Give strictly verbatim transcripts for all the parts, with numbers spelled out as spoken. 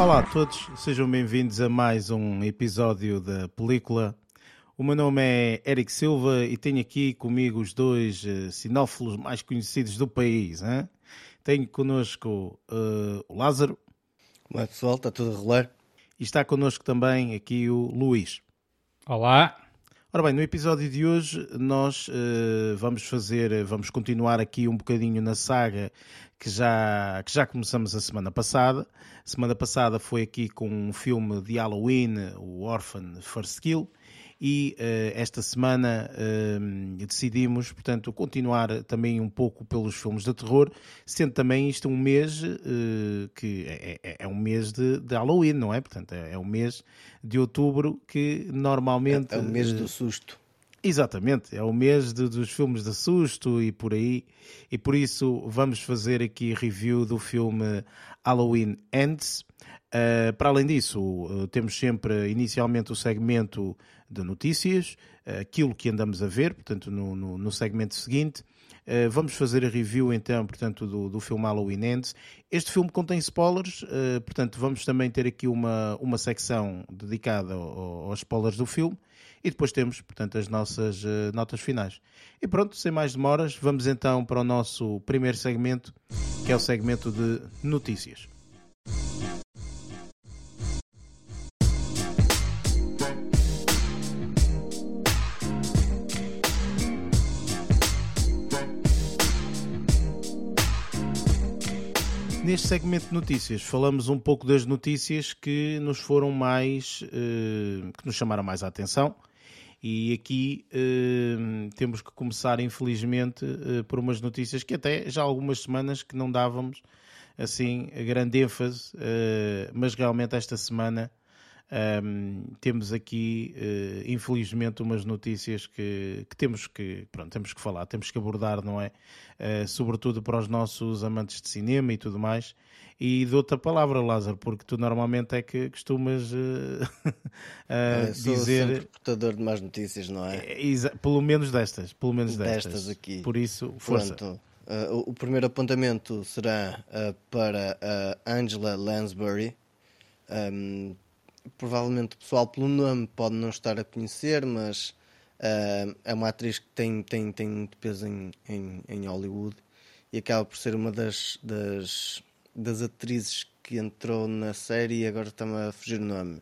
Olá a todos, sejam bem-vindos a mais um episódio da película. O meu nome é Eric Silva e tenho aqui comigo os dois uh, cinófilos mais conhecidos do país. Hein? Tenho connosco uh, o Lázaro. Como é, pessoal? Está tudo a rolar? E está connosco também aqui o Luís. Olá. Ora bem, no episódio de hoje nós uh, vamos fazer, vamos continuar aqui um bocadinho na saga que já, que já começamos a semana passada. A semana passada foi aqui com um filme de Halloween, o Orphan First Kill, e uh, esta semana uh, decidimos, portanto, continuar também um pouco pelos filmes de terror, sendo também isto um mês uh, que é, é, é um mês de, de Halloween, não é? Portanto, é, é um mês de outubro que normalmente... É, é o mês do susto. Exatamente, é o mês de, dos filmes de susto e por aí, e por isso vamos fazer aqui review do filme Halloween Ends. Uh, para além disso, uh, temos sempre inicialmente o segmento de notícias, uh, aquilo que andamos a ver, portanto no, no, no segmento seguinte. Uh, vamos fazer a review então, portanto, do, do filme Halloween Ends. Este filme contém spoilers, uh, portanto vamos também ter aqui uma, uma secção dedicada ao, aos spoilers do filme. E depois temos, portanto, as nossas uh, notas finais. E pronto, sem mais demoras, vamos então para o nosso primeiro segmento, que é o segmento de notícias. Neste segmento de notícias, falamos um pouco das notícias que nos foram mais, uh, que nos chamaram mais a atenção. E aqui uh, temos que começar, infelizmente, uh, por umas notícias que até já há algumas semanas que não dávamos assim a grande ênfase, uh, mas realmente esta semana um, temos aqui, uh, infelizmente, umas notícias que, que temos que, pronto, temos que falar, temos que abordar, não é? Uh, sobretudo para os nossos amantes de cinema e tudo mais. E de outra palavra, Lázaro, porque tu normalmente é que costumas uh, uh, é, sou dizer... sempre portador de más notícias, não é? é exa... Pelo menos destas, pelo menos destas. Destas aqui. Por isso, força. Pronto, uh, o, o primeiro apontamento será uh, para a uh, Angela Lansbury. Um, provavelmente o pessoal pelo nome pode não estar a conhecer, mas uh, é uma atriz que tem, tem, tem muito peso em, em, em Hollywood e acaba por ser uma das... das das atrizes que entrou na série e agora está-me a fugir o nome.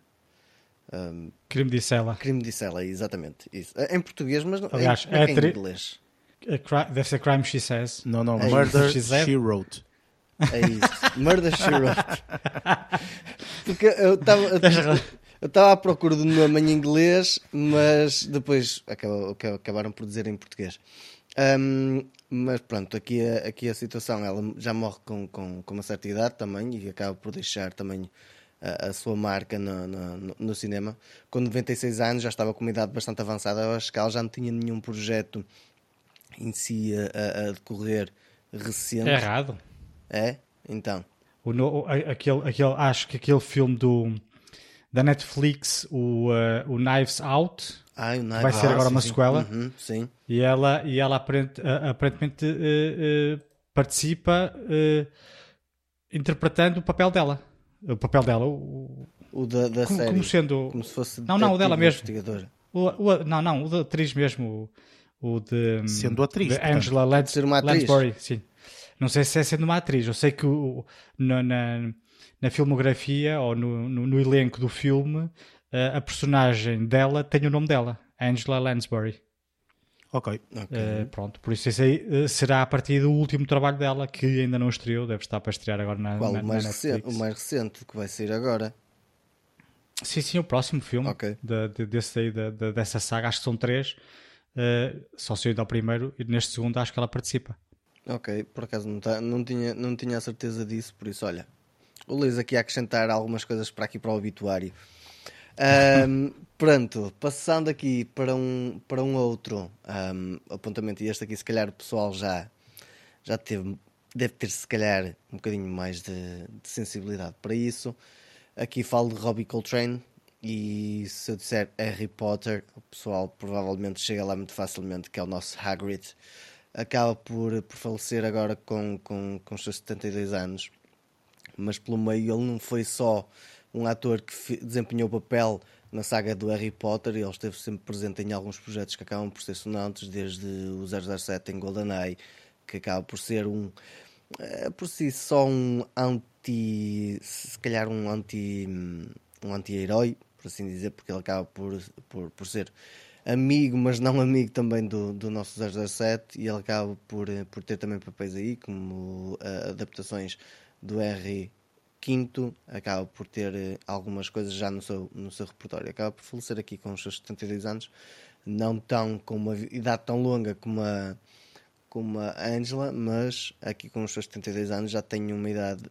Um, Crime de Sela. Crime de Sela, exatamente. Isso. Em português, mas não, Aliás, em, é atri... em inglês. Deve ser Crime She Says. Não, não, é Murder She, She Wrote. É isso. Murder She Wrote. Porque eu estava eu estava à procura do nome em inglês, mas depois acabou, acabaram por dizer em português. Um, mas pronto, aqui a, aqui a situação, ela já morre com, com, com uma certa idade também e acaba por deixar também a, a sua marca no, no, no cinema. Com noventa e seis anos, já estava com uma idade bastante avançada, eu acho que ela já não tinha nenhum projeto em si a, a decorrer recente. É errado. É? Então. O, no, aquele, aquele, acho que aquele filme do, da Netflix, o, uh, o Knives Out... Ah, o vai ser agora sim, uma sim. sequela. Uhum, sim. E ela, e ela aparent, aparentemente uh, uh, participa uh, interpretando o papel dela. O papel dela. O, o da, da como, série. Como sendo... Como se fosse não, não, o dela mesmo. O, o, não, não, o da atriz mesmo. O, o de... Sendo atriz. De Angela Lans, ser uma atriz. Lansbury, sim. Não sei se é sendo uma atriz. Eu sei que o, na, na, na filmografia ou no, no, no elenco do filme... a personagem dela tem o nome dela, Angela Lansbury. Ok. okay. Uh, pronto, por isso esse aí uh, será a partir do último trabalho dela, que ainda não estreou, deve estar para estrear agora na, Qual, na, o, mais na recente, Netflix. o mais recente que vai sair agora? Sim, sim, o próximo filme okay. de, de, desse aí, de, de, dessa saga, acho que são três, uh, só saiu ao primeiro e neste segundo acho que ela participa. Ok, por acaso não, tá, não, tinha, não tinha a certeza disso, por isso olha, o Luís aqui a acrescentar algumas coisas para aqui para o obituário. Um, pronto, passando aqui para um, para um outro um, apontamento, e este aqui se calhar o pessoal já, já teve, deve ter se calhar um bocadinho mais de, de sensibilidade para isso. Aqui falo de Robbie Coltrane e se eu disser Harry Potter, o pessoal provavelmente chega lá muito facilmente, que é o nosso Hagrid. Acaba por, por falecer agora com, com, com os seus setenta e dois anos. mas pelo meio ele não foi só um ator que desempenhou o papel na saga do Harry Potter, ele esteve sempre presente em alguns projetos que acabam por ser sonantes, desde o zero zero sete em GoldenEye, que acaba por ser um, por si só um anti, se calhar um anti, um anti-herói, por assim dizer, porque ele acaba por, por, por ser amigo, mas não amigo também do, do nosso zero zero sete, e ele acaba por, por ter também papéis aí, como uh, adaptações do R Quinto, acaba por ter uh, algumas coisas já no seu, no seu repertório. Acaba por falecer aqui com os seus setenta e dois anos, não tão com uma idade tão longa como a, como a Angela, mas aqui com os seus setenta e dois anos já tem uma idade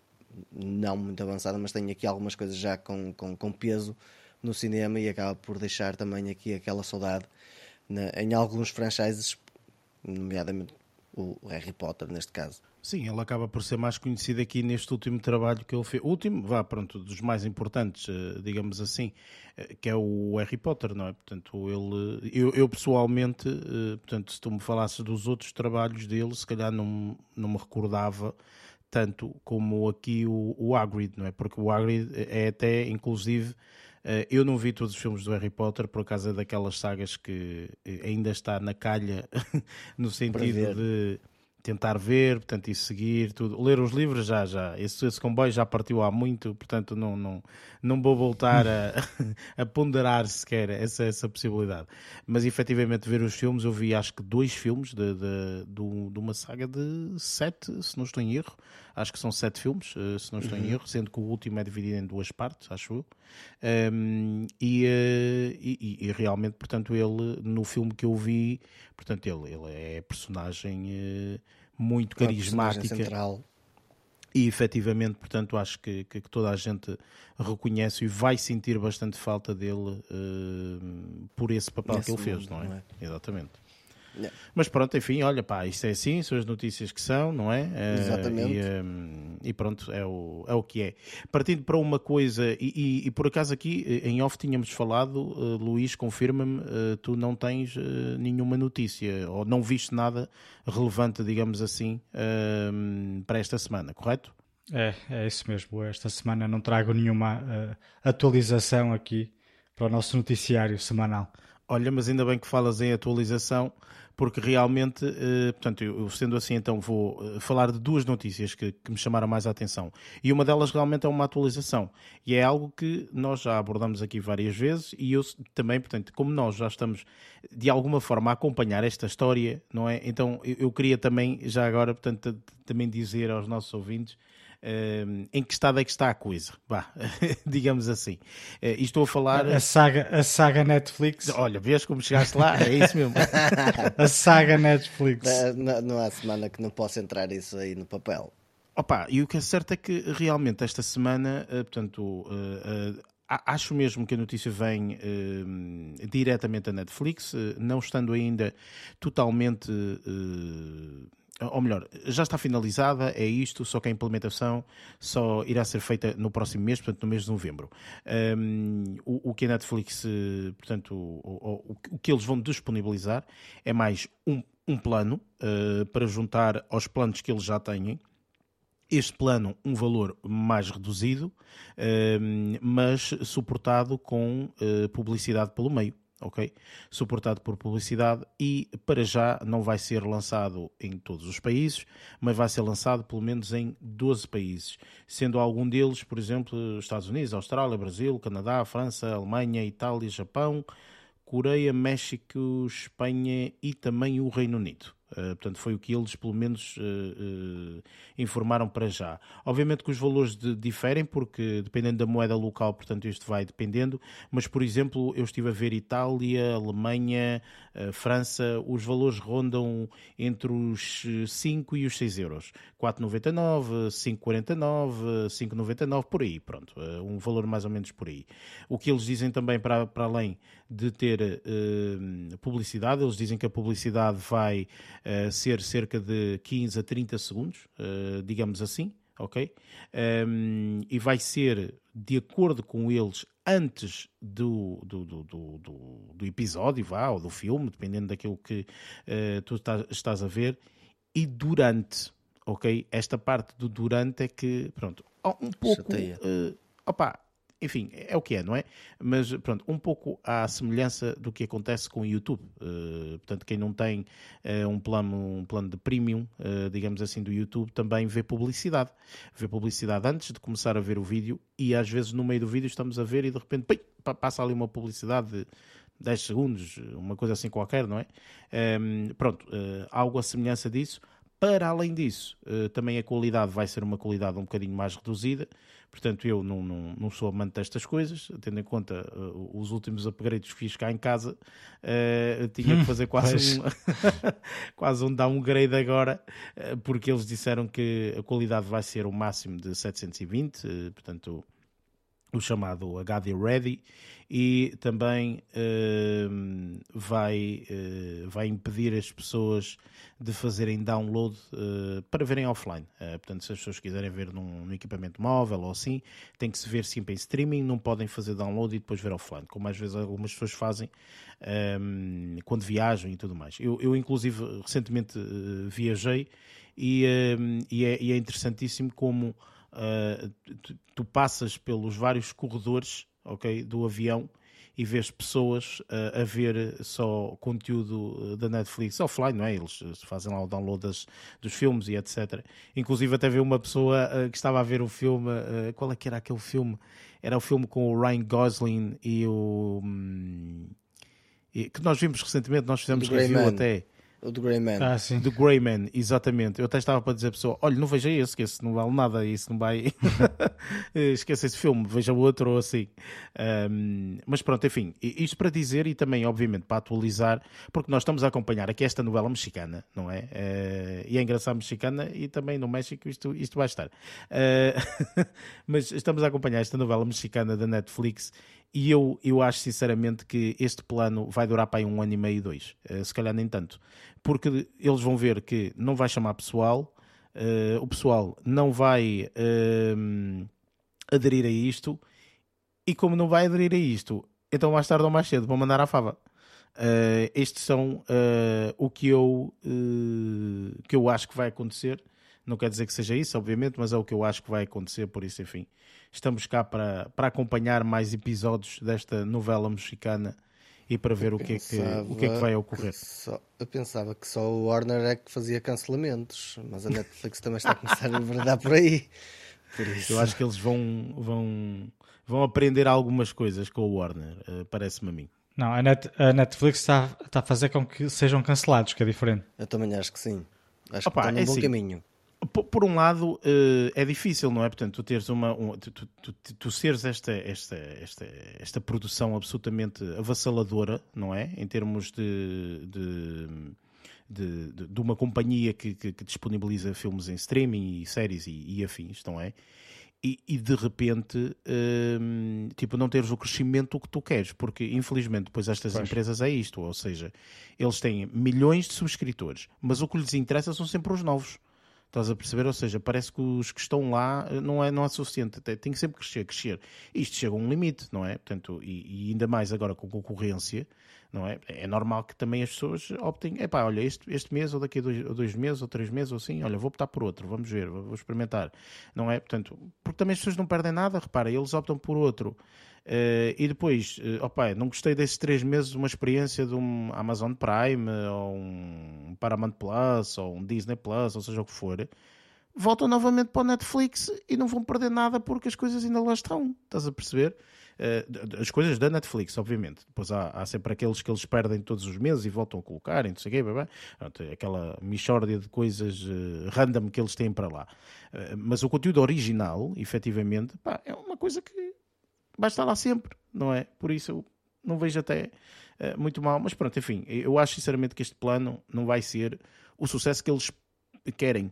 não muito avançada, mas tem aqui algumas coisas já com, com, com peso no cinema, e acaba por deixar também aqui aquela saudade na, em alguns franchises, nomeadamente o Harry Potter neste caso. Sim, ele acaba por ser mais conhecido aqui neste último trabalho que ele fez. O último, vá, pronto, dos mais importantes, digamos assim, que é o Harry Potter, não é? Portanto, ele, eu, eu pessoalmente, portanto, se tu me falasses dos outros trabalhos dele, se calhar não, não me recordava tanto como aqui o, o Hagrid, não é? Porque o Hagrid é até, inclusive, eu não vi todos os filmes do Harry Potter por causa daquelas sagas que ainda está na calha, no sentido de tentar ver, portanto, e seguir tudo. Ler os livros já, já. Esse, esse comboio já partiu há muito, portanto, não, não, não vou voltar a, a ponderar sequer essa, essa possibilidade. Mas, efetivamente, ver os filmes, eu vi acho que dois filmes de, de, de, de uma saga de sete, se não estou em erro. Acho que são sete filmes, se não estou uhum. em erro, sendo que o último é dividido em duas partes, acho eu. Um, e, uh, e, e realmente, portanto, ele, no filme que eu vi, portanto, ele, ele é personagem uh, muito carismática. Central. E, efetivamente, portanto, acho que, que, que toda a gente reconhece e vai sentir bastante falta dele uh, por esse papel Nesse que ele mundo, fez, não é? Não é? Exatamente. Yeah. Mas pronto, enfim, olha pá, isto é assim, são as notícias que são, não é? Exatamente. Uh, e, um, e pronto, é o, é o que é. Partindo para uma coisa, e, e, e por acaso aqui em off tínhamos falado, uh, Luís, confirma-me, uh, tu não tens uh, nenhuma notícia, ou não viste nada relevante, digamos assim, uh, para esta semana, correto? É, é isso mesmo. Esta semana não trago nenhuma uh, atualização aqui para o nosso noticiário semanal. Olha, mas ainda bem que falas em atualização, porque realmente, eh, portanto, eu, sendo assim, então vou eh, falar de duas notícias que, que me chamaram mais a atenção. E uma delas realmente é uma atualização. E é algo que nós já abordamos aqui várias vezes, e eu também, portanto, como nós já estamos de alguma forma a acompanhar esta história, não é? Então eu, eu queria também, já agora, portanto, também dizer aos nossos ouvintes Uh, em que estado é que está a coisa, bah, digamos assim. Uh, e estou a falar... A saga, a saga Netflix. Olha, vês como chegaste lá? É isso mesmo. A saga Netflix. Não, não há semana que não possa entrar isso aí no papel. Opa, e o que é certo é que realmente esta semana, uh, portanto... Uh, uh, acho mesmo que a notícia vem uh, diretamente da Netflix, uh, não estando ainda totalmente... Uh, ou melhor, já está finalizada, é isto, só que a implementação só irá ser feita no próximo mês, portanto no mês de novembro. Um, o, o que a Netflix, portanto, o, o, o que eles vão disponibilizar é mais um, um plano uh, para juntar aos planos que eles já têm. Este plano, um valor mais reduzido, uh, mas suportado com uh, publicidade pelo meio. Ok? Suportado por publicidade, e para já não vai ser lançado em todos os países, mas vai ser lançado pelo menos em doze países, sendo algum deles, por exemplo, Estados Unidos, Austrália, Brasil, Canadá, França, Alemanha, Itália, Japão, Coreia, México, Espanha e também o Reino Unido. Uh, portanto, foi o que eles, pelo menos, uh, uh, informaram para já. Obviamente que os valores de, diferem, porque dependendo da moeda local, portanto, isto vai dependendo. Mas, por exemplo, eu estive a ver Itália, Alemanha, uh, França, os valores rondam entre os cinco e os seis euros. quatro vírgula noventa e nove, cinco vírgula quarenta e nove, cinco vírgula noventa e nove, por aí, pronto. Uh, um valor mais ou menos por aí. O que eles dizem também, para, para além de ter uh, publicidade, eles dizem que a publicidade vai uh, ser cerca de quinze a trinta segundos, uh, digamos assim, ok? Um, e vai ser, de acordo com eles, antes do, do, do, do, do, do episódio, vá, ou do filme, dependendo daquilo que uh, tu estás, estás a ver, e durante, ok? Esta parte do durante é que, pronto, um pouco... Uh, opa, enfim, é o que é, não é? Mas, pronto, um pouco à semelhança do que acontece com o YouTube. Uh, portanto, quem não tem uh, um, plano, um plano de premium, uh, digamos assim, do YouTube, também vê publicidade. Vê publicidade antes de começar a ver o vídeo e, às vezes, no meio do vídeo estamos a ver e, de repente, pim, passa ali uma publicidade de dez segundos, uma coisa assim qualquer, não é? Um, pronto, uh, algo à semelhança disso. Para além disso, uh, também a qualidade vai ser uma qualidade um bocadinho mais reduzida. Portanto, eu não, não, não sou amante destas coisas, tendo em conta uh, os últimos upgrades que fiz cá em casa, uh, tinha que fazer quase um, quase um downgrade agora, uh, porque eles disseram que a qualidade vai ser o máximo de setecentos e vinte, uh, portanto, o chamado H D Ready, e também uh, vai, uh, vai impedir as pessoas de fazerem download uh, para verem offline. Uh, portanto, se as pessoas quiserem ver num, num equipamento móvel ou assim, tem que se ver sempre em streaming, não podem fazer download e depois ver offline, como às vezes algumas pessoas fazem um, quando viajam e tudo mais. Eu, eu inclusive, recentemente uh, viajei e, uh, e, é, e é interessantíssimo como Uh, tu, tu passas pelos vários corredores, okay, do avião e vês pessoas uh, a ver só conteúdo da Netflix offline, não é? Eles fazem lá o download das, dos filmes e etcétera. Inclusive até vi uma pessoa uh, que estava a ver o filme, uh, qual é que era aquele filme? Era o filme com o Ryan Gosling e o... Um, e, que nós vimos recentemente, nós fizemos review Man. até... O do Grey Man. Ah, sim. Do Grey Man, exatamente. Eu até estava para dizer à pessoa, olha, não veja esse, que esse não vale nada, isso não vai... Esqueça esse filme, veja o outro ou assim. Um, mas pronto, enfim, isto para dizer e também, obviamente, para atualizar, porque nós estamos a acompanhar aqui esta novela mexicana, não é? Uh, e é engraçado mexicana e também no México isto, isto vai estar. Uh, mas estamos a acompanhar esta novela mexicana da Netflix e eu, eu acho sinceramente que este plano vai durar para aí um ano e meio, dois. Uh, se calhar nem tanto. Porque eles vão ver que não vai chamar pessoal, uh, o pessoal não vai uh, aderir a isto, e como não vai aderir a isto, então mais tarde ou mais cedo vão mandar à fava. Uh, estes são uh, o que eu, uh, que eu acho que vai acontecer. Não quer dizer que seja isso, obviamente, mas é o que eu acho que vai acontecer, por isso, enfim. Estamos cá para, para acompanhar mais episódios desta novela mexicana e para ver o que, é que, o que é que vai ocorrer. Que só, eu pensava que só o Warner é que fazia cancelamentos, mas a Netflix também está a começar a enverdar por aí. Por isso. Eu acho que eles vão, vão, vão aprender algumas coisas com o Warner, uh, parece-me a mim. Não, a, Net, a Netflix está, está a fazer com que sejam cancelados, que é diferente. Eu também acho que sim. Acho Opa, que está num é bom assim, caminho. Por, por um lado, uh, é difícil, não é? Portanto, tu teres uma, um, tu, tu, tu, tu seres esta, esta, esta, esta produção absolutamente avassaladora, não é? Em termos de, de, de, de, de uma companhia que, que, que disponibiliza filmes em streaming e séries e, e afins, não é? E, e de repente, hum, tipo, não teres o crescimento que tu queres, porque infelizmente depois estas pois. empresas é isto, ou seja, eles têm milhões de subscritores, mas o que lhes interessa são sempre os novos. Estás a perceber? Ou seja, parece que os que estão lá não é, não é suficiente. Tem que sempre crescer, crescer. Isto chega a um limite, não é? Portanto, e, e ainda mais agora com concorrência, não é? É normal que também as pessoas optem, epá, olha, este, este mês ou daqui a dois, ou dois meses ou três meses ou assim, olha, vou optar por outro, vamos ver, vou experimentar. Não é? Portanto, porque também as pessoas não perdem nada, repara, eles optam por outro. Uh, e depois, uh, opa, não gostei desses três meses de uma experiência de um Amazon Prime ou um Paramount Plus ou um Disney Plus, ou seja o que for, voltam novamente para o Netflix e não vão perder nada porque as coisas ainda lá estão, estás a perceber? Uh, as coisas da Netflix, obviamente. Depois há, há sempre aqueles que eles perdem todos os meses e voltam a colocar, e não sei o quê, blá, blá. Pronto, aquela mixórdia de coisas uh, random que eles têm para lá. Uh, mas o conteúdo original, efetivamente, pá, é uma coisa que vai estar lá sempre, não é? Por isso eu não vejo até uh, muito mal. Mas pronto, enfim, eu acho sinceramente que este plano não vai ser o sucesso que eles querem.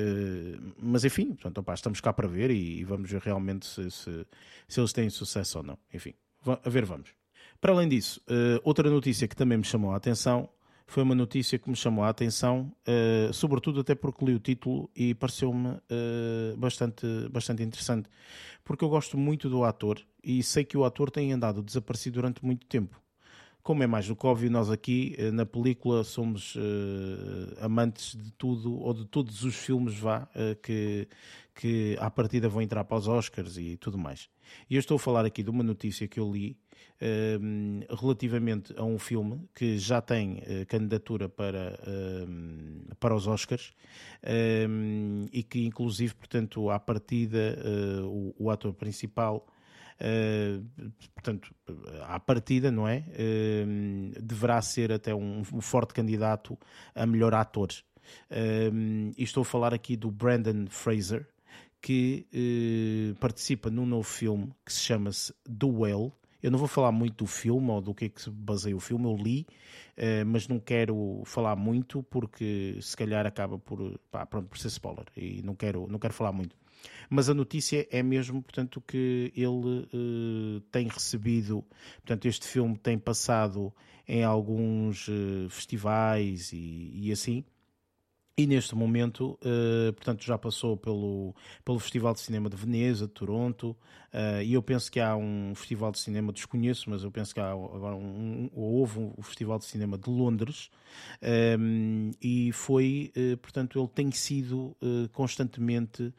Uh, mas enfim, portanto, opa, estamos cá para ver e, e vamos ver realmente se, se, se eles têm sucesso ou não. Enfim, a ver, vamos. Para além disso, uh, outra notícia que também me chamou a atenção foi uma notícia que me chamou a atenção, uh, sobretudo até porque li o título e pareceu-me uh, bastante, bastante interessante, porque eu gosto muito do ator e sei que o ator tem andado desaparecido durante muito tempo. como é mais do que óbvio, nós aqui na película somos uh, amantes de tudo, ou de todos os filmes vá, uh, que, que à partida vão entrar para os Oscars e tudo mais. E eu estou a falar aqui de uma notícia que eu li uh, relativamente a um filme que já tem uh, candidatura para, uh, para os Oscars uh, e que inclusive, portanto, à partida uh, o, o ator principal Uh, portanto, à partida, não é? Uh, deverá ser até um, um forte candidato a melhor ator. Uh, e estou a falar aqui do Brendan Fraser, que uh, participa num novo filme que se chama-se The Whale. Eu não vou falar muito do filme ou do que é que se baseia o filme, eu li, uh, mas não quero falar muito porque se calhar acaba por, pá, pronto, por ser spoiler e não quero, não quero falar muito. Mas a notícia é mesmo, portanto, que ele uh, tem recebido, portanto, este filme tem passado em alguns uh, festivais e, e assim, e neste momento, uh, portanto, já passou pelo, pelo Festival de Cinema de Veneza, de Toronto, uh, e eu penso que há um Festival de Cinema, desconheço, mas eu penso que há agora um, um, houve um Festival de Cinema de Londres, um, e foi, uh, portanto, ele tem sido uh, constantemente...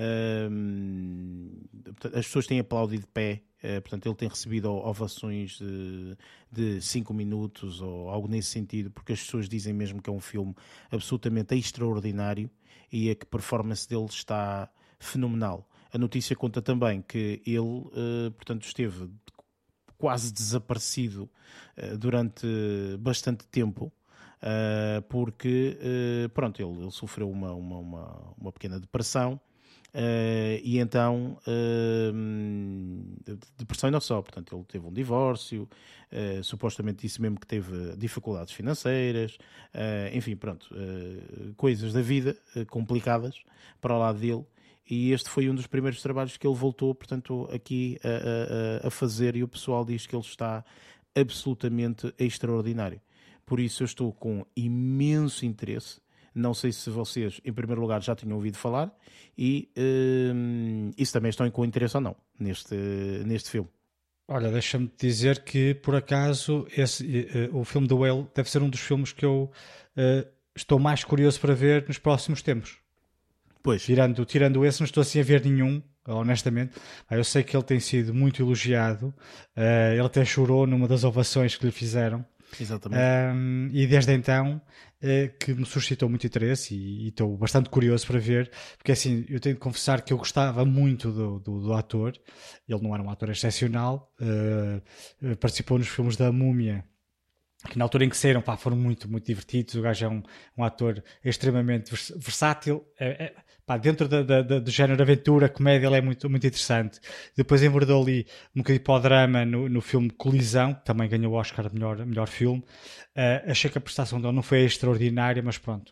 Um, as pessoas têm aplaudido de pé, uh, portanto ele tem recebido ovações de cinco minutos ou algo nesse sentido, porque as pessoas dizem mesmo que é um filme absolutamente extraordinário e a que performance dele está fenomenal. A notícia conta também que ele uh, portanto esteve quase desaparecido uh, durante bastante tempo. Uh, porque uh, pronto, ele, ele sofreu uma, uma, uma, uma pequena depressão. Uh, e então uh, depressão e não só, portanto ele teve um divórcio, uh, supostamente disse mesmo que teve dificuldades financeiras, uh, enfim, pronto, uh, coisas da vida uh, complicadas para o lado dele, e este foi um dos primeiros trabalhos que ele voltou, portanto, aqui a, a, a fazer, e o pessoal diz que ele está absolutamente extraordinário. Por isso eu estou com imenso interesse. Não sei se vocês, em primeiro lugar, já tinham ouvido falar e, um, e se também estão com interesse ou não neste, neste filme. Olha, deixa-me dizer que, por acaso, esse, uh, o filme do Whale deve ser um dos filmes que eu uh, estou mais curioso para ver nos próximos tempos. Pois. Tirando, tirando esse, não estou assim a ver nenhum, honestamente. Eu sei que ele tem sido muito elogiado. Uh, ele até chorou numa das ovações que lhe fizeram. Exatamente. Um, e desde então uh, que me suscitou muito interesse e, e estou bastante curioso para ver, porque assim, eu tenho de confessar que eu gostava muito do, do, do ator. Ele não era um ator excepcional, uh, participou nos filmes da Múmia, que na altura em que saíram, pá, foram muito, muito divertidos. O gajo é um, um ator extremamente vers- versátil, é, é, pá, dentro da, da, da, do género aventura, comédia, ele é muito, muito interessante. Depois enverdou ali um bocadinho para o drama no, no filme Colisão, que também ganhou o Oscar de melhor, melhor filme. Uh, achei que a prestação dele não foi extraordinária, mas pronto.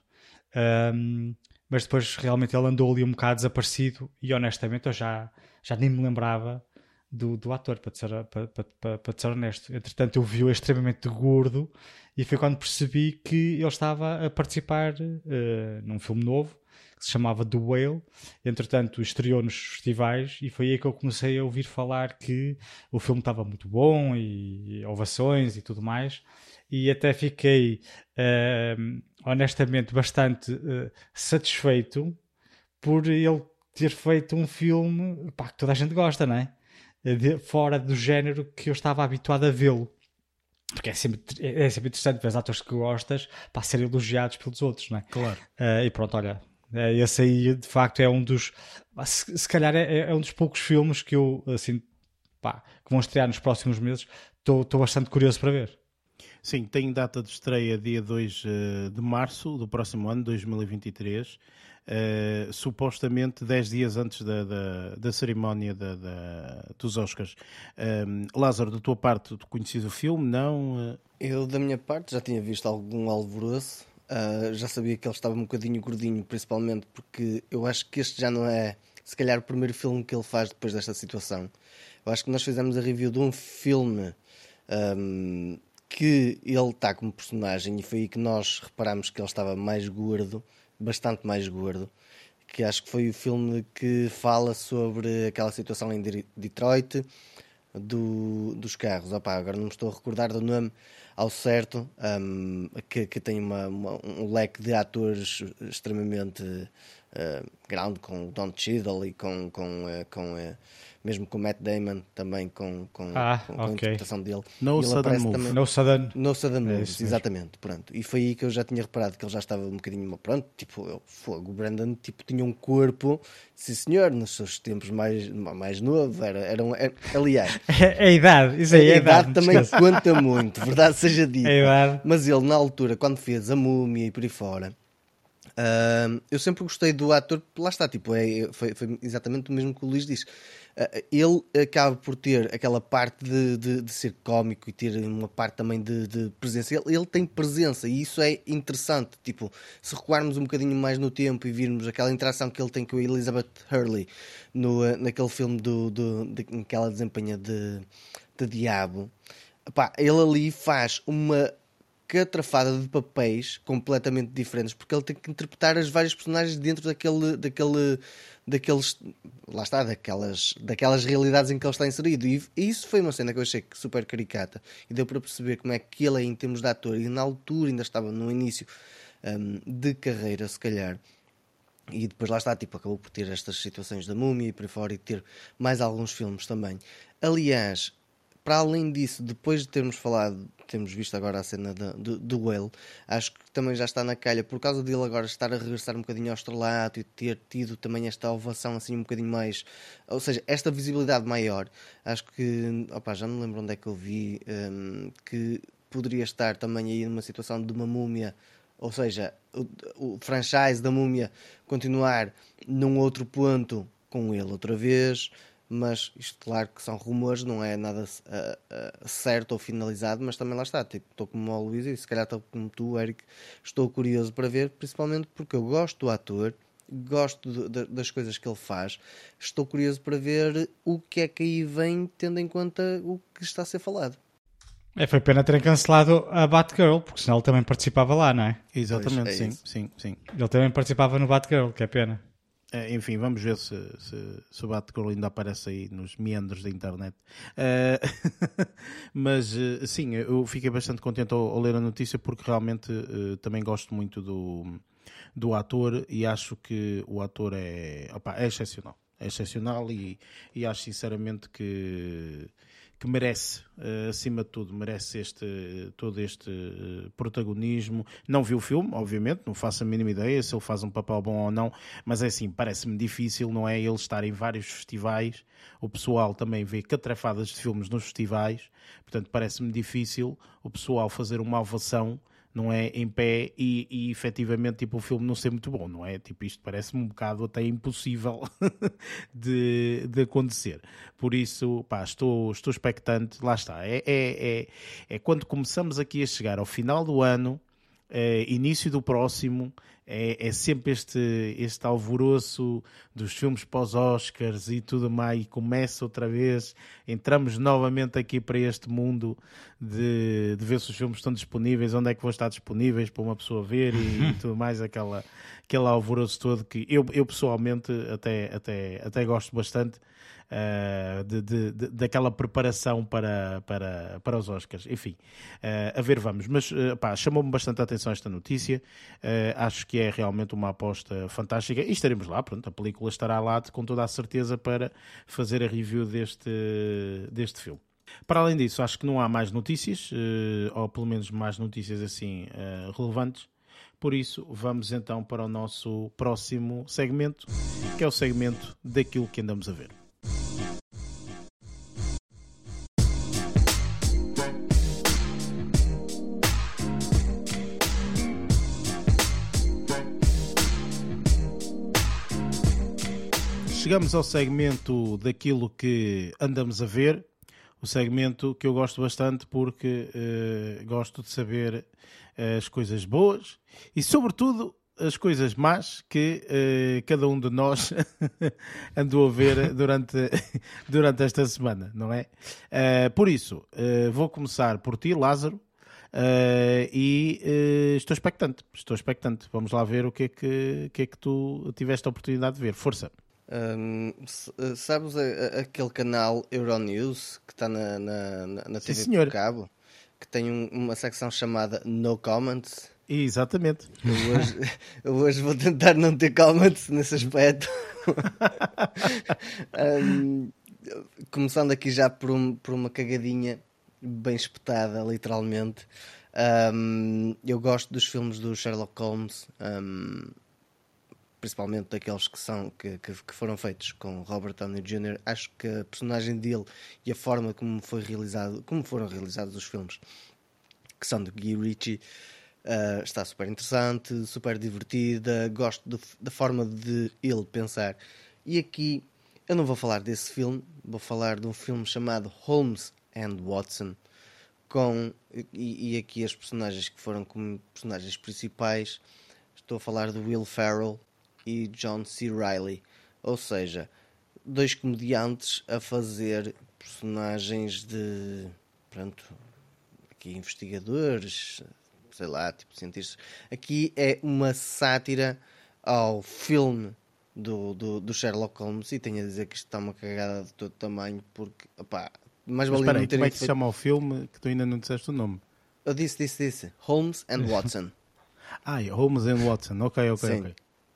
Um, mas depois realmente ele andou ali um bocado desaparecido e honestamente eu já, já nem me lembrava Do, do ator, para te, ser, para, para, para te ser honesto. Entretanto, eu vi-o extremamente gordo e foi quando percebi que ele estava a participar uh, num filme novo que se chamava The Whale. Entretanto, estreou nos festivais e foi aí que eu comecei a ouvir falar que o filme estava muito bom e, e ovações e tudo mais. E até fiquei uh, honestamente bastante uh, satisfeito por ele ter feito um filme, pá, que toda a gente gosta, não é? De, fora do género que eu estava habituado a vê-lo, porque é sempre, é sempre interessante ver os atores que gostas para serem elogiados pelos outros, não é? Claro. Uh, e pronto, olha, esse aí de facto é um dos, se, se calhar é, é um dos poucos filmes que eu assim, pá, que vão estrear nos próximos meses. Estou bastante curioso para ver. Sim, tem data de estreia dia dois de março do próximo ano, dois mil e vinte e três. Uh, supostamente dez dias antes da, da, da cerimónia da, da, dos Oscars. Um, Lázaro, da tua parte, tu conheces o filme? Não? Eu, da minha parte, já tinha visto algum alvoroço. Uh, já sabia que ele estava um bocadinho gordinho, principalmente porque eu acho que este já não é, se calhar, o primeiro filme que ele faz depois desta situação. Eu acho que nós fizemos a review de um filme um, que ele está como personagem e foi aí que nós reparámos que ele estava mais gordo, bastante mais gordo, que acho que foi o filme que fala sobre aquela situação em Detroit, do, dos carros. Opa, agora não me estou a recordar do nome ao certo, um, que, que tem uma, uma, um leque de atores extremamente uh, grande, com o Don Cheadle e com, com, uh, com uh, mesmo com o Matt Damon, também com, com, ah, com, com okay. a interpretação dele. No ele Sudden Move. Também... No Sudden, no sudden é Moves, exatamente. Pronto. E foi aí que eu já tinha reparado que ele já estava um bocadinho... Pronto, tipo, eu, fogo, o Brandon tipo, tinha um corpo, sim senhor, nos seus tempos mais, mais novo, era, era, um, era aliás... É a idade, isso aí é a idade. idade também conta muito, verdade seja dita. É a idade. Mas ele, na altura, quando fez a Múmia e por aí fora... Uh, eu sempre gostei do ator, lá está, tipo, é, foi, foi exatamente o mesmo que o Luís disse. Uh, ele acaba por ter aquela parte de, de, de ser cómico e ter uma parte também de, de presença. Ele, ele tem presença e isso é interessante. Tipo, se recuarmos um bocadinho mais no tempo e virmos aquela interação que ele tem com a Elizabeth Hurley no, uh, naquele filme do, do, de, em que ela desempenha de, de diabo, pá, ele ali faz uma catrafada de papéis completamente diferentes, porque ele tem que interpretar as várias personagens dentro daquele, daquele, daqueles, lá está, daquelas, daquelas realidades em que ele está inserido. E isso foi uma cena que eu achei super caricata e deu para perceber como é que ele é em termos de ator, e na altura ainda estava no início um, de carreira, se calhar. E depois lá está, tipo, acabou por ter estas situações da Múmia e por aí fora, e ter mais alguns filmes também. Aliás, para além disso, depois de termos falado, temos visto agora a cena do, do Whale, acho que também já está na calha, por causa dele agora estar a regressar um bocadinho ao estrelato e ter tido também esta ovação assim um bocadinho mais, ou seja, esta visibilidade maior. Acho que, opa, já não me lembro onde é que eu vi, um, que poderia estar também aí numa situação de uma Múmia, ou seja, o, o franchise da Múmia continuar num outro ponto com ele outra vez. Mas isto, claro que são rumores, não é nada uh, uh, certo ou finalizado, mas também lá está, tipo, estou como o Luís e se calhar estou como tu, Eric, estou curioso para ver, principalmente porque eu gosto do ator, gosto de, de, das coisas que ele faz, estou curioso para ver o que é que aí vem, tendo em conta o que está a ser falado. É, foi pena terem cancelado a Batgirl, porque senão ele também participava lá, não é? Exatamente, é sim, isso. sim, sim. Ele também participava no Batgirl, que é pena. Enfim, vamos ver se, se, se o Batgirl ainda aparece aí nos meandros da internet. Uh, mas uh, sim, eu fiquei bastante contente ao, ao ler a notícia, porque realmente uh, também gosto muito do, do ator e acho que o ator é, opa, é excepcional. É excepcional e, e acho sinceramente que, que merece, uh, acima de tudo, merece este, todo este uh, protagonismo. Não vi o filme, obviamente, não faço a mínima ideia se ele faz um papel bom ou não, mas é assim, parece-me difícil, não é? Ele estar em vários festivais, o pessoal também vê catrafadas de filmes nos festivais, portanto parece-me difícil o pessoal fazer uma ovação, não é, em pé e, e efetivamente tipo, o filme não ser muito bom, não é? Tipo, isto parece-me um bocado até impossível de, de acontecer. Por isso, pá, estou, estou expectante. Lá está. É, é, é, é quando começamos aqui a chegar ao final do ano, é, início do próximo, é, é sempre este, este alvoroço dos filmes pós-Oscars e tudo mais, e começa outra vez, entramos novamente aqui para este mundo de, de ver se os filmes estão disponíveis, onde é que vão estar disponíveis para uma pessoa ver e, e tudo mais, aquela, aquele alvoroço todo que eu, eu pessoalmente até, até, até gosto bastante. Uh, de, de, de, daquela preparação para, para, para os Oscars. Enfim, uh, a ver vamos. Mas uh, pá, chamou-me bastante a atenção esta notícia. Uh, acho que é realmente uma aposta fantástica e estaremos lá, pronto, a película estará lá com toda a certeza para fazer a review deste, deste filme. Para além disso, acho que não há mais notícias, uh, ou pelo menos mais notícias assim uh, relevantes. Por isso, vamos então para o nosso próximo segmento, que é o segmento daquilo que andamos a ver. Chegamos ao segmento daquilo que andamos a ver, o segmento que eu gosto bastante porque uh, gosto de saber as coisas boas e, sobretudo, as coisas más que uh, cada um de nós andou a ver durante, durante esta semana, não é? Uh, por isso, uh, vou começar por ti, Lázaro, uh, e uh, estou expectante, estou expectante. Vamos lá ver o que é que, que, é que tu tiveste a oportunidade de ver. Força! Um, sabes a, a, aquele canal Euronews que está na, na, na T V Sim, por cabo, que tem um, uma secção chamada No Comments? Exatamente. Eu hoje, eu hoje vou tentar não ter comments nesse aspecto. um, começando aqui já por, um, por uma cagadinha bem espetada, literalmente. Um, eu gosto dos filmes do Sherlock Holmes. Um, principalmente daqueles que, são, que, que, que foram feitos com Robert Downey júnior Acho que a personagem dele e a forma como, foi realizado, como foram realizados os filmes, que são de Guy Ritchie, uh, está super interessante, super divertida. Gosto de, da forma de ele pensar. E aqui eu não vou falar desse filme, vou falar de um filme chamado Holmes and Watson, com, e, e aqui as personagens que foram como personagens principais, estou a falar de Will Ferrell e John C. Reilly, ou seja, dois comediantes a fazer personagens de, pronto, aqui investigadores, sei lá, tipo cientistas. Aqui é uma sátira ao filme do, do, do Sherlock Holmes, e tenho a dizer que isto está uma cagada de todo tamanho, porque, opá, mais valia não terem Como é que feito... se chama o filme que tu ainda não disseste o nome? Eu disse, disse, disse, Holmes and Watson. Ah, Holmes and Watson, ok, ok, Sim. ok.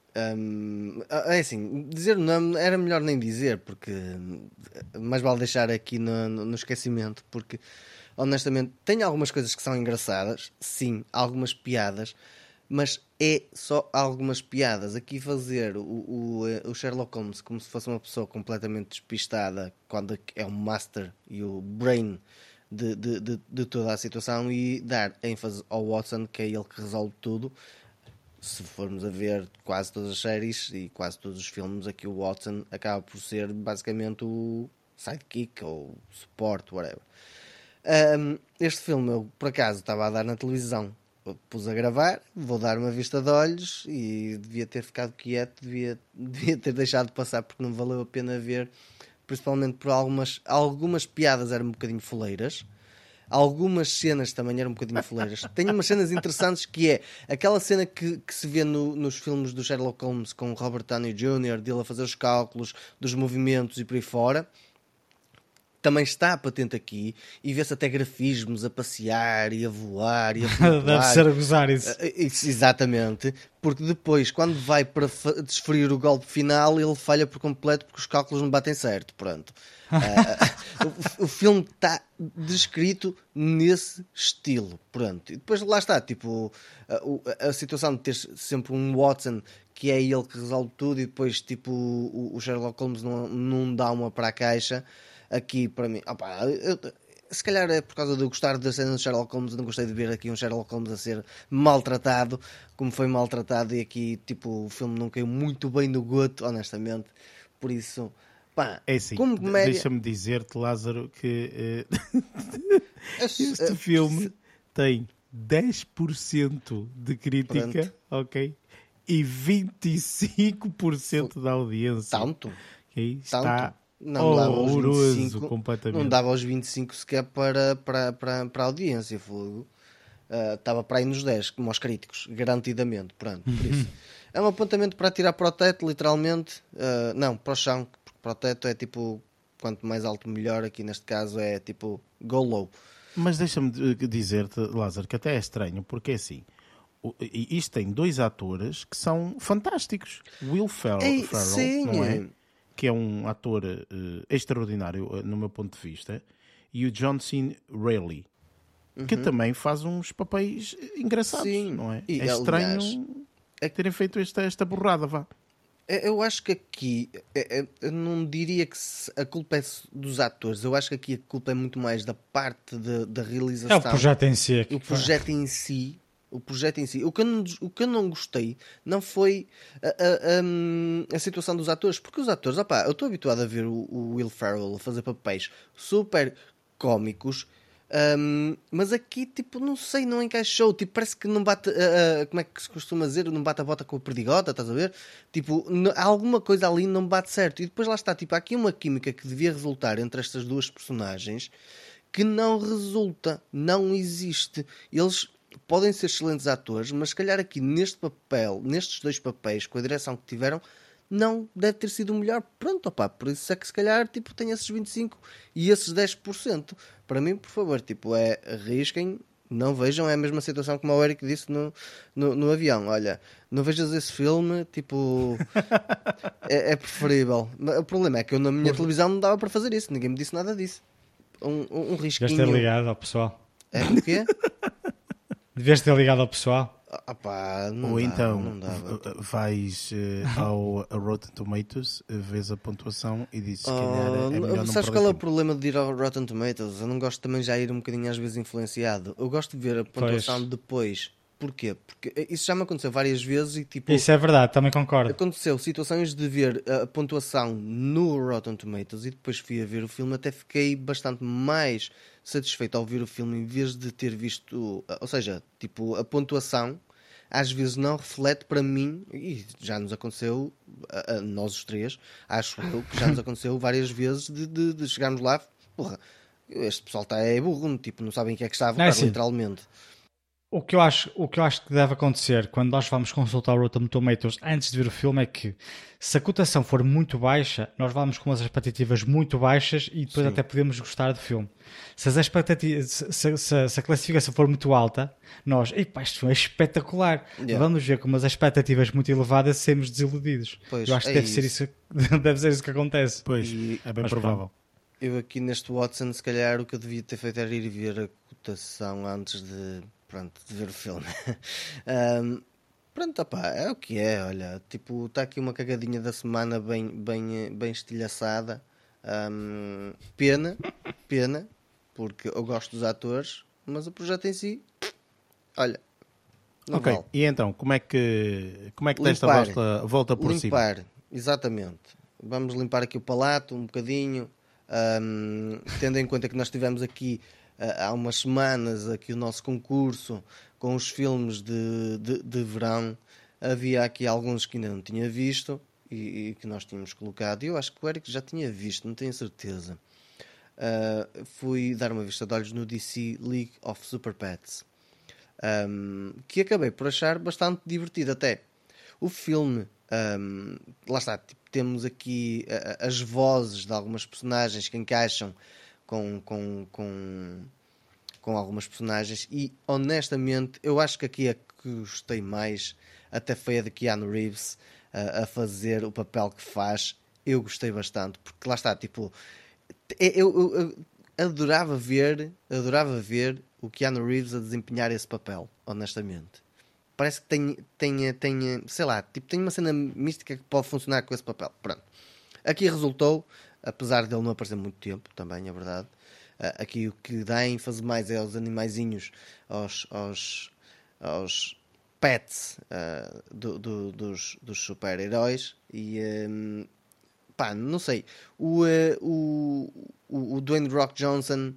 Um, é assim, dizer o nome era melhor nem dizer, porque mais vale deixar aqui no, no, no esquecimento, porque honestamente tem algumas coisas que são engraçadas, sim, algumas piadas, mas é só algumas piadas. Aqui fazer o, o, o Sherlock Holmes como se fosse uma pessoa completamente despistada, quando é o master e o brain de, de, de, de toda a situação, e dar ênfase ao Watson, que é ele que resolve tudo. Se formos a ver quase todas as séries e quase todos os filmes, aqui o Watson acaba por ser basicamente o sidekick ou suporte, whatever. Um, este filme eu, por acaso, estava a dar na televisão, eu pus a gravar, vou dar uma vista de olhos e devia ter ficado quieto, devia, devia ter deixado passar, porque não valeu a pena ver, principalmente por algumas, algumas piadas eram um bocadinho foleiras. Algumas cenas também eram um bocadinho foleiras. Tem umas cenas interessantes, que é aquela cena que, que se vê no, nos filmes do Sherlock Holmes com o Robert Downey júnior, dele a fazer os cálculos dos movimentos e por aí fora. Também está patente aqui, e vê-se até grafismos a passear e a voar e a flutuar. Deve ser a gozar isso. Exatamente, porque depois, quando vai para desferir o golpe final, ele falha por completo porque os cálculos não batem certo. Pronto. uh, o, o filme está descrito nesse estilo. Pronto. E depois lá está, tipo, a, a situação de ter sempre um Watson que é ele que resolve tudo, e depois, tipo, o, o Sherlock Holmes não, não dá uma para a caixa. Aqui, para mim, opa, eu, se calhar é por causa de eu gostar da cena de Sherlock Holmes, não gostei de ver aqui um Sherlock Holmes a ser maltratado, como foi maltratado, e aqui, tipo, o filme não caiu muito bem no goto, honestamente. Por isso, pá, é assim, como comédia... deixa-me dizer-te, Lázaro, que uh, este filme tem dez por cento de crítica, pronto, ok? E vinte e cinco por cento da audiência. Tanto? Okay? Está... Tanto? Não dava aos vinte e cinco, completamente. não dava aos vinte e cinco sequer para, para, para, para a audiência. Fogo. Uh, estava para aí nos dez, como aos críticos, garantidamente. Pronto, por isso. É um apontamento para tirar para o teto, literalmente. Uh, não, para o chão, porque para o teto é tipo, quanto mais alto melhor. Aqui neste caso é tipo go low. Mas deixa-me dizer-te, Lázaro, que até é estranho, porque é assim, isto tem dois atores que são fantásticos. Will Ferrell, Ei, Ferrell sim. não é? Que é um ator uh, extraordinário, uh, no meu ponto de vista, e o John C. Reilly, uhum, que também faz uns papéis engraçados, sim, não é? E, é estranho, aliás, terem feito esta, esta borrada, vá. Eu acho que aqui, eu não diria que a culpa é dos atores, eu acho que aqui a culpa é muito mais da parte de, da realização. É o projeto em si. O projeto em si. O projeto em si. O que eu não, o que eu não gostei não foi a, a, a, a situação dos atores, porque os atores, opá, eu estou habituado a ver o, o Will Ferrell a fazer papéis super cómicos, um, mas aqui, tipo, não sei, não encaixou. Tipo, parece que não bate, uh, uh, como é que se costuma dizer, não bate a bota com a perdigota, estás a ver? Tipo, não, há alguma coisa ali não bate certo. E depois lá está, tipo, há aqui uma química que devia resultar entre estas duas personagens que não resulta, não existe. Eles podem ser excelentes atores, mas se calhar aqui neste papel, nestes dois papéis, com a direção que tiveram, não deve ter sido o melhor. Pronto, opá, por isso é que se calhar tipo, tem esses vinte e cinco por cento e esses dez por cento. Para mim, por favor, tipo, é arrisquem, não vejam, é a mesma situação como o Eric disse no, no, no avião. Olha, não vejas esse filme, tipo, é, é preferível. O problema é que eu na minha televisão não dava para fazer isso, ninguém me disse nada disso. Um, um, um risquinho. Devias ter ligado ao pessoal. É o quê? Devias ter ligado ao pessoal. Ah, pá, não Ou dava, então não dava. vais uh, ao a Rotten Tomatoes, vês a pontuação e dizes se Oh, calhar é melhor não sabes perder qual é o tempo. problema de ir ao Rotten Tomatoes? Eu não gosto também já ir um bocadinho às vezes influenciado. Eu gosto de ver a pontuação Pois. depois. Porquê? Porque isso já me aconteceu várias vezes e tipo... Isso é verdade, também concordo. Aconteceu situações de ver a pontuação no Rotten Tomatoes e depois fui a ver o filme, até fiquei bastante mais satisfeito ao ver o filme em vez de ter visto, ou seja, tipo, a pontuação às vezes não reflete para mim, e já nos aconteceu a, a nós os três, acho eu que já nos aconteceu várias vezes de, de, de chegarmos lá, porra, este pessoal está é burro, tipo, não sabem o que é que está a votar, Não, é assim. literalmente. O que, eu acho, o que eu acho que deve acontecer quando nós vamos consultar o Rotten Tomatoes antes de ver o filme é que se a cotação for muito baixa, nós vamos com as expectativas muito baixas e depois Sim. até podemos gostar do filme. Se, as expectativas, se, se, se a classificação for muito alta, nós, epá, isto é espetacular. Yeah. Vamos ver com as expectativas muito elevadas sermos desiludidos. Pois, eu acho que é deve, ser isso. isso, deve ser isso que acontece. Pois, E- é bem Mas provável. Eu aqui neste Watson, se calhar o que eu devia ter feito era ir ver a cotação antes de, pronto, de ver o filme. Ahm, pronto, opá, é o que é, olha, tipo, está aqui uma cagadinha da semana bem, bem, bem estilhaçada. Ahm, pena, pena, porque eu gosto dos atores, mas o projeto em si, olha, não Ok, vale. e então, como é que, como é que desta Limpar. volta, volta por cima? Limpar, exatamente. Vamos limpar aqui o palato um bocadinho, ahm, tendo em conta que nós tivemos aqui ah, há umas semanas aqui o nosso concurso com os filmes de, de, de verão. Havia aqui alguns que ainda não tinha visto e, e que nós tínhamos colocado. Eu acho que o Eric já tinha visto, não tenho certeza. Ah, fui dar uma vista de olhos no D C League of Super Pets. Um, que acabei por achar bastante divertido até. O filme, um, lá está, tipo, temos aqui a, a, as vozes de algumas personagens que encaixam com, com, com, com algumas personagens e honestamente eu acho que aqui a que gostei mais até foi a de Keanu Reeves a, a fazer o papel que faz. Eu gostei bastante, porque lá está, tipo, eu, eu, eu adorava ver, adorava ver o Keanu Reeves a desempenhar esse papel, honestamente. Parece que tem, tem, tem, sei lá, tipo, tem uma cena mística que pode funcionar com esse papel. Pronto. Aqui resultou, apesar dele não aparecer muito tempo, também é verdade. Aqui o que dá ênfase mais é aos animaizinhos, aos, aos, aos pets uh, do, do, dos, dos super-heróis. E um, pá, não sei. O, uh, o, o, o Dwayne Rock Johnson,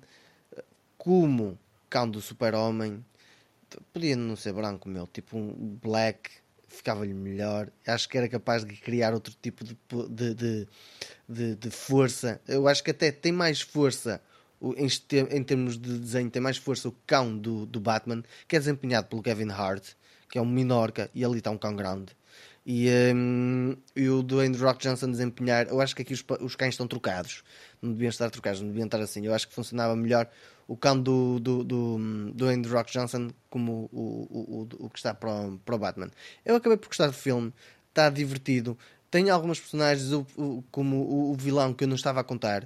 como cão do super-homem, podia não ser branco, meu, tipo um black, ficava-lhe melhor. Acho que era capaz de criar outro tipo de, de, de, de, de força. Eu acho que até tem mais força, em, em termos de desenho, tem mais força o cão do, do Batman, que é desempenhado pelo Kevin Hart, que é um minorca, e ali está um cão grande. E, um, e o Dwayne Rock Johnson desempenhar, eu acho que aqui os, os cães estão trocados, não deviam estar trocados, não deviam estar assim. Eu acho que funcionava melhor o cão do, do, do, do Dwayne Rock Johnson como o, o, o, o que está para o, para o Batman. Eu acabei por gostar do filme, está divertido, tem algumas personagens o, o, como o, o vilão que eu não estava a contar,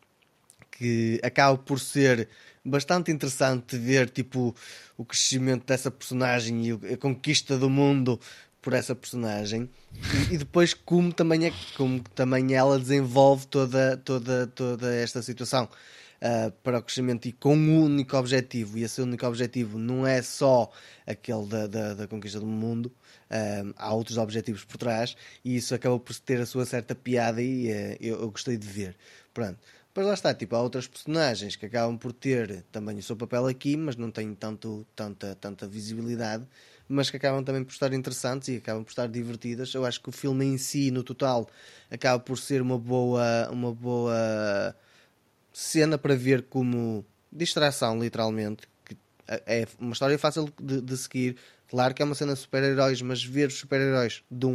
que acaba por ser bastante interessante ver tipo o crescimento dessa personagem e a conquista do mundo por essa personagem e, e depois como também é como também ela desenvolve toda toda toda esta situação uh, para o crescimento e com um único objetivo, e esse único objetivo não é só aquele da, da, da conquista do mundo. Um, há outros objetivos por trás e isso acaba por ter a sua certa piada e uh, eu, eu gostei de ver. Pronto. Depois lá está, tipo, há outras personagens que acabam por ter também o seu papel aqui, mas não têm tanto, tanta, tanta visibilidade, mas que acabam também por estar interessantes e acabam por estar divertidas. Eu acho que o filme em si, no total, acaba por ser uma boa, uma boa cena para ver como distração, literalmente. Que é uma história fácil de, de seguir. Claro que é uma cena de super-heróis, mas ver os super-heróis de um outro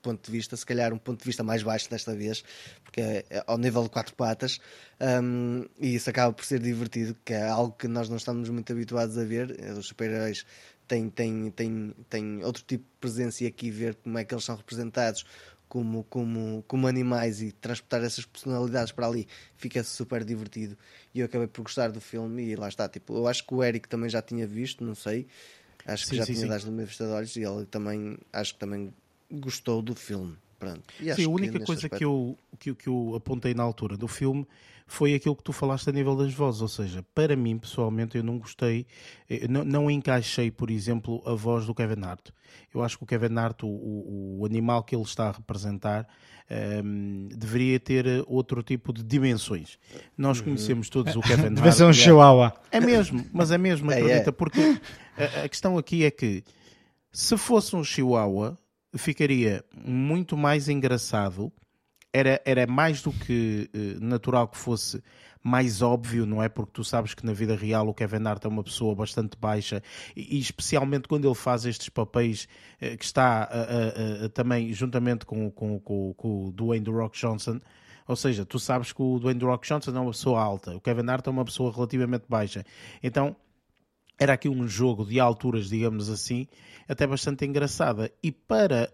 ponto de vista, se calhar um ponto de vista mais baixo desta vez, porque é, é ao nível de quatro patas, um, e isso acaba por ser divertido, que é algo que nós não estamos muito habituados a ver. Os super-heróis têm, têm, têm, têm outro tipo de presença, e aqui ver como é que eles são representados como, como, como animais e transportar essas personalidades para ali fica super divertido, e eu acabei por gostar do filme. E lá está, tipo, eu acho que o Eric também já tinha visto, não sei, acho que sim, já sim, tinha sim. dado uma vista de olhos, e ele também, acho que também gostou do filme. Pronto. E acho Sim, a única que, coisa aspecto... que eu, que, que eu apontei na altura do filme foi aquilo que tu falaste a nível das vozes, ou seja, para mim pessoalmente eu não gostei, eu não, não encaixei, por exemplo, a voz do Kevin Hart. Eu acho que o Kevin Hart, o, o, o animal que ele está a representar, um, deveria ter outro tipo de dimensões. Nós uhum. conhecemos todos o Kevin Hart. Deve ser um chihuahua. É mesmo, mas é mesmo, é, acredita, é. porque a, a questão aqui é que se fosse um chihuahua ficaria muito mais engraçado, era, era mais do que uh, natural que fosse mais óbvio, não é? Porque tu sabes que na vida real o Kevin Hart é uma pessoa bastante baixa, e, e especialmente quando ele faz estes papéis uh, que está uh, uh, uh, também juntamente com, com, com, com o Dwayne The Rock Johnson. Ou seja, tu sabes que o Dwayne The Rock Johnson é uma pessoa alta, o Kevin Hart é uma pessoa relativamente baixa, então era aqui um jogo de alturas, digamos assim, até bastante engraçada. E para,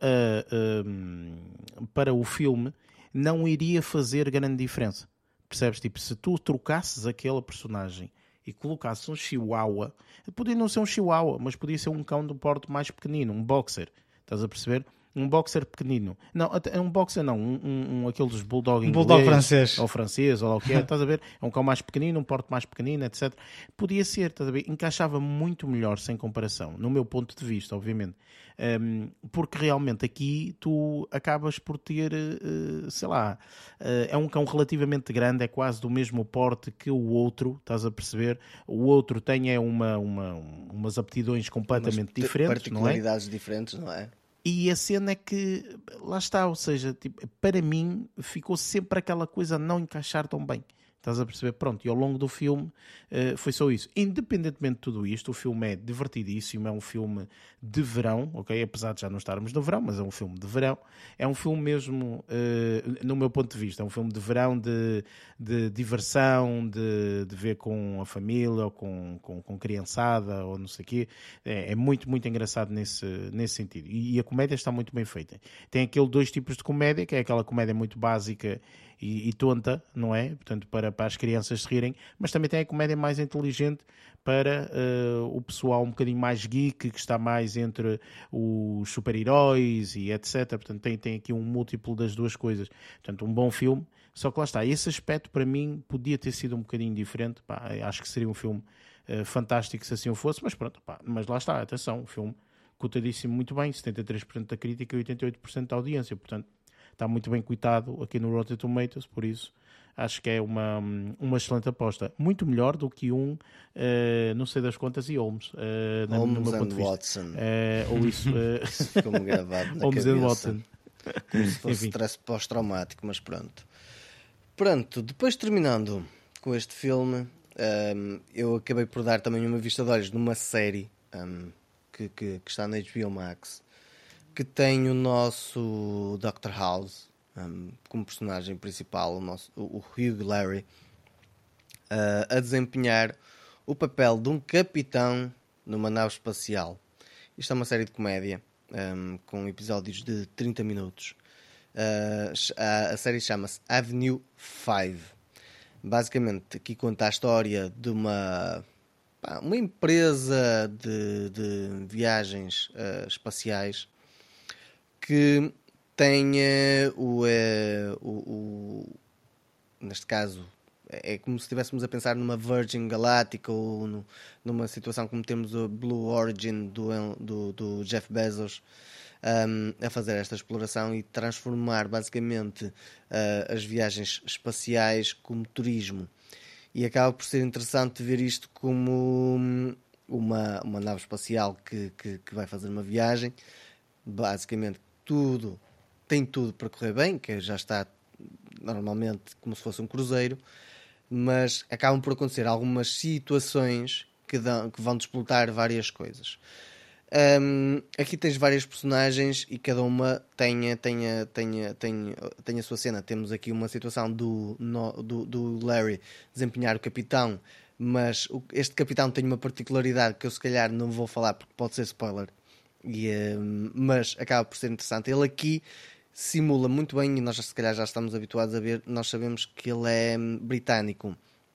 uh, uh, para o filme não iria fazer grande diferença. Percebes? Tipo, se tu trocasses aquela personagem e colocasses um chihuahua, podia não ser um chihuahua, mas podia ser um cão de um porte mais pequenino, um boxer. Estás a perceber? Um boxer pequenino. Não, um boxer não, um, um, um aqueles bulldog um inglês. bulldog francês. Ou francês, ou lá o que é, estás a ver? É um cão mais pequenino, um porte mais pequenino, etcétera. Podia ser, estás a ver? Encaixava muito melhor sem comparação, no meu ponto de vista, obviamente. Um, porque realmente aqui tu acabas por ter, uh, sei lá, uh, é um cão relativamente grande, é quase do mesmo porte que o outro, estás a perceber? O outro tem é uma, uma, umas aptidões completamente Umas diferentes, particularidades não é? diferentes, não é? E a cena é que, lá está, ou seja, tipo, para mim ficou sempre aquela coisa a não encaixar tão bem. Estás a perceber? Pronto, e ao longo do filme uh, foi só isso. Independentemente de tudo isto, o filme é divertidíssimo, é um filme de verão, ok? Apesar de já não estarmos no verão, mas é um filme de verão. É um filme mesmo, uh, no meu ponto de vista, é um filme de verão, de, de diversão, de, de ver com a família, ou com, com, com criançada, ou não sei o quê. É, é muito, muito engraçado nesse, nesse sentido. E, e a comédia está muito bem feita. Tem aquele dois tipos de comédia, que é aquela comédia muito básica E, e tonta, não é? Portanto, para, para as crianças se rirem, mas também tem a comédia mais inteligente para uh, o pessoal um bocadinho mais geek, que está mais entre os super-heróis e etcétera. Portanto, tem, tem aqui um múltiplo das duas coisas. Portanto, um bom filme, só que lá está. Esse aspecto, para mim, podia ter sido um bocadinho diferente. Pá, acho que seria um filme uh, fantástico se assim o fosse, mas pronto, pá, mas lá está, atenção, o filme cotadíssimo muito bem, setenta e três por cento da crítica e oitenta e oito por cento da audiência, portanto, está muito bem cuitado aqui no Rotten Tomatoes, por isso acho que é uma, uma excelente aposta. Muito melhor do que um, uh, não sei das contas, e Holmes. Uh, Holmes no meu and ponto de vista. Watson. Uh, ou isso. Uh... isso ficou-me gravado na Holmes cabeça. and Watson. Como se fosse stress pós-traumático, mas pronto. Pronto, depois terminando com este filme, um, eu acabei por dar também uma vista de olhos numa série um, que, que, que está na H B O Max, que tem o nosso doutor House um, como personagem principal, o, nosso, o, o Hugh Laurie, uh, a desempenhar o papel de um capitão numa nave espacial. Isto é uma série de comédia um, com episódios de trinta minutos. Uh, a, a série chama-se Avenue cinco. Basicamente, aqui conta a história de uma, pá, uma empresa de, de viagens uh, espaciais que tem uh, o, uh, o, o... Neste caso, é como se estivéssemos a pensar numa Virgin Galactica ou no, numa situação como temos o Blue Origin do, do, do Jeff Bezos, um, a fazer esta exploração e transformar basicamente uh, as viagens espaciais como turismo. E acaba por ser interessante ver isto como uma, uma nave espacial que, que, que vai fazer uma viagem. Basicamente tudo, tem tudo para correr bem, que já está normalmente como se fosse um cruzeiro, mas acabam por acontecer algumas situações que, dão, que vão desplotar várias coisas. Um, aqui tens várias personagens e cada uma tem, tem, tem, tem, tem a sua cena. Temos aqui uma situação do, no, do, do Larry desempenhar o capitão, mas o, este capitão tem uma particularidade que eu se calhar não vou falar porque pode ser spoiler, e, um, mas acaba por ser interessante. Ele aqui simula muito bem, e nós se calhar já estamos habituados a ver, nós sabemos que ele é britânico,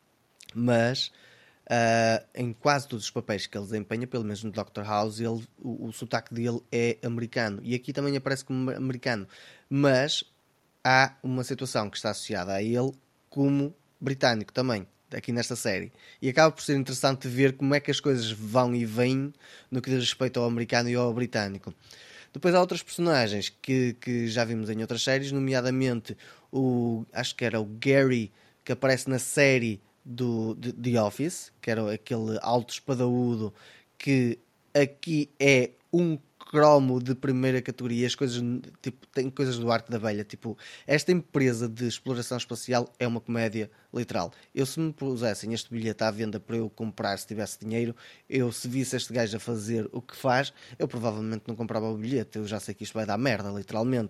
mas uh, em quase todos os papéis que ele desempenha, pelo menos no doutor House, ele, o, o sotaque dele é americano, e aqui também aparece como americano, mas há uma situação que está associada a ele como britânico também, aqui nesta série, e acaba por ser interessante ver como é que as coisas vão e vêm no que diz respeito ao americano e ao britânico. Depois há outras personagens que, que já vimos em outras séries, nomeadamente o, acho que era o Gary, que aparece na série do de, The Office, que era aquele alto espadaúdo, que aqui é um cromo de primeira categoria. As coisas, tipo, tem coisas do Arco da Velha, tipo, esta empresa de exploração espacial é uma comédia literal. Eu, se me pusessem este bilhete à venda para eu comprar, se tivesse dinheiro, eu, se visse este gajo a fazer o que faz, eu provavelmente não comprava o bilhete. Eu já sei que isto vai dar merda, literalmente.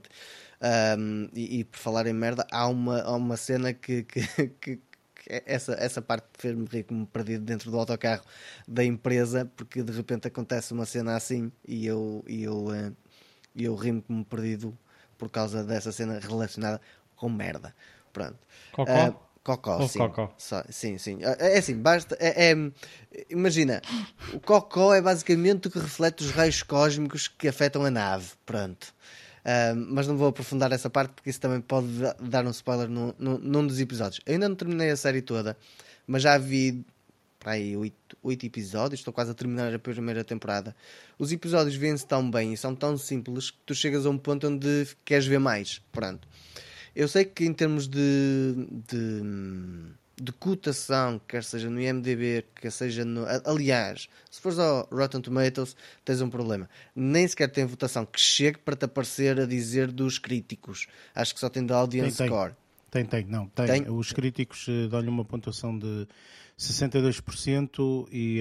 Um, e, e por falar em merda, há uma, há uma cena que, que, que essa, essa parte fez-me rir como perdido dentro do autocarro da empresa, porque de repente acontece uma cena assim e eu, e eu, uh, eu rimo como perdido por causa dessa cena relacionada com merda. Pronto. Cocó? Uh, Cocó, Ou sim. cocó? Só, sim, sim. É assim, basta. É, é, imagina, o cocó é basicamente o que reflete os raios cósmicos que afetam a nave. Pronto. Uh, mas não vou aprofundar essa parte porque isso também pode dar um spoiler num, num, num dos episódios. Eu ainda não terminei a série toda, mas já vi para aí oito, oito episódios. Estou quase a terminar a primeira temporada. Os episódios vêm-se tão bem e são tão simples que tu chegas a um ponto onde queres ver mais. Pronto. Eu sei que em termos de, de, de cotação, quer seja no I M D B, quer seja no... Aliás, se fores ao Rotten Tomatoes, tens um problema. Nem sequer tem votação que chegue para te aparecer a dizer dos críticos. Acho que só tem da Audience Tem, tem. Score. Tem, tem, não, tem. Tem? Os críticos uh, dão-lhe uma pontuação de sessenta e dois por cento e,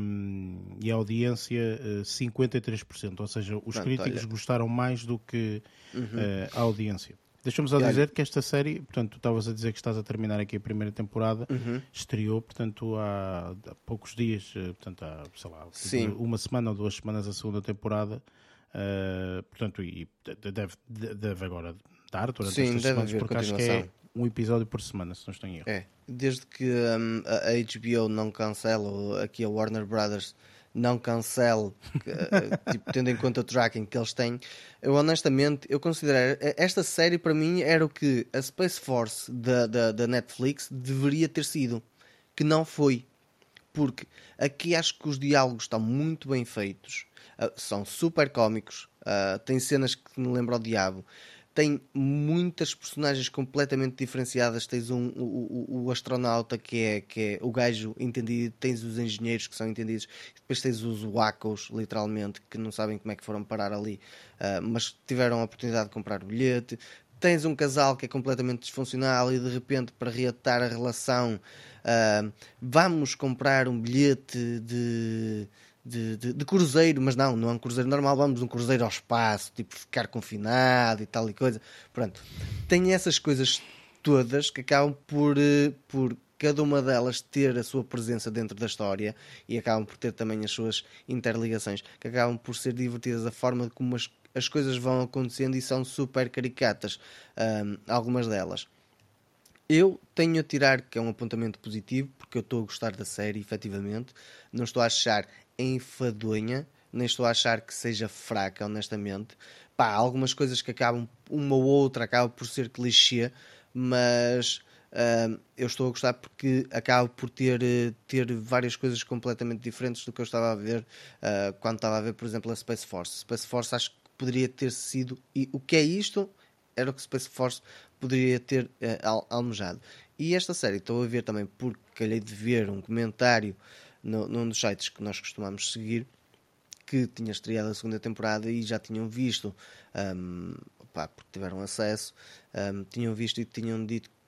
um, e a audiência uh, cinquenta e três por cento. Ou seja, os Pronto, críticos olha. gostaram mais do que Uhum. uh, a audiência. Deixa-me só E olha- dizer que esta série, portanto, tu estavas a dizer que estás a terminar aqui a primeira temporada, Uhum. estreou, portanto, há, há poucos dias, eh, portanto, há, sei lá, Sim. uma semana ou duas semanas a segunda temporada, eh, portanto, e de- deve, de- deve agora dar durante Sim, estas deve semanas, haver porque acho que é continuação. um episódio por semana, se não estou em erro. É, desde que hum, a H B O não cancela, ou aqui a Warner Brothers não cancele, que, eh, tipo, tendo em conta o tracking que eles têm, eu honestamente, eu considero, eh, esta série para mim era o que a Space Force da, da, da Netflix deveria ter sido, que não foi. Porque aqui acho que os diálogos estão muito bem feitos, ah, são super cómicos, ah, tem cenas que me lembram o diabo, tem muitas personagens completamente diferenciadas. Tens um, o, o, o astronauta que é, que é o gajo entendido, tens os engenheiros que são entendidos, depois tens os wacos, literalmente, que não sabem como é que foram parar ali, ah, mas tiveram a oportunidade de comprar o bilhete. Tens um casal que é completamente disfuncional e de repente, para reatar a relação, ah, vamos comprar um bilhete de, de, de, de cruzeiro, mas não, não é um cruzeiro normal, vamos um cruzeiro ao espaço, tipo ficar confinado e tal e coisa. Pronto, tem essas coisas todas que acabam por, eh, por cada uma delas ter a sua presença dentro da história e acabam por ter também as suas interligações, que acabam por ser divertidas a forma como as, as coisas vão acontecendo e são super caricatas, ahm, algumas delas. Eu tenho a tirar que é um apontamento positivo, porque eu estou a gostar da série, efetivamente. Não estou a achar enfadonha, nem estou a achar que seja fraca, honestamente. Pá, há algumas coisas que acabam, uma ou outra acaba por ser clichê, mas ah, eu estou a gostar porque acaba por ter, eh, ter várias coisas completamente diferentes do que eu estava a ver ah, quando estava a ver, por exemplo, a Space Force. Space Force acho que poderia ter sido... E o que é isto? Era o que Space Force poderia ter eh, al- almejado. E esta série estou a ver também porque calhei de ver um comentário no, num dos sites que nós costumamos seguir, que tinha estreado a segunda temporada e já tinham visto, ahm, pá, porque tiveram acesso, ahm, tinham visto e tinham dito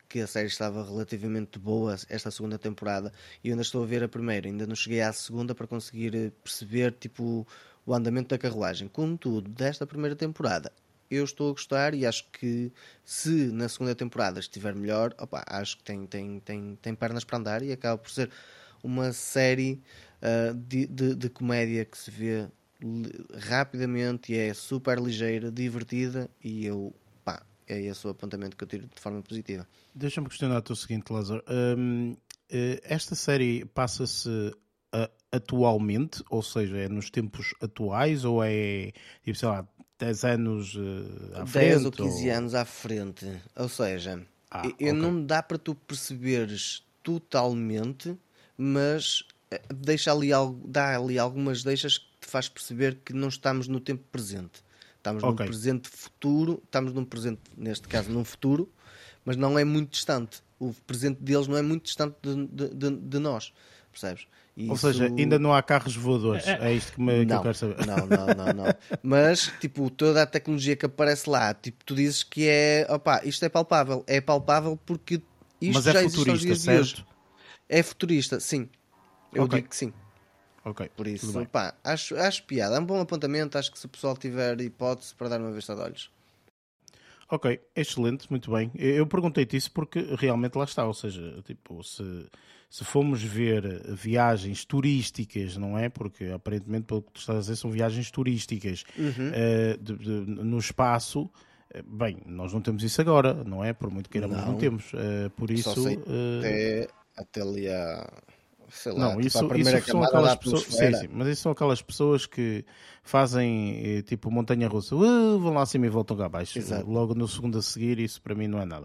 que a série estava relativamente boa, esta segunda temporada, e eu ainda estou a ver a primeira, ainda não cheguei à segunda para conseguir perceber tipo, o andamento da carruagem. Contudo, desta primeira temporada, eu estou a gostar e acho que se na segunda temporada estiver melhor, opa, acho que tem, tem, tem, tem pernas para andar e acaba por ser uma série uh, de, de, de comédia que se vê rapidamente e é super ligeira, divertida, e eu, pá, é esse o apontamento que eu tiro de forma positiva. Deixa-me questionar-te o seguinte, Lázaro. Um, esta série passa-se uh, atualmente, ou seja, é nos tempos atuais, ou é, tipo, sei lá, dez anos uh, à frente? dez ou quinze ou... anos à frente. Ou seja, ah, eu okay. não dá para tu perceberes totalmente, mas deixa ali, dá ali algumas deixas que te faz perceber que não estamos no tempo presente. Estamos okay. num presente futuro, estamos num presente, neste caso, num futuro, mas não é muito distante. O presente deles não é muito distante de, de, de, de nós, percebes? Ou isso... seja, ainda não há carros voadores, é isto que, me, não, que eu quero saber. Não, não, não, não. Mas, tipo, toda a tecnologia que aparece lá, tipo, tu dizes que é, opá, isto é palpável. É palpável porque isto mas já é existe aos dias certo? de hoje. É futurista, sim. Eu okay. digo que sim. Ok, por isso, pá, acho, acho piada. É um bom apontamento. Acho que se o pessoal tiver hipótese para dar uma vista de olhos. Ok, excelente, muito bem. Eu perguntei-te isso porque realmente lá está, ou seja, tipo, se, se formos ver viagens turísticas, não é? Porque aparentemente, pelo que tu estás a dizer, são viagens turísticas uhum. uh, de, de, no espaço. Bem, nós não temos isso agora, não é? Por muito queiramos, não, não temos. Uh, por isso... Só sei uh... até, até ali a... Sei lá, não, tipo isso, a primeira isso são aquelas pessoas, sim, sim, mas isso são aquelas pessoas que fazem tipo montanha-russa, uh, vão lá acima e voltam cá abaixo. Exato. Logo no segundo a seguir, isso para mim não é nada.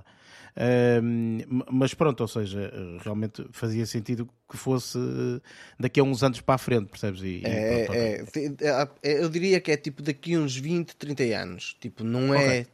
Uh, mas pronto, ou seja, realmente fazia sentido que fosse daqui a uns anos para a frente, percebes? E, é, e pronto, é, é, eu diria que é tipo daqui a uns vinte, trinta anos. Tipo, não é okay.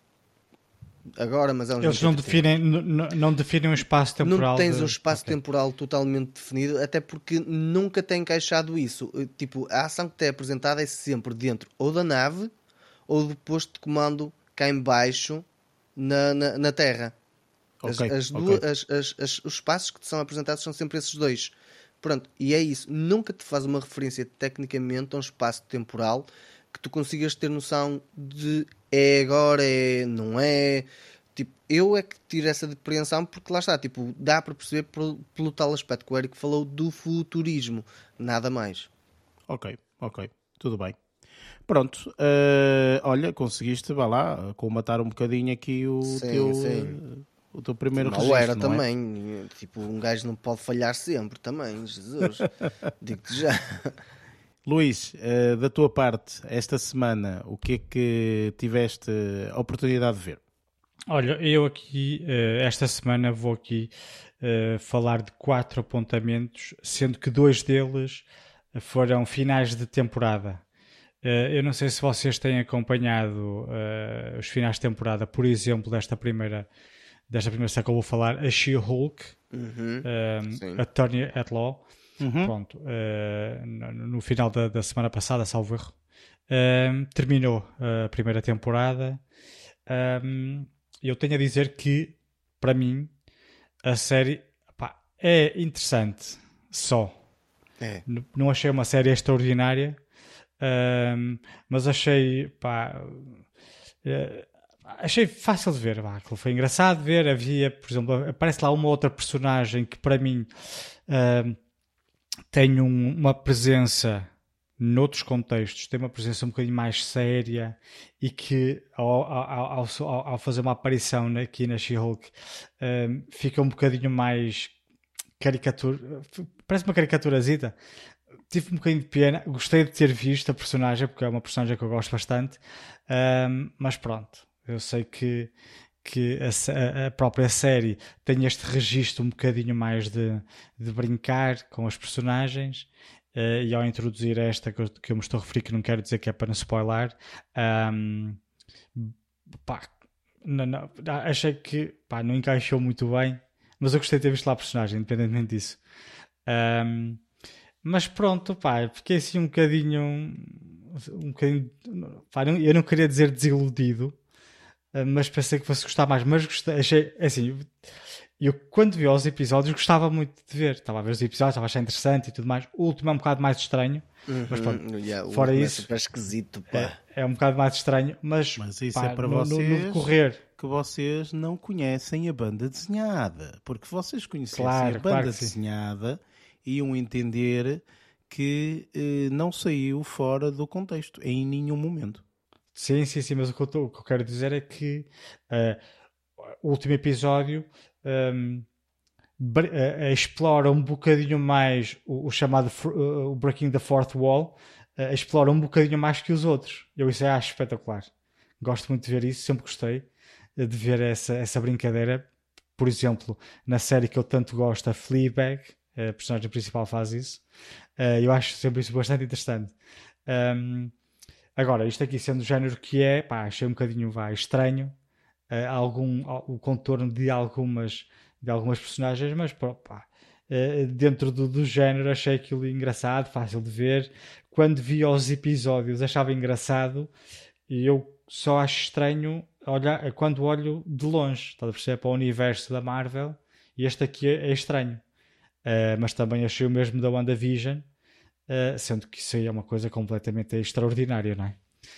agora, mas é uns Eles não definem, não, não definem um espaço temporal. Não tens de... um espaço okay. temporal totalmente definido, até porque nunca tem encaixado isso. Tipo, a ação que te é apresentada é sempre dentro ou da nave ou do posto de comando cá em baixo na, na, na Terra. Okay. As, as duas, okay. as, as, as, os espaços que te são apresentados são sempre esses dois. Pronto, e é isso. Nunca te faz uma referência tecnicamente a um espaço temporal que tu consigas ter noção de é agora, é, não é... Tipo, eu é que tiro essa depreensão porque lá está, tipo, dá para perceber pelo, pelo tal aspecto que o Eric falou do futurismo, nada mais. Ok, ok, tudo bem. Pronto, uh, olha, conseguiste, vá lá, colmatar um bocadinho aqui o sim, teu sim. o teu primeiro não registro, era não também, é? Tipo, um gajo não pode falhar sempre também, Jesus, digo-te já. Luís, uh, da tua parte, esta semana, o que é que tiveste a oportunidade de ver? Olha, eu aqui, esta semana, vou aqui uh, falar de quatro apontamentos, sendo que dois deles foram finais de temporada. Uh, eu não sei se vocês têm acompanhado uh, os finais de temporada, por exemplo, desta primeira, desta primeira série que eu vou falar, a She-Hulk, uhum, um, Attorney at Law. Uhum. Pronto, uh, no, no final da, da semana passada, salvo erro, uh, terminou a primeira temporada. Um, eu tenho a dizer que, para mim, a série pá, é interessante só. É. N- não achei uma série extraordinária, um, mas achei pá, uh, achei fácil de ver. Pá, aquilo foi engraçado de ver. Havia, por exemplo, aparece lá uma outra personagem que, para mim, uh, tem um, uma presença noutros contextos, tem uma presença um bocadinho mais séria e que ao, ao, ao, ao fazer uma aparição aqui na She-Hulk um, fica um bocadinho mais caricatura, parece uma caricaturazita. Tive um bocadinho de pena, gostei de ter visto a personagem porque é uma personagem que eu gosto bastante, um, mas pronto, eu sei que que a, a própria série tem este registro um bocadinho mais de, de brincar com os personagens. Uh, e ao introduzir esta que eu, que eu me estou a referir, que não quero dizer que é para não spoiler, um, pá, não, não, achei que pá, não encaixou muito bem, mas eu gostei de ter visto lá a personagem, independentemente disso. Um, mas pronto, pá, fiquei assim um bocadinho, um bocadinho pá, não, eu não queria dizer desiludido, uh, mas pensei que fosse gostar mais. Mas gostei, achei, assim, eu quando vi os episódios gostava muito de ver. Estava a ver os episódios, estava a achar interessante e tudo mais. O último é um bocado mais estranho. Uhum, mas pronto, yeah, fora é isso, super esquisito, pá. É, é um bocado mais estranho, mas, Mas isso pá, é para no, vocês no, no decorrer. que vocês não conhecem a banda desenhada. Porque vocês conhecessem Claro, a banda claro que sim. desenhada, iam entender que eh, não saiu fora do contexto, em nenhum momento. Sim, sim, sim, mas o que eu, tô, o que eu quero dizer é que uh, o último episódio um, bre- uh, explora um bocadinho mais o, o chamado fr- uh, o Breaking the Fourth Wall, uh, explora um bocadinho mais que os outros. Eu isso é acho espetacular. Gosto muito de ver isso, sempre gostei uh, de ver essa, essa brincadeira. Por exemplo, na série que eu tanto gosto, a Fleabag, a personagem principal faz isso. Uh, eu acho sempre isso bastante interessante. Um, Agora, isto aqui sendo o género que é, pá, achei um bocadinho vá, estranho uh, algum, o contorno de algumas, de algumas personagens, mas pá, uh, dentro do, do género achei aquilo engraçado, fácil de ver. Quando vi os episódios achava engraçado e eu só acho estranho olhar, quando olho de longe, estás a perceber, para o universo da Marvel, e este aqui é, é estranho. Uh, mas também achei o mesmo da WandaVision. Uh, sendo que isso aí é uma coisa completamente extraordinária, não é?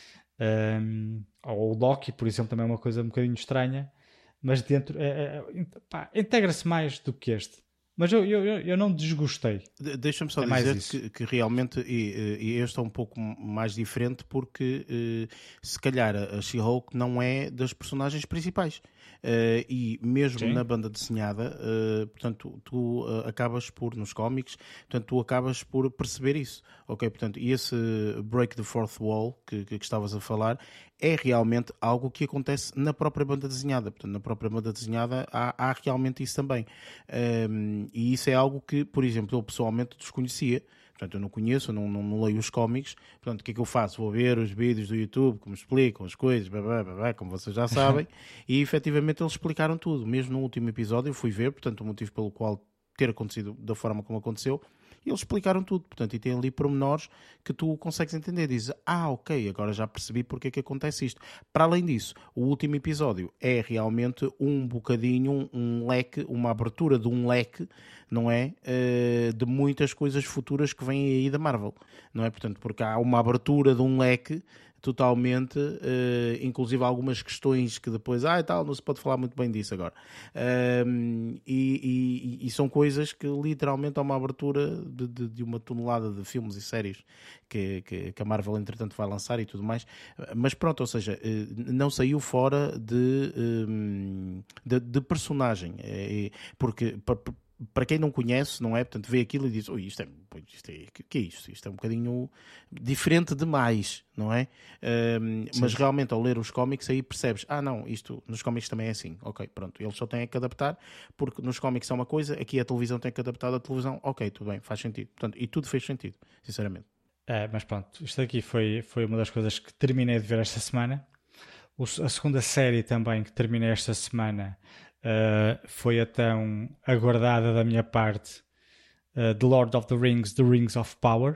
Um, ou o Loki, por exemplo, também é uma coisa um bocadinho estranha, mas dentro é, é, pá, integra-se mais do que este. Mas eu, eu, eu não desgostei. De- Deixa-me só É mais dizer isso. que, que realmente e, e este é um pouco mais diferente porque eh, se calhar a She-Hulk não é das personagens principais. Eh, e mesmo Sim. na banda desenhada, eh, portanto, tu eh, acabas por, nos cómics, portanto, tu acabas por perceber isso, ok? Portanto, e esse Break the Fourth Wall que, que, que estavas a falar é realmente algo que acontece na própria banda desenhada. Portanto, na própria banda desenhada há, há realmente isso também. Um, e isso é algo que, por exemplo, eu pessoalmente desconhecia. Portanto, eu não conheço, eu não, não, não leio os cómics. Portanto, o que é que eu faço? Vou ver os vídeos do YouTube, como explicam as coisas, blá, blá, blá, blá, como vocês já sabem. E, efetivamente, eles explicaram tudo. Mesmo no último episódio, eu fui ver, portanto, o motivo pelo qual ter acontecido da forma como aconteceu, e eles explicaram tudo. Portanto, e tem ali pormenores que tu consegues entender. Dizes, ah, ok, agora já percebi porque é que acontece isto. Para além disso, o último episódio é realmente um bocadinho, um leque, uma abertura de um leque, não é? Uh, de muitas coisas futuras que vêm aí da Marvel, não é? Portanto, porque há uma abertura de um leque totalmente, uh, inclusive algumas questões que depois, ah e tal, não se pode falar muito bem disso agora. Um, e, e, e são coisas que literalmente há uma abertura de, de, de uma tonelada de filmes e séries que, que, que a Marvel entretanto vai lançar e tudo mais. Mas pronto, ou seja, não saiu fora de, de, de personagem, porque para quem não conhece, não é? Portanto, vê aquilo e diz, oh, isto é, isto é, que é isto? Isto é um bocadinho diferente demais, não é? Um, mas realmente, ao ler os cómics, aí percebes, ah, não, isto nos cómics também é assim. Ok, pronto, eles só têm que adaptar, porque nos cómics é uma coisa, aqui a televisão tem que adaptar a televisão. Ok, tudo bem, faz sentido. Portanto, e tudo fez sentido, sinceramente. É, mas pronto, isto aqui foi, foi uma das coisas que terminei de ver esta semana. O, a segunda série também que terminei esta semana Uh, foi a tão aguardada da minha parte, uh, The Lord of the Rings, The Rings of Power.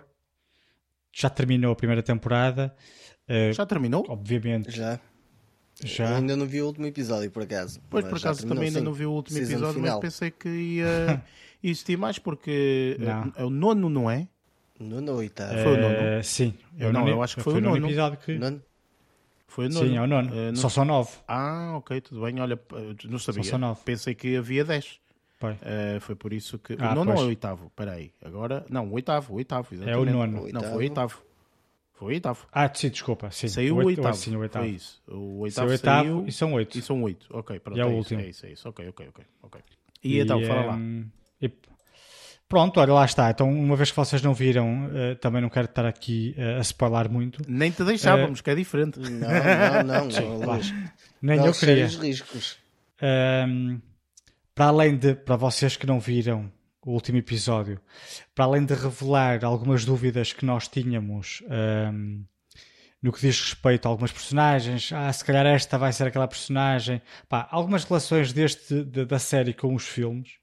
Já terminou a primeira temporada. Uh, já terminou? Obviamente. Já. Já. Eu ainda não vi o último episódio, por acaso. Pois, por acaso, terminou, também ainda sim. não vi o último Season episódio, final. mas pensei que ia existir mais, porque Não. é o nono, não é? Nono ou oitavo? Foi o nono? Uh, sim. Eu não, eu acho que foi, foi o nono. episódio que... Nono? Foi o nono. Sim, é o nono. Uh, não... Só são nove. Ah, ok, tudo bem. Olha, não sabia. Só são nove. Pensei que havia dez. Uh, foi por isso que... Ah, o nono pois. ou é o oitavo? Espera aí. Agora... Não, o oitavo. O oitavo, exatamente. É o nono. Não, foi o oitavo. Foi o oitavo. Ah, sim, desculpa. Sim. Saiu o oito, oitavo. Sim, o oitavo. Foi isso. O oitavo, oitavo oitavo saiu... e são oito. E são oito. Ok, pronto. E é o é último. Isso, é isso, é isso. Ok, ok, ok. okay. E, e então, fala lá. Um, e... Pronto, olha, lá está. Então, uma vez que vocês não viram, uh, também não quero estar aqui uh, a spoiler muito. Nem te deixávamos, uh... que é diferente. Não, não, não. Sim, não, claro. Nem não eu queria. riscos. Um, para além de, para vocês que não viram o último episódio, para além de revelar algumas dúvidas que nós tínhamos um, no que diz respeito a algumas personagens, ah, se calhar esta vai ser aquela personagem, pá, algumas relações deste, de, da série com os filmes,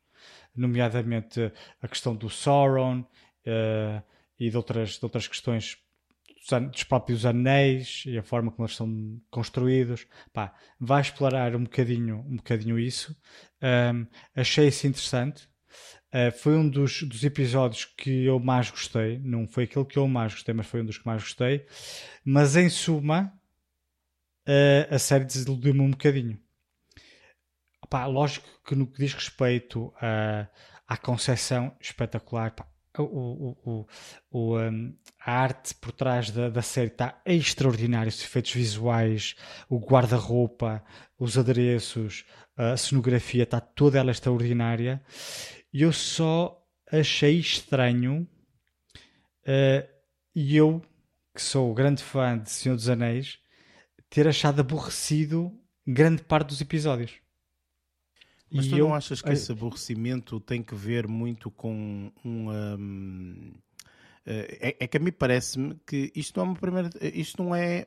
nomeadamente a questão do Sauron uh, e de outras, de outras questões dos, dos próprios anéis e a forma como eles são construídos. Pá, vai explorar um bocadinho, um bocadinho isso. Um, achei isso interessante. Uh, foi um dos, dos episódios que eu mais gostei. Não foi aquele que eu mais gostei, mas foi um dos que mais gostei. Mas em suma, uh, a série desiludiu-me um bocadinho. Pá, lógico que no que diz respeito a, à concepção, espetacular. Pá, o, o, o, o, um, a arte por trás da, da série está extraordinária. Os efeitos visuais, o guarda-roupa, os adereços, a cenografia, está toda ela extraordinária. E eu só achei estranho, uh, e eu, que sou grande fã de Senhor dos Anéis, ter achado aborrecido grande parte dos episódios. Mas e tu eu, não achas que esse aborrecimento tem que ver muito com um... um é, é que a mim parece-me que isto não é uma primeira... Isto não é...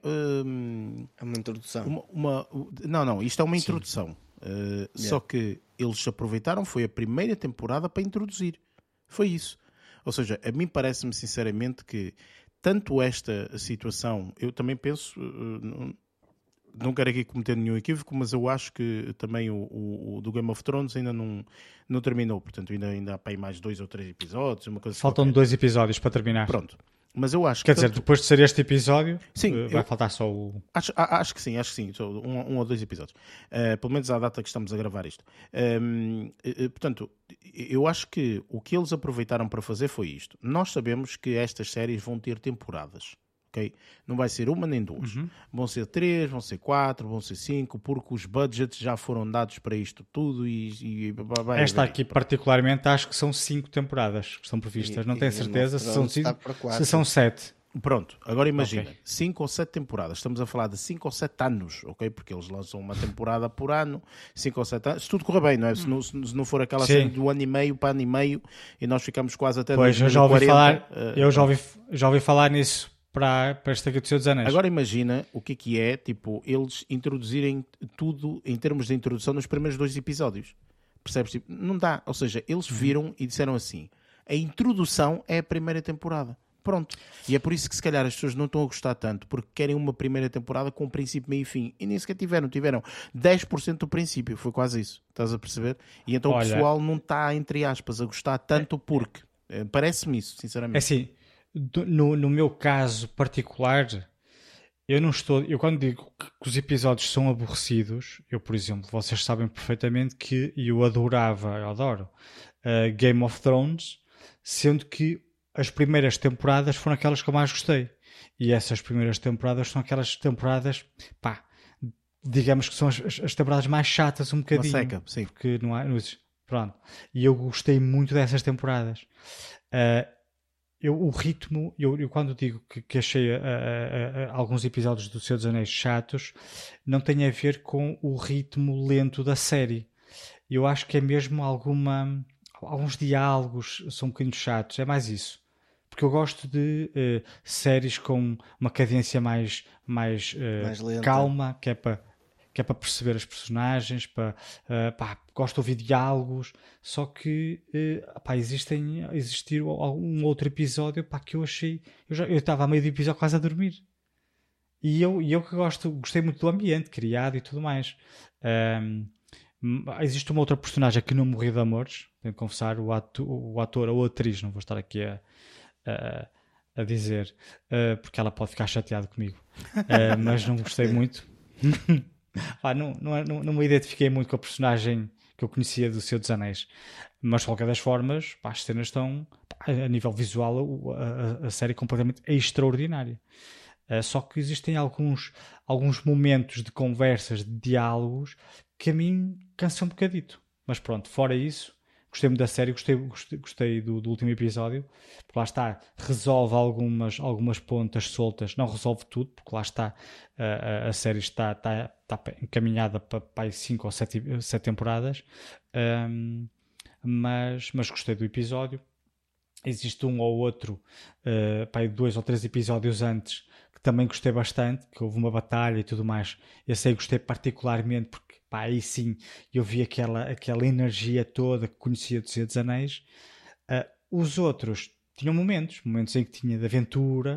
Um, é uma introdução. Uma, uma, não, não. Isto é uma introdução. Uh, yeah. Só que eles aproveitaram, foi a primeira temporada para introduzir. Foi isso. Ou seja, a mim parece-me sinceramente que tanto esta situação, eu também penso, uh, não, não quero aqui cometer nenhum equívoco, mas eu acho que também o, o, o do Game of Thrones ainda não, não terminou. Portanto, ainda, ainda há para aí mais dois ou três episódios. Uma coisa Faltam qualquer. dois episódios para terminar. Pronto. Mas eu acho Quer que dizer, tanto... depois de ser este episódio, sim, vai eu... faltar só o... Acho, acho que sim, acho que sim. Um, um ou dois episódios. Uh, pelo menos à data que estamos a gravar isto. Um, uh, portanto, eu acho que o que eles aproveitaram para fazer foi isto. Nós sabemos que estas séries vão ter temporadas. Okay? Não vai ser uma nem duas. Uhum. Vão ser três, vão ser quatro, vão ser cinco, porque os budgets já foram dados para isto tudo. E, e vai, Esta vai. aqui, particularmente, acho que são cinco temporadas que estão previstas. E, Não tenho certeza se são, cinco, se são sete. Pronto, agora imagina, cinco okay. ou sete temporadas, estamos a falar de cinco ou sete anos, ok? Porque eles lançam uma temporada por ano, cinco ou sete anos, se tudo correr bem, não é? Se não, se não for aquela série do ano e meio para ano e meio e nós ficamos quase até pois, dois mil e quarenta. Eu já ouvi falar, uh, eu já ouvi, já ouvi falar nisso para, para esta aqui do Senhor dos Anéis. Agora imagina o que é que é, tipo, eles introduzirem tudo em termos de introdução nos primeiros dois episódios. Percebes? Tipo, não dá, ou seja, eles viram e disseram assim, a introdução é a primeira temporada. Pronto. E é por isso que se calhar as pessoas não estão a gostar tanto, porque querem uma primeira temporada com princípio, meio e fim. E nem sequer tiveram. Tiveram dez por cento do princípio. Foi quase isso. Estás a perceber? E então Olha, o pessoal não está, entre aspas, a gostar tanto porque... Parece-me isso, sinceramente. É assim, no, no meu caso particular, eu não estou... Eu quando digo que os episódios são aborrecidos, eu, por exemplo, vocês sabem perfeitamente que eu adorava, eu adoro, uh, Game of Thrones, sendo que as primeiras temporadas foram aquelas que eu mais gostei. E essas primeiras temporadas são aquelas temporadas, pá, digamos que são as, as temporadas mais chatas um bocadinho. Uma seca, sim. Porque não há, não existe. Pronto. E eu gostei muito dessas temporadas. Uh, eu, o ritmo, eu, eu quando digo que, que achei uh, uh, uh, alguns episódios do Senhor dos Anéis chatos, não tem a ver com o ritmo lento da série. Eu acho que é mesmo alguma... Alguns diálogos são um bocadinho chatos, é mais isso. Porque eu gosto de uh, séries com uma cadência mais, mais, uh, mais calma, que é para que é para perceber as personagens, para, uh, pá, gosto de ouvir diálogos, só que uh, pá, existem, existir um outro episódio pá, que eu achei, eu, já, eu estava a meio do episódio quase a dormir. E eu, e eu que gosto, gostei muito do ambiente criado e tudo mais. Um, existe uma outra personagem que não morri de amores, tenho que confessar, o ator, o ator ou a atriz, não vou estar aqui a A, a dizer, uh, porque ela pode ficar chateada comigo, uh, mas não gostei muito. ah, não, não, não, não me identifiquei muito com a personagem que eu conhecia do Senhor dos Anéis, mas de qualquer das formas, pá, as cenas estão, pá, a nível visual, a, a, a série completamente extraordinária. Uh, só que existem alguns, alguns momentos de conversas, de diálogos, que a mim cansam um bocadito. Mas pronto, fora isso, gostei muito da série, gostei, gostei, gostei do, do último episódio, porque lá está, resolve algumas, algumas pontas soltas, não resolve tudo, porque lá está, a, a série está, está, está encaminhada para, para cinco ou sete, sete temporadas, um, mas, mas gostei do episódio. Existe um ou outro, uh, para dois ou três episódios antes, que também gostei bastante, que houve uma batalha e tudo mais. Eu sei que gostei particularmente porque pá, aí sim eu vi aquela, aquela energia toda que conhecia do Senhor dos Anéis. Uh, os outros tinham momentos, momentos em que tinha de aventura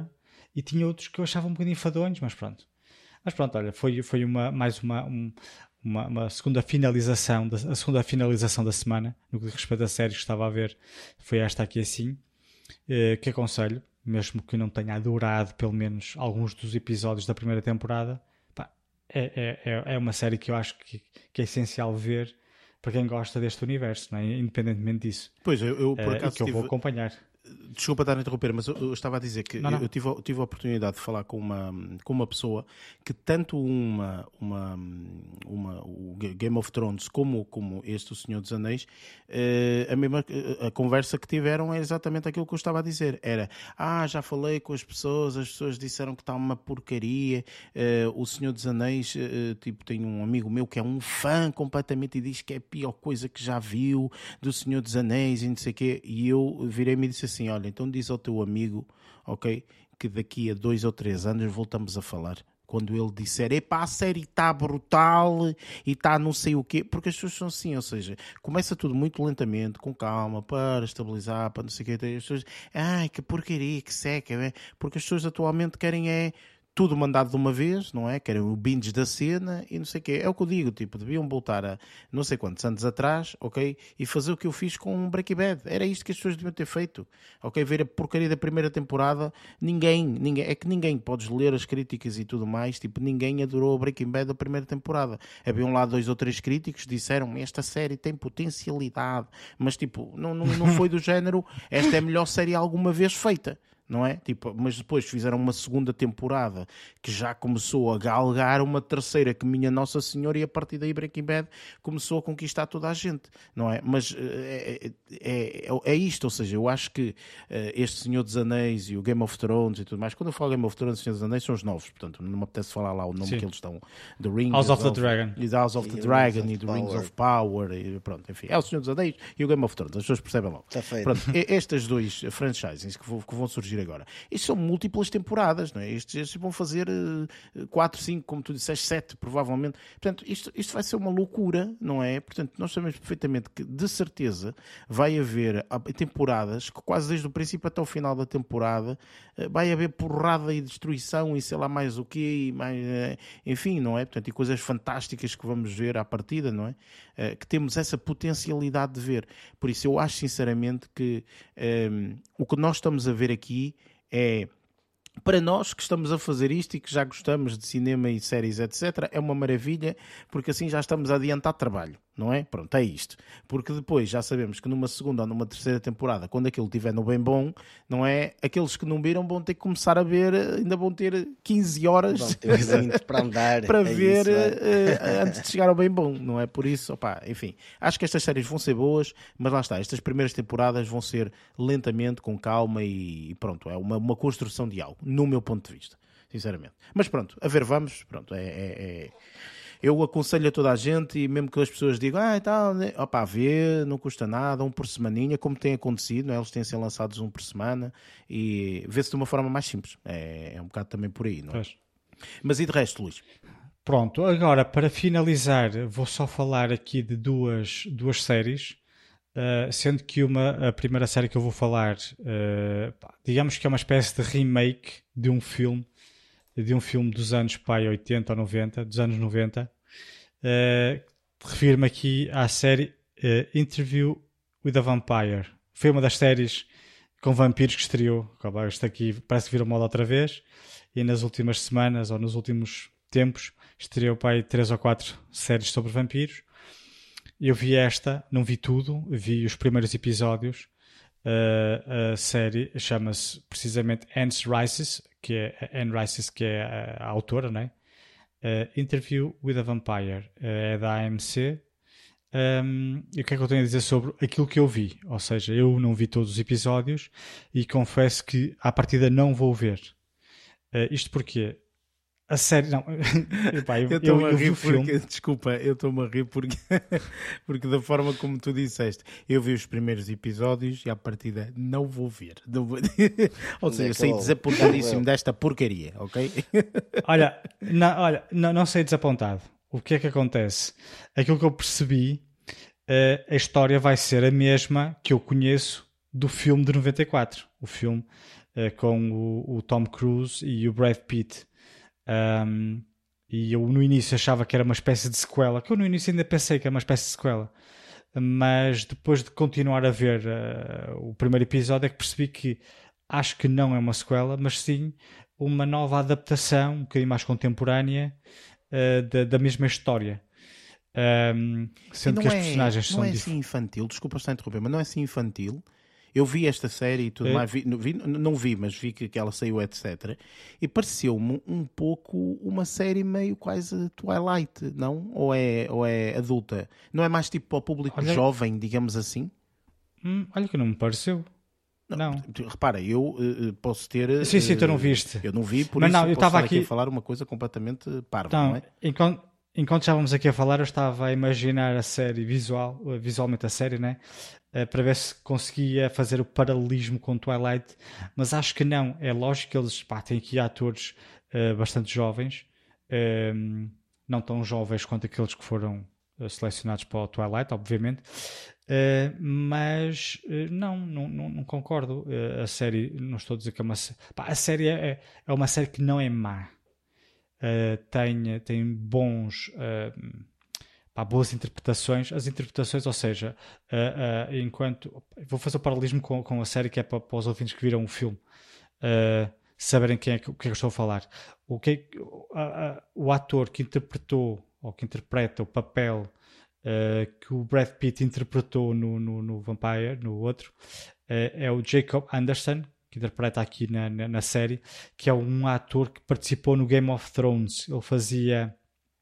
e tinha outros que eu achava um bocadinho enfadonhos, mas pronto. Mas pronto, olha, foi, foi uma, mais uma, um, uma, uma segunda finalização, da, a segunda finalização da semana, no que diz respeito a séries que estava a ver, foi esta aqui assim, eh, que aconselho, mesmo que eu não tenha adorado pelo menos alguns dos episódios da primeira temporada, pá, é, é, é uma série que eu acho que, que é essencial ver para quem gosta deste universo, não é? Independentemente disso. Pois, eu, eu por eh, acaso que eu tive... vou acompanhar. Desculpa estar a interromper, mas eu, eu estava a dizer que não, não. eu tive, eu tive a oportunidade de falar com uma, com uma pessoa que tanto uma, uma, uma, o Game of Thrones como, como este, o Senhor dos Anéis, eh, a mesma a conversa que tiveram é exatamente aquilo que eu estava a dizer. Era, ah, já falei com as pessoas, as pessoas disseram que está uma porcaria, eh, o Senhor dos Anéis, eh, tipo, tem um amigo meu que é um fã completamente e diz que é a pior coisa que já viu do Senhor dos Anéis e não sei o quê, e eu virei-me e disse assim, olha, então diz ao teu amigo, ok, que daqui a dois ou três anos voltamos a falar. Quando ele disser, epá, a série está brutal e está não sei o quê, porque as pessoas são assim, ou seja, começa tudo muito lentamente, com calma, para estabilizar, para não sei o quê, as pessoas, ai, que porcaria, que seca, é? Porque as pessoas atualmente querem é tudo mandado de uma vez, não é? Querem o binge da cena e não sei o quê. É o que eu digo, tipo, deviam voltar a não sei quantos anos atrás, ok? E fazer o que eu fiz com Breaking Bad. Era isto que as pessoas deviam ter feito, ok? Ver a porcaria da primeira temporada, ninguém, ninguém, é que ninguém, podes ler as críticas e tudo mais, tipo, ninguém adorou Breaking Bad da primeira temporada. Haviam lá dois ou três críticos que disseram, esta série tem potencialidade, mas tipo, não, não, não foi do género, esta é a melhor série alguma vez feita. Não é? Tipo, mas depois fizeram uma segunda temporada que já começou a galgar uma terceira que minha Nossa Senhora e a partir daí Breaking Bad começou a conquistar toda a gente, não é? Mas é, é, é, é isto, ou seja, eu acho que uh, este Senhor dos Anéis e o Game of Thrones e tudo mais, quando eu falo Game of Thrones e Senhor dos Anéis são os novos, portanto não me apetece falar lá o nome Sim. que eles estão, The Rings, House of the of, Dragon e House of the E Dragon Rings e of The Rings Power. of Power e pronto, enfim, é o Senhor dos Anéis e o Game of Thrones, as pessoas percebem logo. Está feito. Pronto, estas dois franchises que, vou, que vão surgir agora, isto são múltiplas temporadas, não é? Estes, estes vão fazer quatro, cinco, como tu disseste, sete, provavelmente. Portanto, isto, isto vai ser uma loucura, não é? Portanto, nós sabemos perfeitamente que, de certeza, vai haver temporadas que quase desde o princípio até o final da temporada vai haver porrada e destruição e sei lá mais o quê, e mais, enfim, não é? Portanto, e coisas fantásticas que vamos ver à partida, não é? Que temos essa potencialidade de ver. Por isso, eu acho sinceramente que um, o que nós estamos a ver aqui é, para nós que estamos a fazer isto e que já gostamos de cinema e séries, etcétera, é uma maravilha, porque assim já estamos a adiantar trabalho, não é? Pronto, é isto. Porque depois já sabemos que numa segunda ou numa terceira temporada, quando aquilo estiver no bem bom, não é? Aqueles que não viram vão ter que começar a ver, ainda vão ter quinze horas Vão ter muito para andar. para é ver isso, é. uh, antes de chegar ao bem bom, não é? Por isso, opá, enfim, acho que estas séries vão ser boas, mas lá está, estas primeiras temporadas vão ser lentamente, com calma e pronto, é uma, uma construção de algo, no meu ponto de vista, sinceramente. Mas pronto, a ver vamos, pronto, é... é, é... Eu aconselho a toda a gente, e mesmo que as pessoas digam, ah, e tal, né? Opá, vê, não custa nada, um por semaninha, como tem acontecido, não é? Eles têm sido lançados um por semana, e vê-se de uma forma mais simples. É, é um bocado também por aí, não é? Pois. Mas e de resto, Luís? Pronto, agora para finalizar, vou só falar aqui de duas, duas séries, uh, sendo que uma, a primeira série que eu vou falar, uh, pá, digamos que é uma espécie de remake de um filme, de um filme dos anos pai, oitenta ou noventa, dos anos noventa. Uh, refiro-me aqui à série uh, Interview with a Vampire. Foi uma das séries com vampiros que estreou. Isto aqui parece que virou moda outra vez, e nas últimas semanas ou nos últimos tempos estreou para aí três ou quatro séries sobre vampiros. Eu vi esta, não vi tudo, vi os primeiros episódios. Uh, a série chama-se precisamente Anne Rice, que é Anne Rice, que é a, a autora, não é? Uh, Interview with a Vampire, uh, é da A M C. Um, e o que é que eu tenho a dizer sobre aquilo que eu vi? Ou seja, eu não vi todos os episódios e confesso que à partida não vou ver. Uh, isto porque a série, não, epá, eu, Eu estou-me a eu vi rir o filme. porque, desculpa, eu estou-me a rir porque, porque da forma como tu disseste, eu vi os primeiros episódios e à partida não vou ver. Não vou... Ou seja, eu saí desapontadíssimo desta porcaria, ok? Olha, não, olha não, não sei desapontado. O que é que acontece? Aquilo que eu percebi, uh, a história vai ser a mesma que eu conheço do filme de noventa e quatro. O filme uh, com o, o Tom Cruise e o Brad Pitt. Um, e eu no início achava que era uma espécie de sequela, que eu no início ainda pensei que era uma espécie de sequela, mas depois de continuar a ver uh, o primeiro episódio é que percebi que acho que não é uma sequela, mas sim uma nova adaptação, um bocadinho mais contemporânea uh, da, da mesma história. Um, sendo que as é, personagens não são é dif... assim infantil, desculpa estar a interromper, mas não é assim infantil. Eu vi esta série e tudo é. mais, vi, vi, não vi, mas vi que, que ela saiu, etcétera. E pareceu-me um pouco uma série meio quase Twilight, não? Ou é, ou é adulta? Não é mais tipo para o público olha... jovem, digamos assim? Hum, olha que não me pareceu. Não. não. Repara, eu uh, posso ter... Sim, sim, uh, tu não viste. Eu não vi, por mas isso não, eu posso estar aqui... aqui a falar uma coisa completamente parva, não, não é? Enquanto... Enquanto estávamos aqui a falar, eu estava a imaginar a série visual, visualmente a série, né? Para ver se conseguia fazer o paralelismo com Twilight, mas acho que não. É lógico que eles pá, têm aqui atores uh, bastante jovens, um, não tão jovens quanto aqueles que foram uh, selecionados para o Twilight, obviamente, uh, mas uh, não, não, não, não concordo. Uh, a série, não estou a dizer que é uma pá, a série é, é uma série que não é má. Uh, tem, tem bons uh, pá, boas interpretações, as interpretações, ou seja, uh, uh, enquanto vou fazer o paralelismo com, com a série que é para, para os ouvintes que viram o filme uh, saberem quem é que, o que é que eu estou a falar. O, que é, uh, uh, o ator que interpretou ou que interpreta o papel uh, que o Brad Pitt interpretou no, no, no Vampire, no outro, uh, é o Jacob Anderson, que interpreta aqui na, na, na série, que é um ator que participou no Game of Thrones. Ele fazia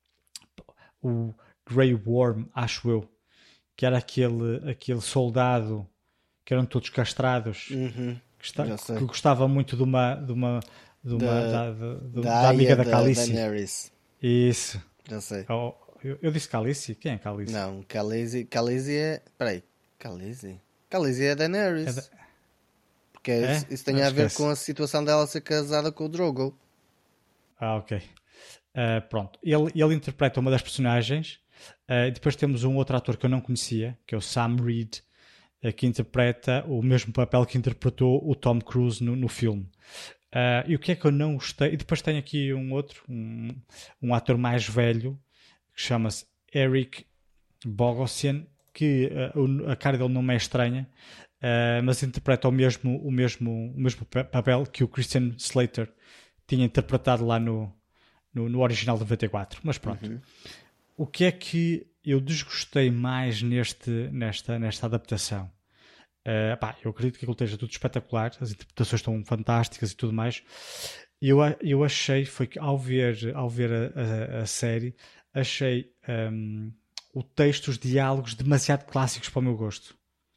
o Grey Worm, acho eu, que era aquele, aquele soldado que eram todos castrados, uhum, que, está, que gostava muito de uma, de uma, de uma da, da, da, da, da amiga da, da Khaleesi. Daenerys. Isso. Já sei. Oh, eu, eu disse Khaleesi? Quem é Khaleesi? Não, Khaleesi, Khaleesi é... Peraí, Khaleesi? Khaleesi é Daenerys. É da... Porque é? Isso tem a ver com a situação dela ser casada com o Drogo. Ah, ok. Uh, pronto. Ele, ele interpreta uma das personagens. Uh, depois temos um outro ator que eu não conhecia, que é o Sam Reed, uh, que interpreta o mesmo papel que interpretou o Tom Cruise no, no filme. Uh, e o que é que eu não gostei? E depois tem aqui um outro, um, um ator mais velho, que chama-se Eric Bogosian, que uh, a cara dele não me é estranha, Uh, mas interpreta o mesmo, o, mesmo, o mesmo papel que o Christian Slater tinha interpretado lá no, no, no original de noventa e quatro. Mas pronto. Uhum. O que é que eu desgostei mais neste, nesta, nesta adaptação? Uh, pá, eu acredito que aquilo esteja tudo espetacular, as interpretações estão fantásticas e tudo mais. Eu, eu achei, foi que ao ver, ao ver a, a, a série, achei um, o texto, os diálogos demasiado clássicos para o meu gosto.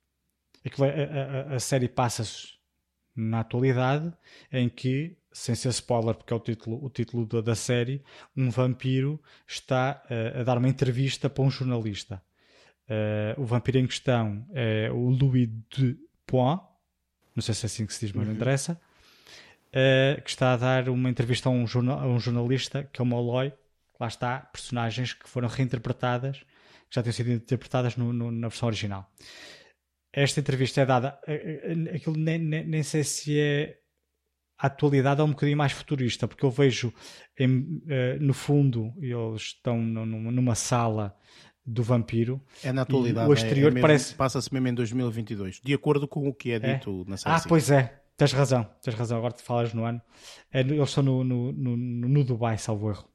A, a, a série passa-se na atualidade, em que, sem ser spoiler porque é o título, o título da, da série, um vampiro está uh, a dar uma entrevista para um jornalista. Uh, o vampiro em questão é o Louis Dupois, não sei se é assim que se diz, mas não interessa, uh, que está a dar uma entrevista a um, jornal, a um jornalista, que é o Molloy. Lá está, personagens que foram reinterpretadas, que já tinham sido interpretadas no, no, na versão original. Esta entrevista é dada, aquilo nem, nem, nem sei se é a atualidade ou um bocadinho mais futurista, porque eu vejo em, no fundo eles estão numa sala do vampiro. É na atualidade, o exterior é, é mesmo, parece... passa-se mesmo em dois mil e vinte e dois, de acordo com o que é dito é? na série. Ah, pois é, tens razão, tens razão, agora te falas no ano. É, eles estão no, no, no, no Dubai, salvo erro.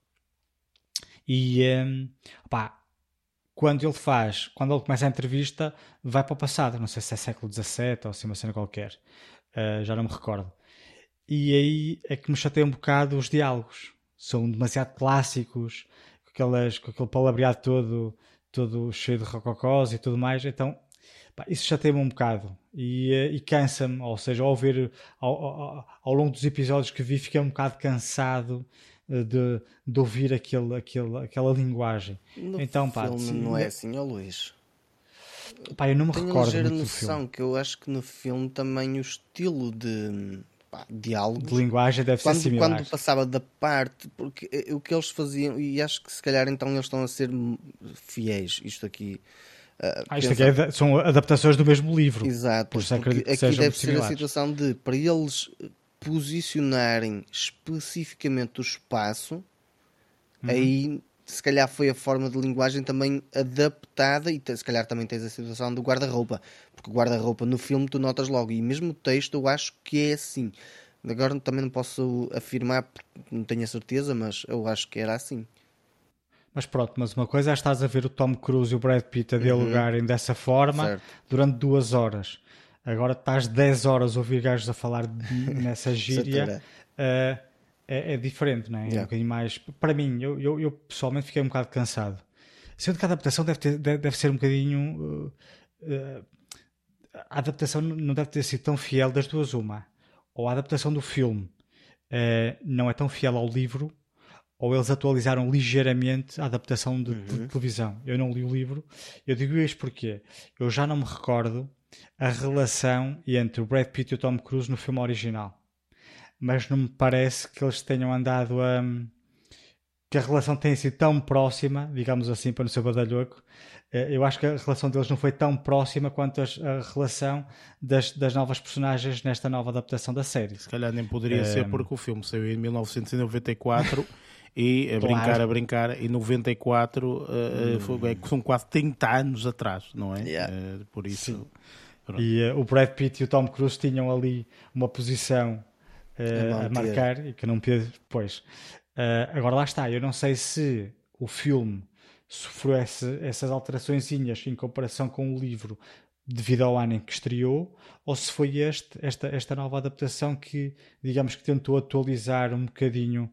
E, um, pá, quando ele faz, quando ele começa a entrevista, vai para o passado, não sei se é século dezassete ou se é uma cena qualquer, uh, já não me recordo. E aí é que me chateia um bocado os diálogos, são demasiado clássicos, com, aquelas, com aquele palavreado todo, todo cheio de rococós e tudo mais, então pá, isso chateia-me um bocado e, uh, e cansa-me, ou seja, ao ver ao, ao, ao longo dos episódios que vi, fiquei um bocado cansado De, de ouvir aquele, aquele, aquela linguagem. No então, pá, filme sim, não é assim, ó Luís. Pá, eu não me Tenho recordo ligeira muito noção do filme. que eu acho que no filme também o estilo de pá, diálogos, de linguagem deve quando, ser similar. Quando passava da parte, porque o que eles faziam, e acho que se calhar então eles estão a ser fiéis, isto aqui. Uh, ah, isto pensa... aqui é, são adaptações do mesmo livro. Exato, por isso porque que aqui seja deve ser similares. a situação de, para eles posicionarem especificamente o espaço, Uhum. aí se calhar foi a forma de linguagem também adaptada, e se calhar também tens a situação do guarda-roupa, porque o guarda-roupa no filme tu notas logo, e mesmo o texto eu acho que é assim. Agora também não posso afirmar, porque não tenho a certeza, mas eu acho que era assim. Mas pronto, mas uma coisa é estás a ver o Tom Cruise e o Brad Pitt a dialogarem dessa forma Certo. durante duas horas. Agora estás dez horas a ouvir gajos a falar de- nessa gíria. eh, é, é diferente, não é? É um Yeah. bocadinho mais. Para mim, eu, eu, eu pessoalmente fiquei um bocado cansado. Sendo que a adaptação deve, ter, deve, deve ser um bocadinho. uh, uh, a adaptação não deve ter sido tão fiel das duas, uma. Ou a adaptação do filme uh, não é tão fiel ao livro, ou eles atualizaram ligeiramente a adaptação de, de Uhum. televisão. Eu não li o livro. Eu digo isto porque eu já não me recordo a relação entre o Brad Pitt e o Tom Cruise no filme original. Mas não me parece que eles tenham andado a... que a relação tenha sido tão próxima, digamos assim, para não ser badalhoco. Eu acho que a relação deles não foi tão próxima quanto a relação das, das novas personagens nesta nova adaptação da série. Se calhar nem poderia um... ser, porque o filme saiu em mil novecentos e noventa e quatro e a Claro. brincar, a brincar, em noventa e quatro uh, foi, é, são quase trinta anos atrás, não é? Yeah. Uh, por isso. E uh, o Brad Pitt e o Tom Cruise tinham ali uma posição uh, a marcar e que não podia. Pois. Uh, agora lá está, eu não sei se o filme sofreu esse, essas alteraçõezinhas em comparação com o livro devido ao ano em que estreou, ou se foi este, esta, esta nova adaptação que, digamos que tentou atualizar um bocadinho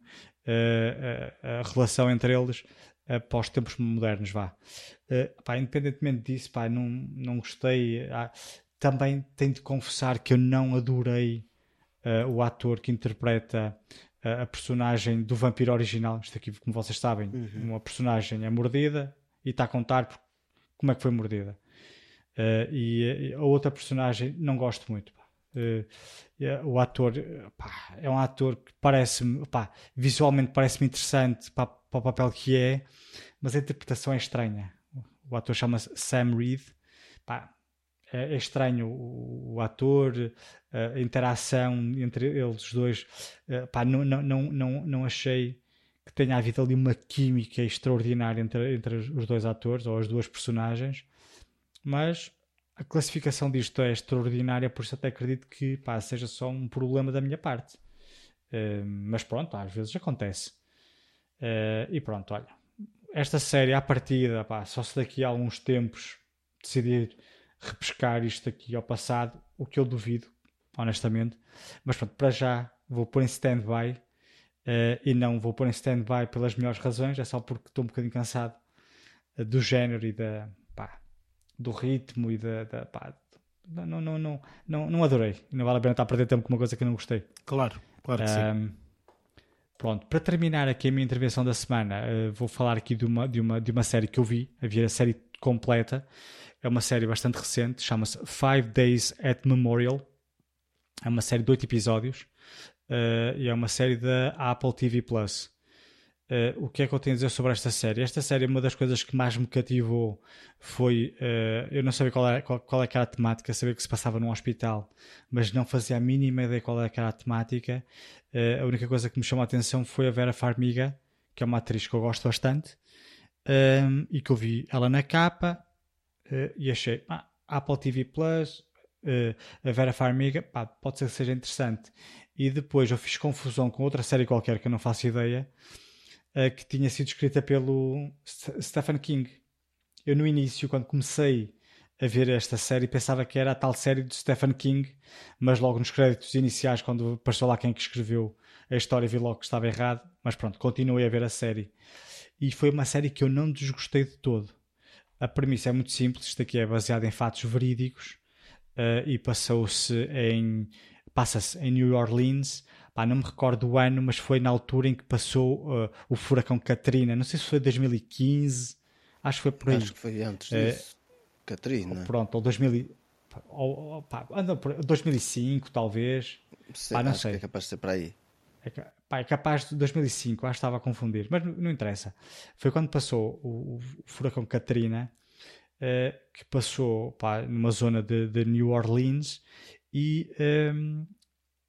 uh, a, a relação entre eles uh, para os tempos modernos, vá. Uh, pá, independentemente disso, pá, não, não gostei. Ah, também tenho de confessar que eu não adorei uh, o ator que interpreta a personagem do vampiro original. Isto aqui, como vocês sabem, uhum. uma personagem é mordida e está a contar como é que foi mordida. Uh, e a outra personagem não gosto muito. Uh, o ator pá, é um ator que parece-me, pá, visualmente parece-me interessante para, para o papel que é, mas a interpretação é estranha. O ator chama-se Sam Reed. Pá, é estranho o, o ator, a interação entre eles dois. Pá, não, não, não, não achei que tenha havido ali uma química extraordinária entre, entre os dois atores ou as duas personagens, mas a classificação disto é extraordinária, por isso até acredito que pá, seja só um problema da minha parte. Uh, mas pronto, às vezes acontece. Uh, e pronto, olha, esta série à partida, pá, só se daqui a alguns tempos decidir repescar isto aqui ao passado, o que eu duvido, honestamente. Mas pronto, para já vou pôr em stand-by uh, e não vou pôr em stand-by pelas melhores razões, é só porque estou um bocadinho cansado uh, do género e da, pá, do ritmo e da, da pá, não, não, não, não, não, não adorei. Não vale a pena estar a perder tempo com uma coisa que eu não gostei. Claro, claro que um, sim. Pronto, para terminar aqui a minha intervenção da semana, uh, vou falar aqui de uma, de, uma, de uma série que eu vi, havia a série completa. É uma série bastante recente, chama-se Five Days at Memorial. É uma série de oito episódios uh, e é uma série da Apple T V Plus. Uh, o que é que eu tenho a dizer sobre esta série? Esta série, uma das coisas que mais me cativou foi, uh, eu não sabia qual, era, qual, qual é que era a temática, sabia que se passava num hospital, mas não fazia a mínima ideia qual é que era a temática. Uh, a única coisa que me chamou a atenção foi a Vera Farmiga, que é uma atriz que eu gosto bastante, um, e que eu vi ela na capa. Uh, e achei, ah, Apple T V Plus, uh, a Vera Farmiga, pá, pode ser que seja interessante. E depois eu fiz confusão com outra série qualquer que eu não faço ideia, uh, que tinha sido escrita pelo Stephen King. Eu no início, quando comecei a ver esta série, pensava que era a tal série de Stephen King, mas logo nos créditos iniciais, quando apareceu lá quem que escreveu a história, vi logo que estava errado. Mas pronto, continuei a ver a série. E foi uma série que eu não desgostei de todo. A premissa é muito simples, isto aqui é baseado em fatos verídicos uh, e passou-se em passa-se em New Orleans. Pá, não me recordo o ano, mas foi na altura em que passou uh, o furacão Katrina. Não sei se foi dois mil e quinze, acho que foi por aí. Acho que foi antes disso, uh, Katrina. Pronto, ou dois mil e... ou, ou, pá, dois mil e cinco talvez. Sei, pá, não acho sei. que é capaz de ser para aí. É, pá, é capaz de dois mil e cinco, acho que estava a confundir, mas não, não interessa. Foi quando passou o, o furacão Katrina, uh, que passou pá, numa zona de, de New Orleans e um,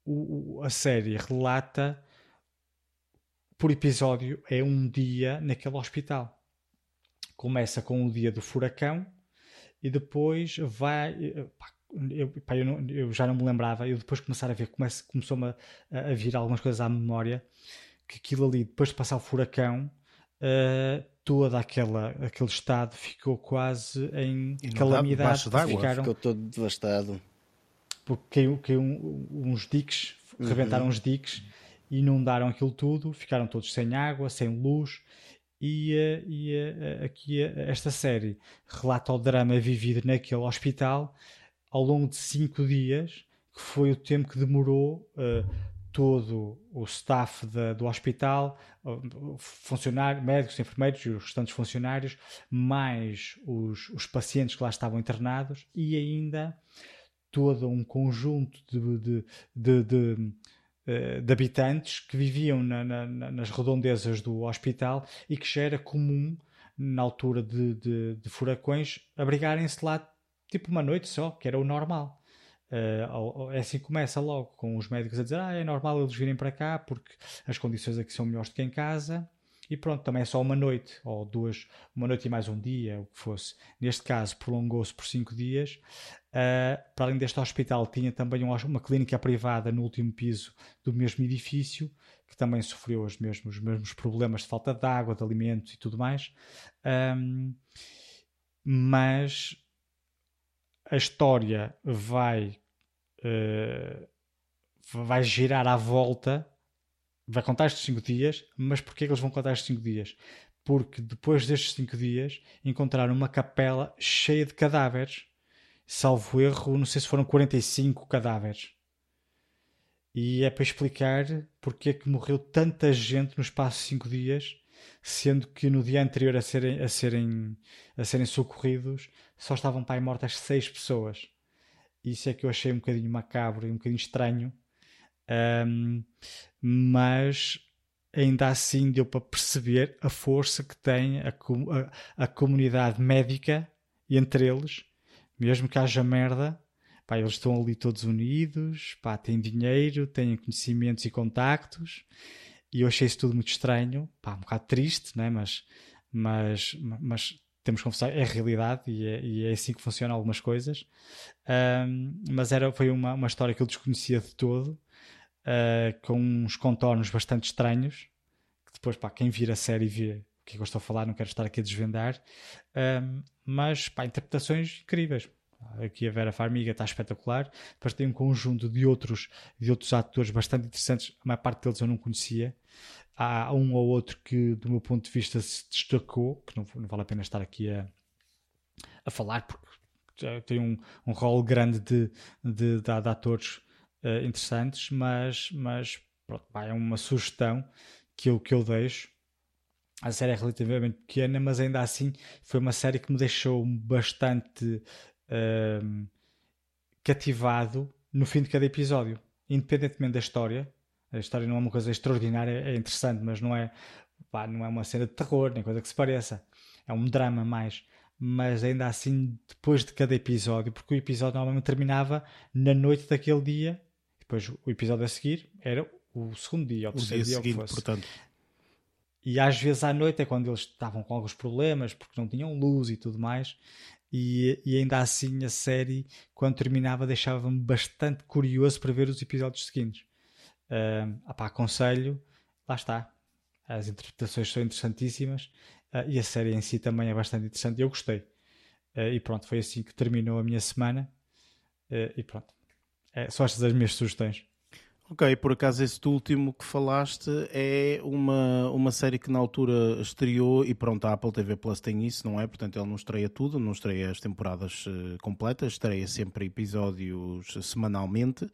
o, a série relata, por episódio, é um dia naquele hospital. Começa com o dia do furacão e depois vai... Pá, eu, pá, eu, não, eu já não me lembrava, eu depois começar a ver, comece, começou-me a, a vir algumas coisas à memória, que aquilo ali, depois de passar o furacão, uh, todo aquela, aquele estado ficou quase em calamidade. Ficaram... Ficou todo devastado. Porque caiu, caiu uns diques, uhum. rebentaram uns diques, inundaram aquilo tudo, ficaram todos sem água, sem luz. E, e aqui esta série relata o drama vivido naquele hospital ao longo de cinco dias, que foi o tempo que demorou uh, todo o staff da, do hospital, uh, funcionários, médicos, enfermeiros e os restantes funcionários, mais os, os pacientes que lá estavam internados e ainda todo um conjunto de, de, de, de, uh, de habitantes que viviam na, na, nas redondezas do hospital e que já era comum, na altura de, de, de furacões, abrigarem-se lá tipo uma noite só, que era o normal. Uh, é assim que começa logo, com os médicos a dizer ah, é normal eles virem para cá porque as condições aqui são melhores do que em casa, e pronto, também é só uma noite, ou duas, uma noite e mais um dia, o que fosse. Neste caso, prolongou-se por cinco dias. Uh, para além deste hospital, tinha também um, uma clínica privada no último piso do mesmo edifício, que também sofreu os mesmos, os mesmos problemas de falta de água, de alimentos e tudo mais. Um, mas a história vai uh, vai girar à volta, vai contar estes cinco dias, mas porquê que eles vão contar estes cinco dias? Porque depois destes cinco dias encontraram uma capela cheia de cadáveres, salvo erro, não sei se foram quarenta e cinco cadáveres, e é para explicar porque é que morreu tanta gente no espaço de cinco dias, sendo que no dia anterior a serem, a serem, a serem socorridos só estavam para aí mortas seis pessoas. Isso é que eu achei um bocadinho macabro e um bocadinho estranho, um, mas ainda assim deu para perceber a força que tem a, a, a comunidade médica entre eles, mesmo que haja merda. Pá, eles estão ali todos unidos, pá, têm dinheiro, têm conhecimentos e contactos. E eu achei isso tudo muito estranho, pá, um bocado triste, né? mas, mas, mas temos que confessar, é a realidade e é, e é assim que funcionam algumas coisas. Um, mas era, foi uma, uma história que eu desconhecia de todo, uh, com uns contornos bastante estranhos, que depois, pá, quem vir a série vê o que é que eu estou a falar, não quero estar aqui a desvendar, um, mas, pá, interpretações incríveis. Aqui a Vera Farmiga está espetacular. Depois tem um conjunto de outros, de outros atores bastante interessantes. A maior parte deles eu não conhecia. Há um ou outro que, do meu ponto de vista, se destacou, que não, não vale a pena estar aqui a, a falar, porque já tem um, um rol grande de, de, de, de atores uh, interessantes, mas, mas pronto, pá, é uma sugestão que eu, que eu deixo. A série é relativamente pequena, mas ainda assim foi uma série que me deixou bastante Um, cativado no fim de cada episódio, independentemente da história. A história não é uma coisa extraordinária, é interessante, mas não é, pá, não é uma cena de terror, nem coisa que se pareça, é um drama mais, mas ainda assim depois de cada episódio, porque o episódio normalmente terminava na noite daquele dia, depois o episódio a seguir era o segundo dia, ou o terceiro dia, seguinte, ou o que fosse. Portanto. E às vezes à noite é quando eles estavam com alguns problemas porque não tinham luz e tudo mais. E, e ainda assim a série, quando terminava, deixava-me bastante curioso para ver os episódios seguintes. Uh, opá, aconselho, lá está, as interpretações são interessantíssimas, uh, e a série em si também é bastante interessante, eu gostei. Uh, e pronto, foi assim que terminou a minha semana, uh, e pronto, é, só estas as minhas sugestões. Ok, por acaso este último que falaste é uma, uma série que na altura estreou, e pronto, a Apple T V Plus tem isso, não é? Portanto, ela não estreia tudo, não estreia as temporadas uh, completas, estreia sempre episódios semanalmente, uh,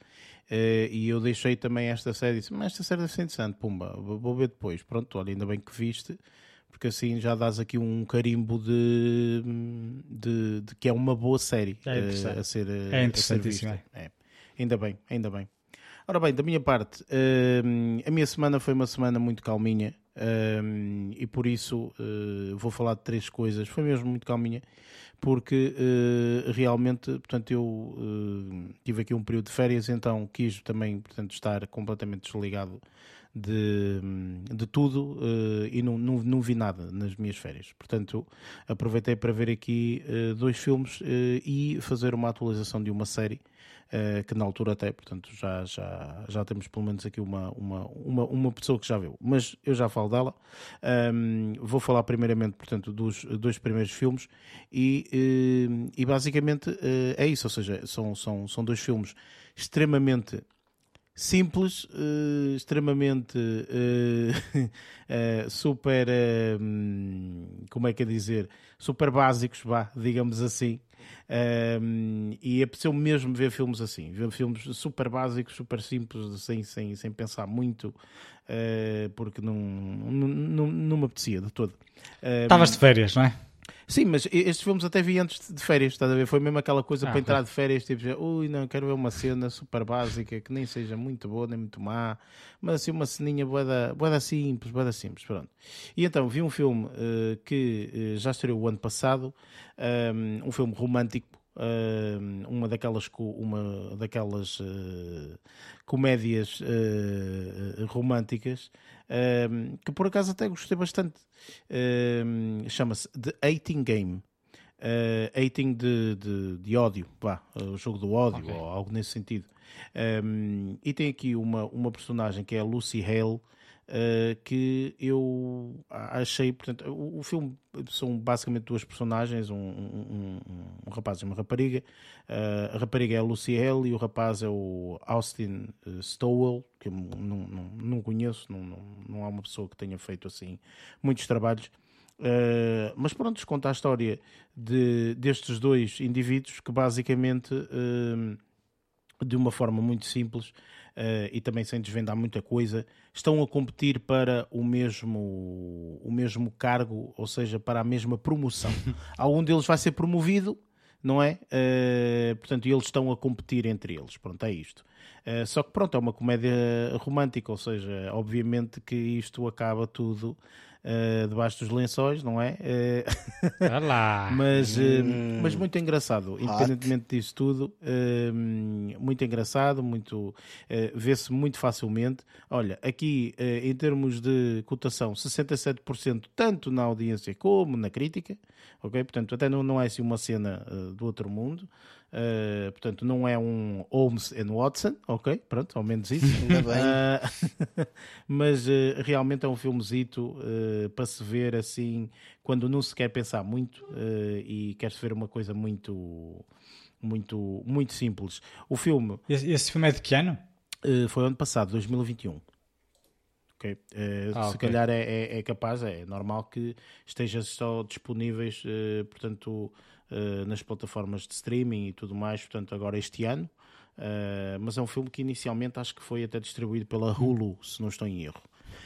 e eu deixei também esta série, disse, mas esta série deve ser interessante, pumba, vou ver depois. Pronto, olha, ainda bem que viste, porque assim já dás aqui um carimbo de, de, de que é uma boa série é uh, a ser, uh, é a ser vista. É. Ainda bem, ainda bem. Ora bem, da minha parte, uh, a minha semana foi uma semana muito calminha, Um, e por isso uh, vou falar de três coisas. Foi mesmo muito calminha, porque uh, realmente, portanto, eu uh, tive aqui um período de férias, então quis também, portanto, estar completamente desligado de, de tudo uh, e não, não, não vi nada nas minhas férias. Portanto, aproveitei para ver aqui uh, dois filmes uh, e fazer uma atualização de uma série uh, que na altura até, portanto, já, já, já temos pelo menos aqui uma, uma, uma, uma pessoa que já viu. Mas eu já falo dela. Um, vou falar primeiramente, portanto, dos dois primeiros filmes e, uh, e basicamente uh, é isso, ou seja, são, são, são dois filmes extremamente simples, uh, extremamente uh, uh, super, uh, como é que é dizer, super básicos, vá, digamos assim. Um, e apeteceu mesmo ver filmes assim, ver filmes super básicos, super simples, sem, sem, sem pensar muito, uh, porque não, não, não, não me apetecia de todo. Estavas um, de férias, não é? Sim, mas estes filmes até vi antes de férias, estás a ver? Foi mesmo aquela coisa ah, para entrar okay. de férias, tipo, ui, não, quero ver uma cena super básica, que nem seja muito boa, nem muito má, mas assim uma ceninha boeda, boeda simples, boeda simples, pronto. E então, vi um filme uh, que uh, já estreou o ano passado, um, um filme romântico, uh, uma daquelas, uma daquelas uh, comédias uh, românticas, um, que por acaso até gostei bastante. Um, chama-se The Hating Game. Uh, hating de, de, de ódio, vá, o jogo do ódio, okay. Ou algo nesse sentido. Um, e tem aqui uma, uma personagem que é a Lucy Hale, uh, que eu achei, portanto, o, o filme são basicamente duas personagens, um, um, um, um rapaz e uma rapariga. Uh, a rapariga é a Lucy Hale e o rapaz é o Austin Stowell, que eu não, não, não conheço, não, não, não há uma pessoa que tenha feito assim muitos trabalhos. Uh, mas pronto, conta a história de, destes dois indivíduos que basicamente, uh, de uma forma muito simples uh, e também sem desvendar muita coisa, estão a competir para o mesmo, o mesmo cargo, ou seja, para a mesma promoção. Algum deles vai ser promovido, não é? Uh, portanto, eles estão a competir entre eles. Pronto, é isto. Uh, só que pronto, é uma comédia romântica, ou seja, obviamente que isto acaba tudo Uh, debaixo dos lençóis, não é? Uh, lá. mas, uh, hum. mas muito engraçado, independentemente disso tudo, uh, muito engraçado, muito, uh, vê-se muito facilmente. Olha, aqui uh, em termos de cotação, sessenta e sete por cento tanto na audiência como na crítica, ok? Portanto, até não, não é assim uma cena uh, do outro mundo. Uh, portanto, não é um Holmes and Watson, ok? Pronto, ao menos isso. Ainda bem. Uh, mas uh, realmente é um filmezito uh, para se ver assim, quando não se quer pensar muito uh, e quer-se ver uma coisa muito, muito, muito simples. O filme... Esse, esse filme é de que ano? Uh, foi ano passado, dois mil e vinte e um. Okay. Uh, ah, se okay. calhar é, é, é capaz, é normal que estejam só disponíveis, uh, portanto... Uh, nas plataformas de streaming e tudo mais, portanto agora este ano, uh, mas é um filme que inicialmente acho que foi até distribuído pela Hulu, se não estou em erro.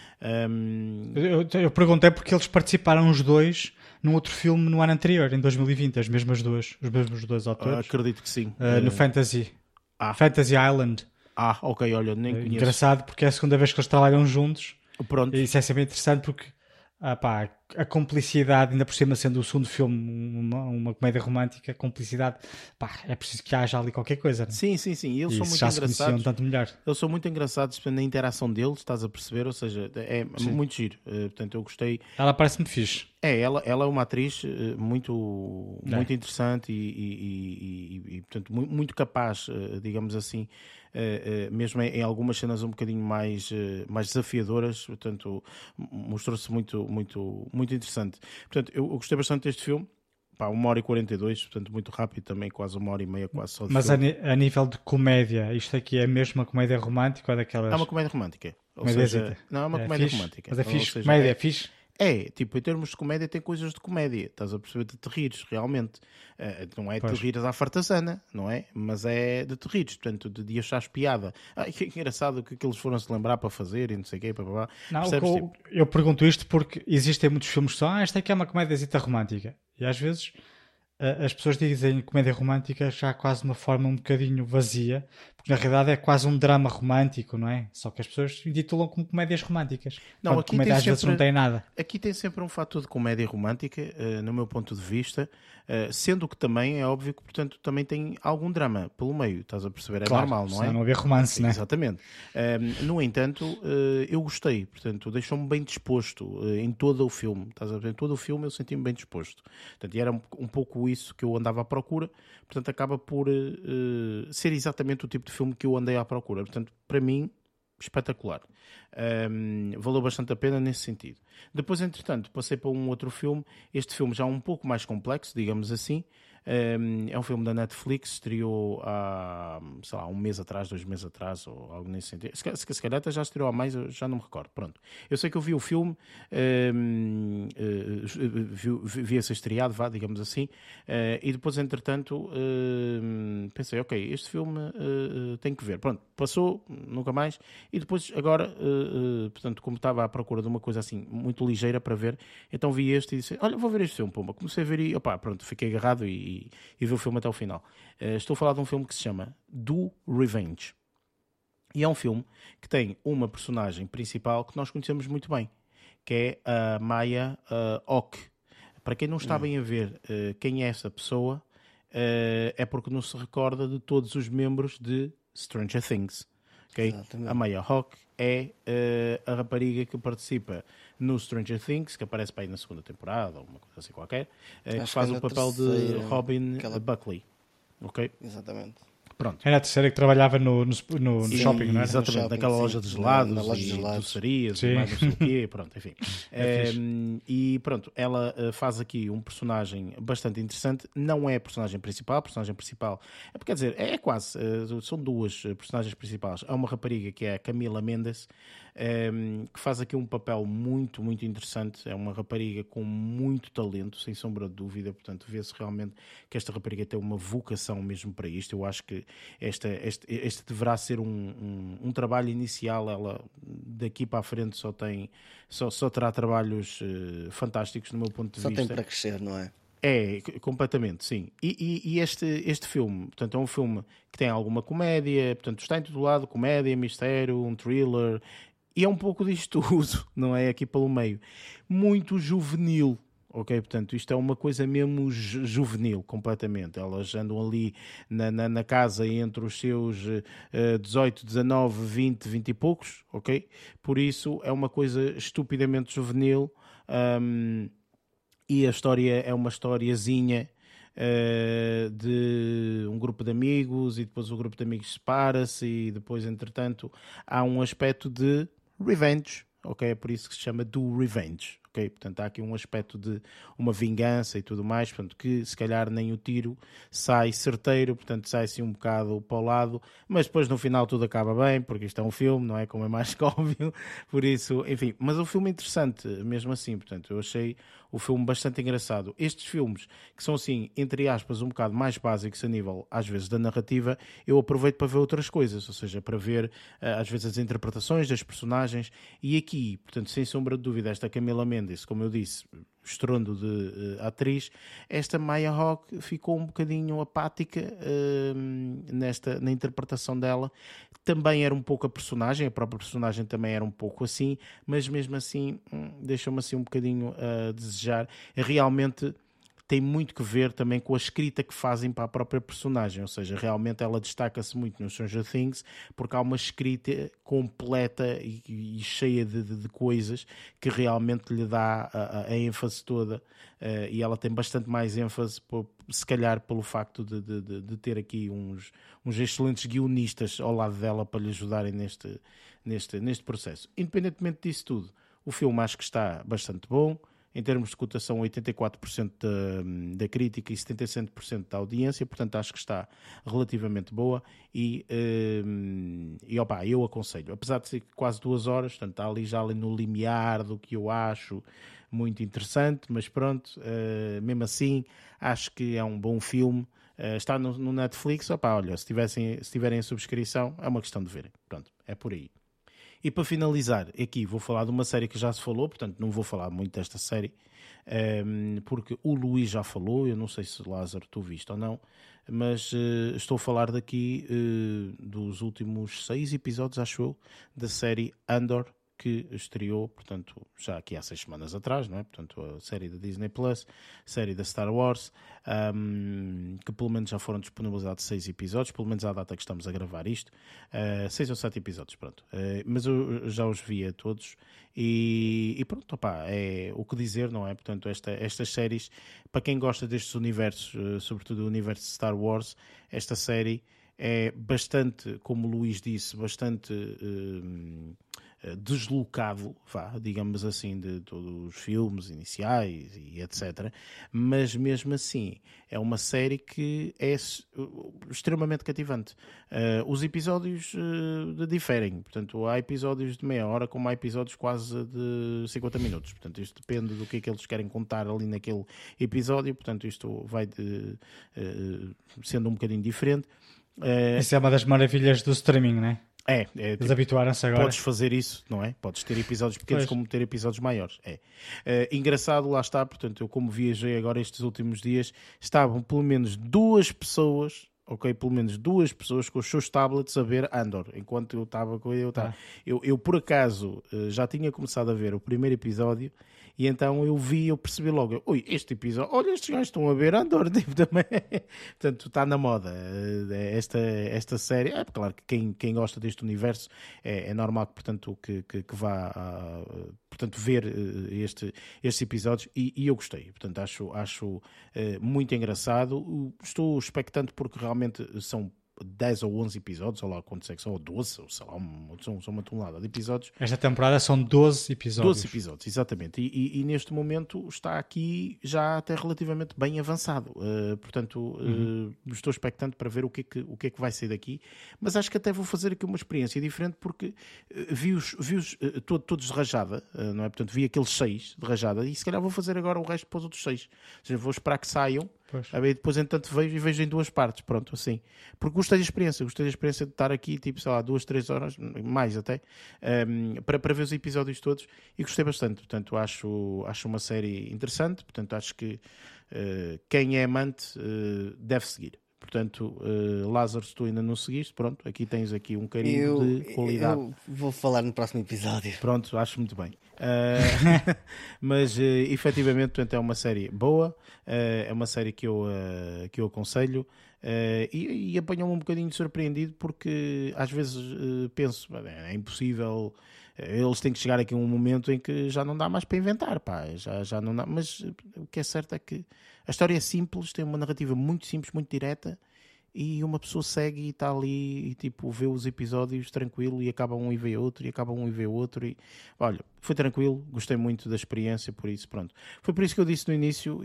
Um... Eu, eu perguntei porque eles participaram os dois num outro filme no ano anterior, em dois mil e vinte, as mesmas duas, os mesmos dois autores. Uh, acredito que sim. Uh, no uh... Fantasy. Ah. Fantasy Island. Ah, ok, olha, nem conheço. Engraçado porque é a segunda vez que eles trabalham juntos. Pronto. E isso é sempre interessante porque Ah, pá, a complicidade, ainda por cima sendo o segundo filme uma, uma comédia romântica, a complicidade, pá, é preciso que haja ali qualquer coisa, não? Sim, sim, sim, eles e são muito já engraçados. Se conheciam tanto melhor. Eles são muito engraçados na interação deles, estás a perceber, ou seja, é sim. muito giro, uh, portanto eu gostei. Ela parece-me fixe. É, ela, ela é uma atriz uh, muito, é. muito interessante e, e, e, e, e portanto muito, muito capaz, uh, digamos assim. Uh, uh, mesmo em, em algumas cenas um bocadinho mais, uh, mais desafiadoras, portanto mostrou-se muito, muito, muito interessante. Portanto, eu, eu gostei bastante deste filme. Pá, uma hora e quarenta e dois, portanto muito rápido também, quase uma hora e meia, quase só de Mas filme. a, a nível de comédia, isto aqui é mesmo uma comédia romântica ou daquelas... É uma comédia romântica. Ou comédia seja, não é uma é comédia fixe, romântica. Mas é fixe, seja, comédia é, é fixe. É, tipo, em termos de comédia tem coisas de comédia, estás a perceber, de te rires, realmente. Uh, não é de te rires à fartazana, não é? Mas é de te rires, portanto, de, de achares piada. Ah, que engraçado que, que eles foram se lembrar para fazer e não sei o quê, blá, blá, blá. Não, Percebes, eu, tipo? eu pergunto isto porque existem muitos filmes que são, ah, esta aqui é uma comédiazita romântica. E às vezes uh, as pessoas dizem comédia romântica já quase de uma forma um bocadinho vazia, Na realidade é quase um drama romântico, não é? Só que as pessoas intitulam como comédias românticas. Não, Quando aqui comédia tem às vezes sempre- não tem nada. Aqui tem sempre um fator de comédia romântica, eh, no meu ponto de vista, eh, sendo que também é óbvio que, portanto, também tem algum drama pelo meio, estás a perceber? É Claro, normal, não senão é? não havia romance, não é? Exatamente. Um, no entanto, uh, eu gostei, portanto, deixou-me bem disposto uh, em todo o filme. Estás a ver? Em todo o filme eu senti-me bem disposto. Portanto, e era um, um pouco isso que eu andava à procura. Portanto, acaba por uh, ser exatamente o tipo de filme que eu andei à procura. Portanto, para mim, espetacular. Um, valeu bastante a pena nesse sentido. Depois, entretanto, passei para um outro filme. Este filme já um pouco mais complexo, digamos assim. Um, é um filme da Netflix, estreou há, sei lá, um mês atrás, dois meses atrás, ou algo nesse sentido. Se, se, se calhar até já estreou há mais, eu já não me recordo. Pronto. Eu sei que eu vi o filme, um, uh, vi, vi esse estreado, vá, digamos assim, uh, e depois, entretanto, uh, pensei, ok, este filme uh, tem que ver. Pronto, passou, nunca mais, e depois, agora, uh, uh, portanto, como estava à procura de uma coisa assim, muito ligeira para ver, então vi este e disse, olha, vou ver este filme, pumba. Comecei a ver e, opá, pronto, fiquei agarrado e E, e ver o filme até o final. Uh, estou a falar de um filme que se chama Do Revenge. E é um filme que tem uma personagem principal que nós conhecemos muito bem, que é a Maya uh, Hawke. Para quem não está bem a ver uh, quem é essa pessoa, uh, é porque não se recorda de todos os membros de Stranger Things. Okay? A Maya Hawke é uh, a rapariga que participa no Stranger Things, que aparece para aí na segunda temporada, ou uma coisa assim qualquer, uh, que faz que é o papel terceira, de Robin aquela... Buckley. Ok? Exatamente. Pronto. Era a terceira que trabalhava no, no, no, no Sim, shopping, não era? exatamente, shopping, naquela sim. loja de Na- gelados na loja de e gelados. doçarias Sim. e mais não sei o quê, pronto, enfim. É Um, e pronto, ela uh, faz aqui um personagem bastante interessante, não é a personagem principal, a personagem principal, é porque, quer dizer, é, é quase, uh, são duas uh, personagens principais. Há uma rapariga que é a Camila Mendes, um, que faz aqui um papel muito, muito interessante, é uma rapariga com muito talento, sem sombra de dúvida, portanto vê-se realmente que esta rapariga tem uma vocação mesmo para isto. Eu acho que esta, este, este deverá ser um, um, um trabalho inicial, ela daqui para a frente só tem, só, só terá trabalhos uh, fantásticos no meu ponto de Só vista. tem para crescer, não é? É, c- completamente, sim. E, e- e este, este filme, portanto, é um filme que tem alguma comédia, portanto, está intitulado Comédia, Mistério, um thriller, e é um pouco disto tudo, não é? Aqui pelo meio. Muito juvenil, ok? Portanto, isto é uma coisa mesmo ju- juvenil, completamente. Elas andam ali na, na, na casa entre os seus eh, dezoito, dezanove, vinte, vinte e poucos, ok? Por isso, é uma coisa estupidamente juvenil. ahm, e a história é uma historiazinha uh, de um grupo de amigos e depois o grupo de amigos separa-se e depois, entretanto, há um aspecto de revenge, ok? É por isso que se chama Do Revenge, ok? Portanto, há aqui um aspecto de uma vingança e tudo mais, portanto, que se calhar nem o tiro sai certeiro, portanto, sai assim um bocado para o lado, mas depois no final tudo acaba bem, porque isto é um filme, não é? Como é mais que óbvio, por isso, enfim, mas o filme é interessante, mesmo assim, portanto, eu achei o filme bastante engraçado. Estes filmes, que são assim, entre aspas, um bocado mais básicos a nível, às vezes, da narrativa, eu aproveito para ver outras coisas, ou seja, para ver, às vezes, as interpretações das personagens, e aqui, portanto, sem sombra de dúvida, esta Camila Mendes, como eu disse, estrondo de uh, atriz, esta Maya Hawke ficou um bocadinho apática uh, nesta, na interpretação dela. Também era um pouco a personagem, a própria personagem também era um pouco assim, mas mesmo assim hum, deixou-me assim um bocadinho a desejar. Realmente tem muito que ver também com a escrita que fazem para a própria personagem, ou seja, realmente ela destaca-se muito no Stranger Things porque há uma escrita completa e, e cheia de, de, de coisas que realmente lhe dá a, a ênfase toda, uh, e ela tem bastante mais ênfase, por, se calhar pelo facto de, de, de, de ter aqui uns, uns excelentes guionistas ao lado dela para lhe ajudarem neste, neste, neste processo. Independentemente disso tudo, o filme acho que está bastante bom. Em termos de cotação, oitenta e quatro por cento da, da crítica e setenta e sete por cento da audiência, portanto acho que está relativamente boa e, um, e opa, eu aconselho, apesar de ser quase duas horas, portanto está ali já ali no limiar do que eu acho muito interessante, mas pronto, uh, mesmo assim acho que é um bom filme. Uh, está no, no Netflix, opa, olha, se, tivessem, se tiverem a subscrição é uma questão de verem, pronto, é por aí. E para finalizar, aqui vou falar de uma série que já se falou, portanto não vou falar muito desta série, um, porque o Luís já falou, eu não sei se Lázaro tu viste ou não, mas uh, estou a falar daqui uh, dos últimos seis episódios, acho eu, da série Andor, que estreou, portanto, já aqui há seis semanas atrás, não é? Portanto, a série da Disney Plus, série da Star Wars, um, que pelo menos já foram disponibilizados seis episódios, pelo menos à data que estamos a gravar isto, uh, seis ou sete episódios, pronto. Uh, mas eu já os vi a todos e, e pronto, opá, é o que dizer, não é? Portanto, esta, estas séries, para quem gosta destes universos, uh, sobretudo o universo de Star Wars, esta série é bastante, como o Luís disse, bastante uh, deslocado, vá, digamos assim, de todos os filmes iniciais e etcétera. Mas mesmo assim é uma série que é extremamente cativante. Uh, os episódios uh, diferem, portanto há episódios de meia hora como há episódios quase de cinquenta minutos, portanto isto depende do que é que eles querem contar ali naquele episódio, portanto isto vai de, uh, sendo um bocadinho diferente. Uh, Isso é uma das maravilhas do streaming, não é? É, é Eles tipo, habituaram-se agora. Podes fazer isso, não é? Podes ter episódios pequenos Pois. como ter episódios maiores. É. Uh, engraçado, lá está, portanto, eu como viajei agora estes últimos dias, estavam pelo menos duas pessoas, ok? Pelo menos duas pessoas com os seus tablets a ver Andor, enquanto eu estava com eu estava. Ah. Eu, eu, por acaso, uh, já tinha começado a ver o primeiro episódio. E então eu vi, eu percebi logo, ui, este episódio, olha, estes gajos estão a ver Andor, tipo, também. Portanto, está na moda esta, esta série. É claro que quem, quem gosta deste universo é, é normal que, portanto, que, que, que vá a, portanto, ver este, estes episódios e, e eu gostei. Portanto, acho, acho uh, muito engraçado. Estou expectante porque realmente são dez ou onze episódios, ou lá quantos é que são, ou doze, ou sei lá, um, são, são uma tonelada de episódios. Esta temporada são doze episódios. doze episódios, exatamente. E, e, e neste momento está aqui já até relativamente bem avançado. Uh, portanto, uhum. uh, estou expectante para ver o que, é que, o que é que vai sair daqui. Mas acho que até vou fazer aqui uma experiência diferente porque uh, vi-os, vi-os uh, todo, todos de rajada, uh, não é? Portanto, vi aqueles seis de rajada e se calhar vou fazer agora o resto para os outros seis. Ou seja, vou esperar que saiam. A ver, depois, entanto, vejo e vejo em duas partes, pronto, assim. Porque gostei da experiência, gostei da experiência de estar aqui, tipo, sei lá, duas, três horas, mais até, um, para, para ver os episódios todos e gostei bastante. Portanto, acho, acho uma série interessante, portanto, acho que uh, quem é amante uh, deve seguir. Portanto, uh, Lázaro, se tu ainda não seguiste, pronto, aqui tens aqui um carinho eu, de qualidade. Eu vou falar no próximo episódio. Pronto, acho muito bem. Uh, mas, uh, efetivamente, portanto, é uma série boa, uh, é uma série que eu, uh, que eu aconselho uh, e, e apanhou-me um bocadinho surpreendido porque às vezes uh, penso, é impossível... Eles têm que chegar aqui a um momento em que já não dá mais para inventar, pá, já, já não dá. Mas o que é certo é que a história é simples, tem uma narrativa muito simples, muito direta e uma pessoa segue e está ali e tipo, vê os episódios tranquilo e acaba um e vê outro e acaba um e vê outro e olha, foi tranquilo, gostei muito da experiência, por isso, pronto. Foi por isso que eu disse no início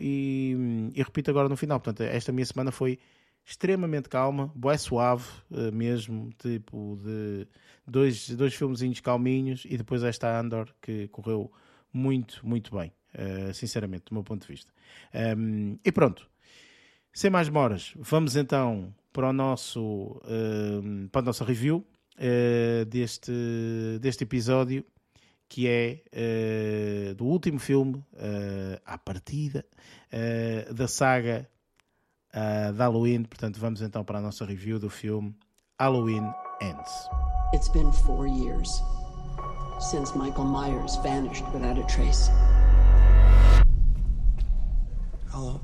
e, e repito agora no final, portanto, esta minha semana foi extremamente calma, bué suave uh, mesmo, tipo de dois, dois filmezinhos calminhos e depois esta Andor que correu muito, muito bem, uh, sinceramente, do meu ponto de vista. Um, e pronto, sem mais demoras, vamos então para o nosso uh, para a nossa review uh, deste, deste episódio que é uh, do último filme uh, à partida uh, da saga Uh, de Halloween, portanto vamos então para a nossa review do filme Halloween Ends. It's been four years since Michael Myers vanished without a trace. Hello.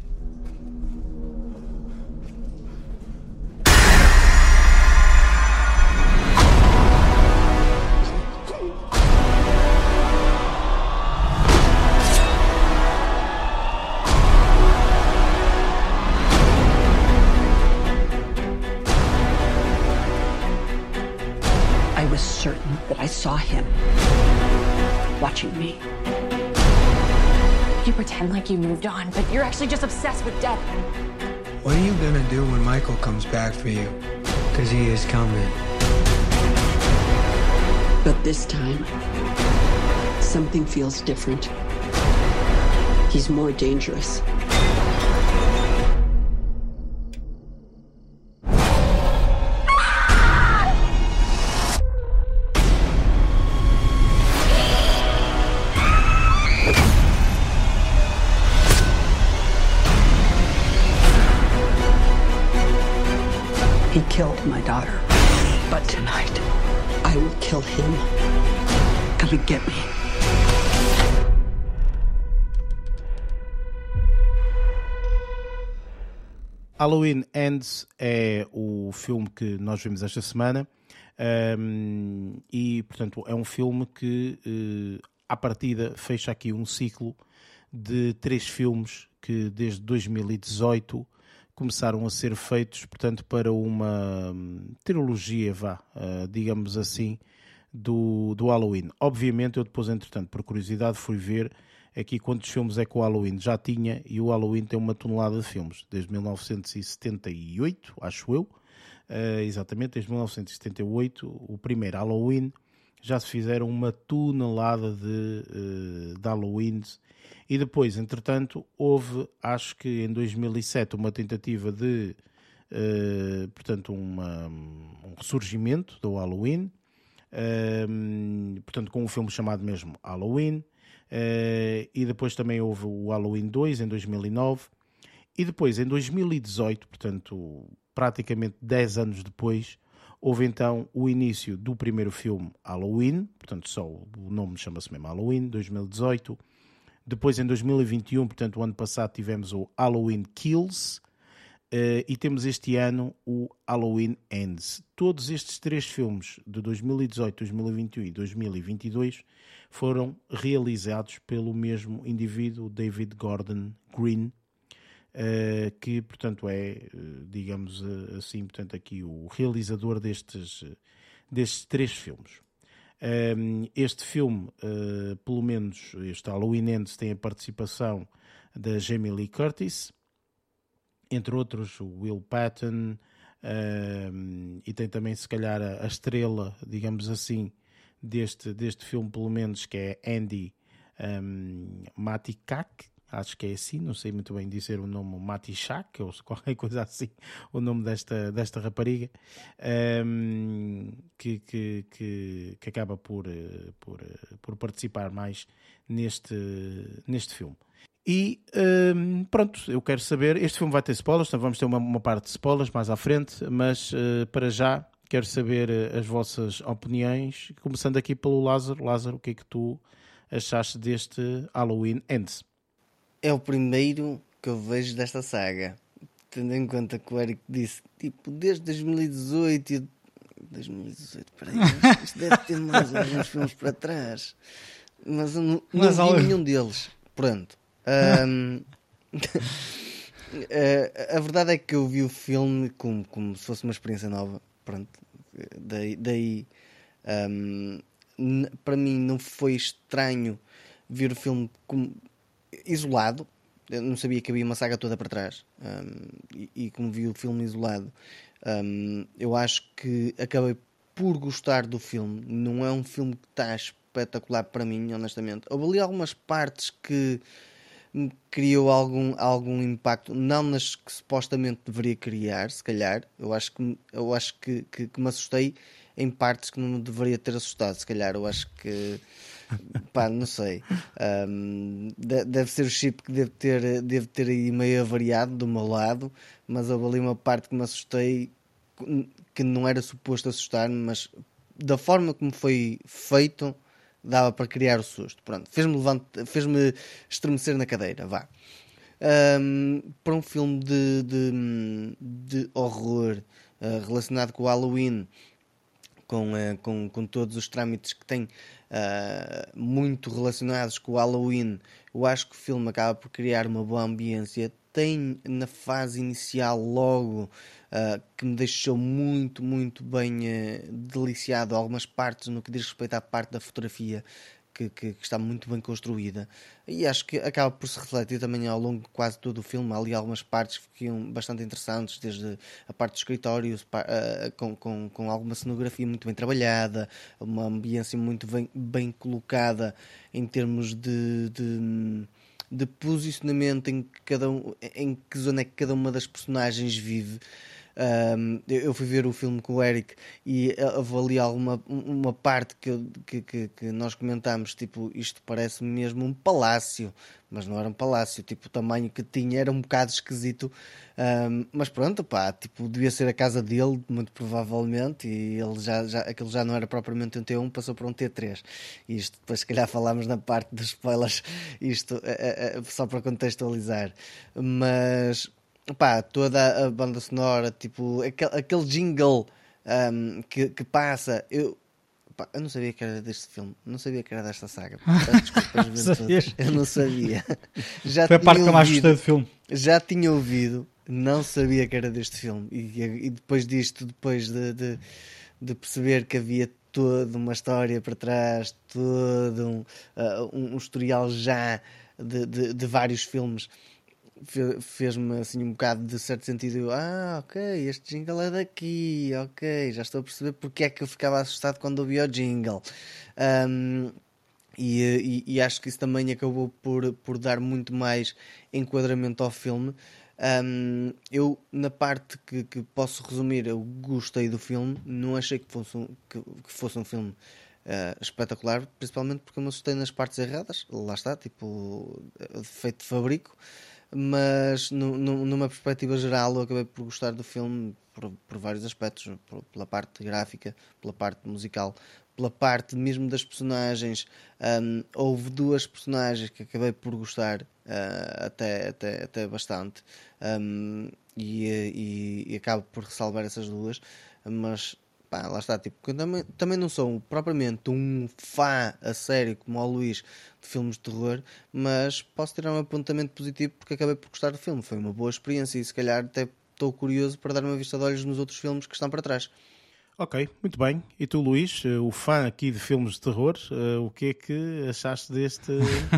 Certain that I saw him watching me. You pretend like you moved on, but you're actually just obsessed with death. What are you gonna do when Michael comes back for you? Because he is coming. But this time, something feels different. He's more dangerous. killed my daughter. But tonight, I will kill him. Come and get me. Halloween Ends é o filme que nós vimos esta semana. Um, e, portanto, é um filme que, uh, à partida, fecha aqui um ciclo de três filmes que, desde dois mil e dezoito, começaram a ser feitos, portanto, para uma um, trilogia, vá, uh, digamos assim, do, do Halloween. Obviamente, eu depois, entretanto, por curiosidade, fui ver aqui quantos filmes é que o Halloween já tinha, e o Halloween tem uma tonelada de filmes, desde mil novecentos e setenta e oito, acho eu. Uh, exatamente, desde mil novecentos e setenta e oito, o primeiro Halloween, já se fizeram uma tonelada de, uh, de Halloweens, e depois, entretanto, houve, acho que em dois mil e sete, uma tentativa de, uh, portanto, uma, um ressurgimento do Halloween, uh, portanto, com um filme chamado mesmo Halloween, uh, e depois também houve o Halloween dois, em dois mil e nove, e depois, em dois mil e dezoito, portanto, praticamente dez anos depois, houve então o início do primeiro filme Halloween, portanto só o nome chama-se mesmo Halloween, dois mil e dezoito. Depois em dois mil e vinte e um, portanto o ano passado, tivemos o Halloween Kills, uh, e temos este ano o Halloween Ends. Todos estes três filmes de dois mil e dezoito, dois mil e vinte e um e dois mil e vinte e dois foram realizados pelo mesmo indivíduo, David Gordon Green, Uh, que, portanto, é, uh, digamos uh, assim, portanto, aqui o realizador destes, uh, destes três filmes. Um, este filme, uh, pelo menos este Halloween Ends, tem a participação da Jamie Lee Curtis, entre outros o Will Patton, um, e tem também, se calhar, a, a estrela, digamos assim, deste, deste filme, pelo menos, que é Andy um, Matikak. Acho que é assim, não sei muito bem dizer o nome, Matichak, ou qualquer coisa assim, o nome desta, desta rapariga, um, que, que, que, que acaba por, por, por participar mais neste, neste filme. E um, pronto, eu quero saber, este filme vai ter spoilers, então vamos ter uma, uma parte de spoilers mais à frente, mas uh, para já quero saber as vossas opiniões, começando aqui pelo Lázaro. Lázaro, o que é que tu achaste deste Halloween Ends? É o primeiro que eu vejo desta saga, tendo em conta que o Eric disse, tipo, desde dois mil e dezoito, e dois mil e dezoito, peraí, isto deve ter mais alguns filmes para trás, mas eu não, não vi algum... nenhum deles. Pronto. Um, a verdade é que eu vi o filme como, como se fosse uma experiência nova. Pronto. Daí, daí um, para mim não foi estranho ver o filme como isolado. Eu não sabia que havia uma saga toda para trás, um, e, e como vi o filme isolado, um, eu acho que acabei por gostar do filme. Não é um filme que está espetacular para mim, honestamente. Houve ali algumas partes que me criou algum, algum impacto, não nas que supostamente deveria criar, se calhar. Eu acho que, eu acho que, que, que me assustei em partes que não me deveria ter assustado, se calhar. Eu acho que pá, não sei, um, deve ser o chip que deve ter, deve ter aí meio avariado do meu lado, mas houve ali uma parte que me assustei, que não era suposto assustar-me, mas da forma como foi feito dava para criar o susto. Pronto, fez-me levantar, fez-me estremecer na cadeira, vá. Um, para um filme de, de, de horror uh, relacionado com o Halloween, com, uh, com, com todos os trâmites que tem uh, muito relacionados com o Halloween, eu acho que o filme acaba por criar uma boa ambiência. Tem na fase inicial logo uh, que me deixou muito, muito bem uh, deliciado algumas partes no que diz respeito à parte da fotografia, que, que, que está muito bem construída, e acho que acaba por se refletir também ao longo de quase todo o filme. Há ali algumas partes que ficam bastante interessantes, desde a parte do escritório, uh, com, com, com alguma cenografia muito bem trabalhada, uma ambiência muito bem, bem colocada em termos de... de de posicionamento em que, cada um, em que zona é que cada uma das personagens vive. Um, eu fui ver o filme com o Eric e houve ali alguma uma parte que, que, que, que nós comentámos, tipo, isto parece mesmo um palácio, mas não era um palácio, tipo, o tamanho que tinha era um bocado esquisito, um, mas pronto, pá, tipo, devia ser a casa dele, muito provavelmente, e ele já, já, aquilo já não era propriamente um T um, passou para um T três. Isto, depois se calhar falámos na parte dos spoilers, isto é, é, é, só para contextualizar, mas pá, toda a banda sonora, tipo, aquele, aquele jingle um, que, que passa, eu, pá, eu não sabia que era deste filme, não sabia que era desta saga. Desculpa, eu não sabia. Já Foi a parte tinha que eu mais ouvido, gostei do filme. Já tinha ouvido, não sabia que era deste filme. E, e depois disto, depois de, de, de perceber que havia toda uma história para trás, todo um, uh, um, um historial já de, de, de vários filmes, fez-me assim um bocado de certo sentido. Eu, ah, ok, este jingle é daqui, ok, já estou a perceber porque é que eu ficava assustado quando ouvi o jingle. Um, e, e, e acho que isso também acabou por, por dar muito mais enquadramento ao filme. Um, eu, na parte que, que posso resumir, eu gostei do filme, não achei que fosse um, que, que fosse um filme Uh, espetacular, principalmente porque eu me assustei nas partes erradas, lá está, tipo, defeito de fabrico, mas no, no, numa perspectiva geral eu acabei por gostar do filme por, por vários aspectos, por, pela parte gráfica, pela parte musical, pela parte mesmo das personagens. Um, houve duas personagens que acabei por gostar uh, até, até, até bastante, um, e, e, e acabo por ressalvar essas duas, mas pá, lá está, tipo, eu também, também não sou propriamente um fã a sério como o Luís de filmes de terror, mas posso tirar um apontamento positivo porque acabei por gostar do filme. Foi uma boa experiência e se calhar até estou curioso para dar uma vista de olhos nos outros filmes que estão para trás. Ok, muito bem. E tu, Luís, o fã aqui de filmes de terror, o que é que achaste deste,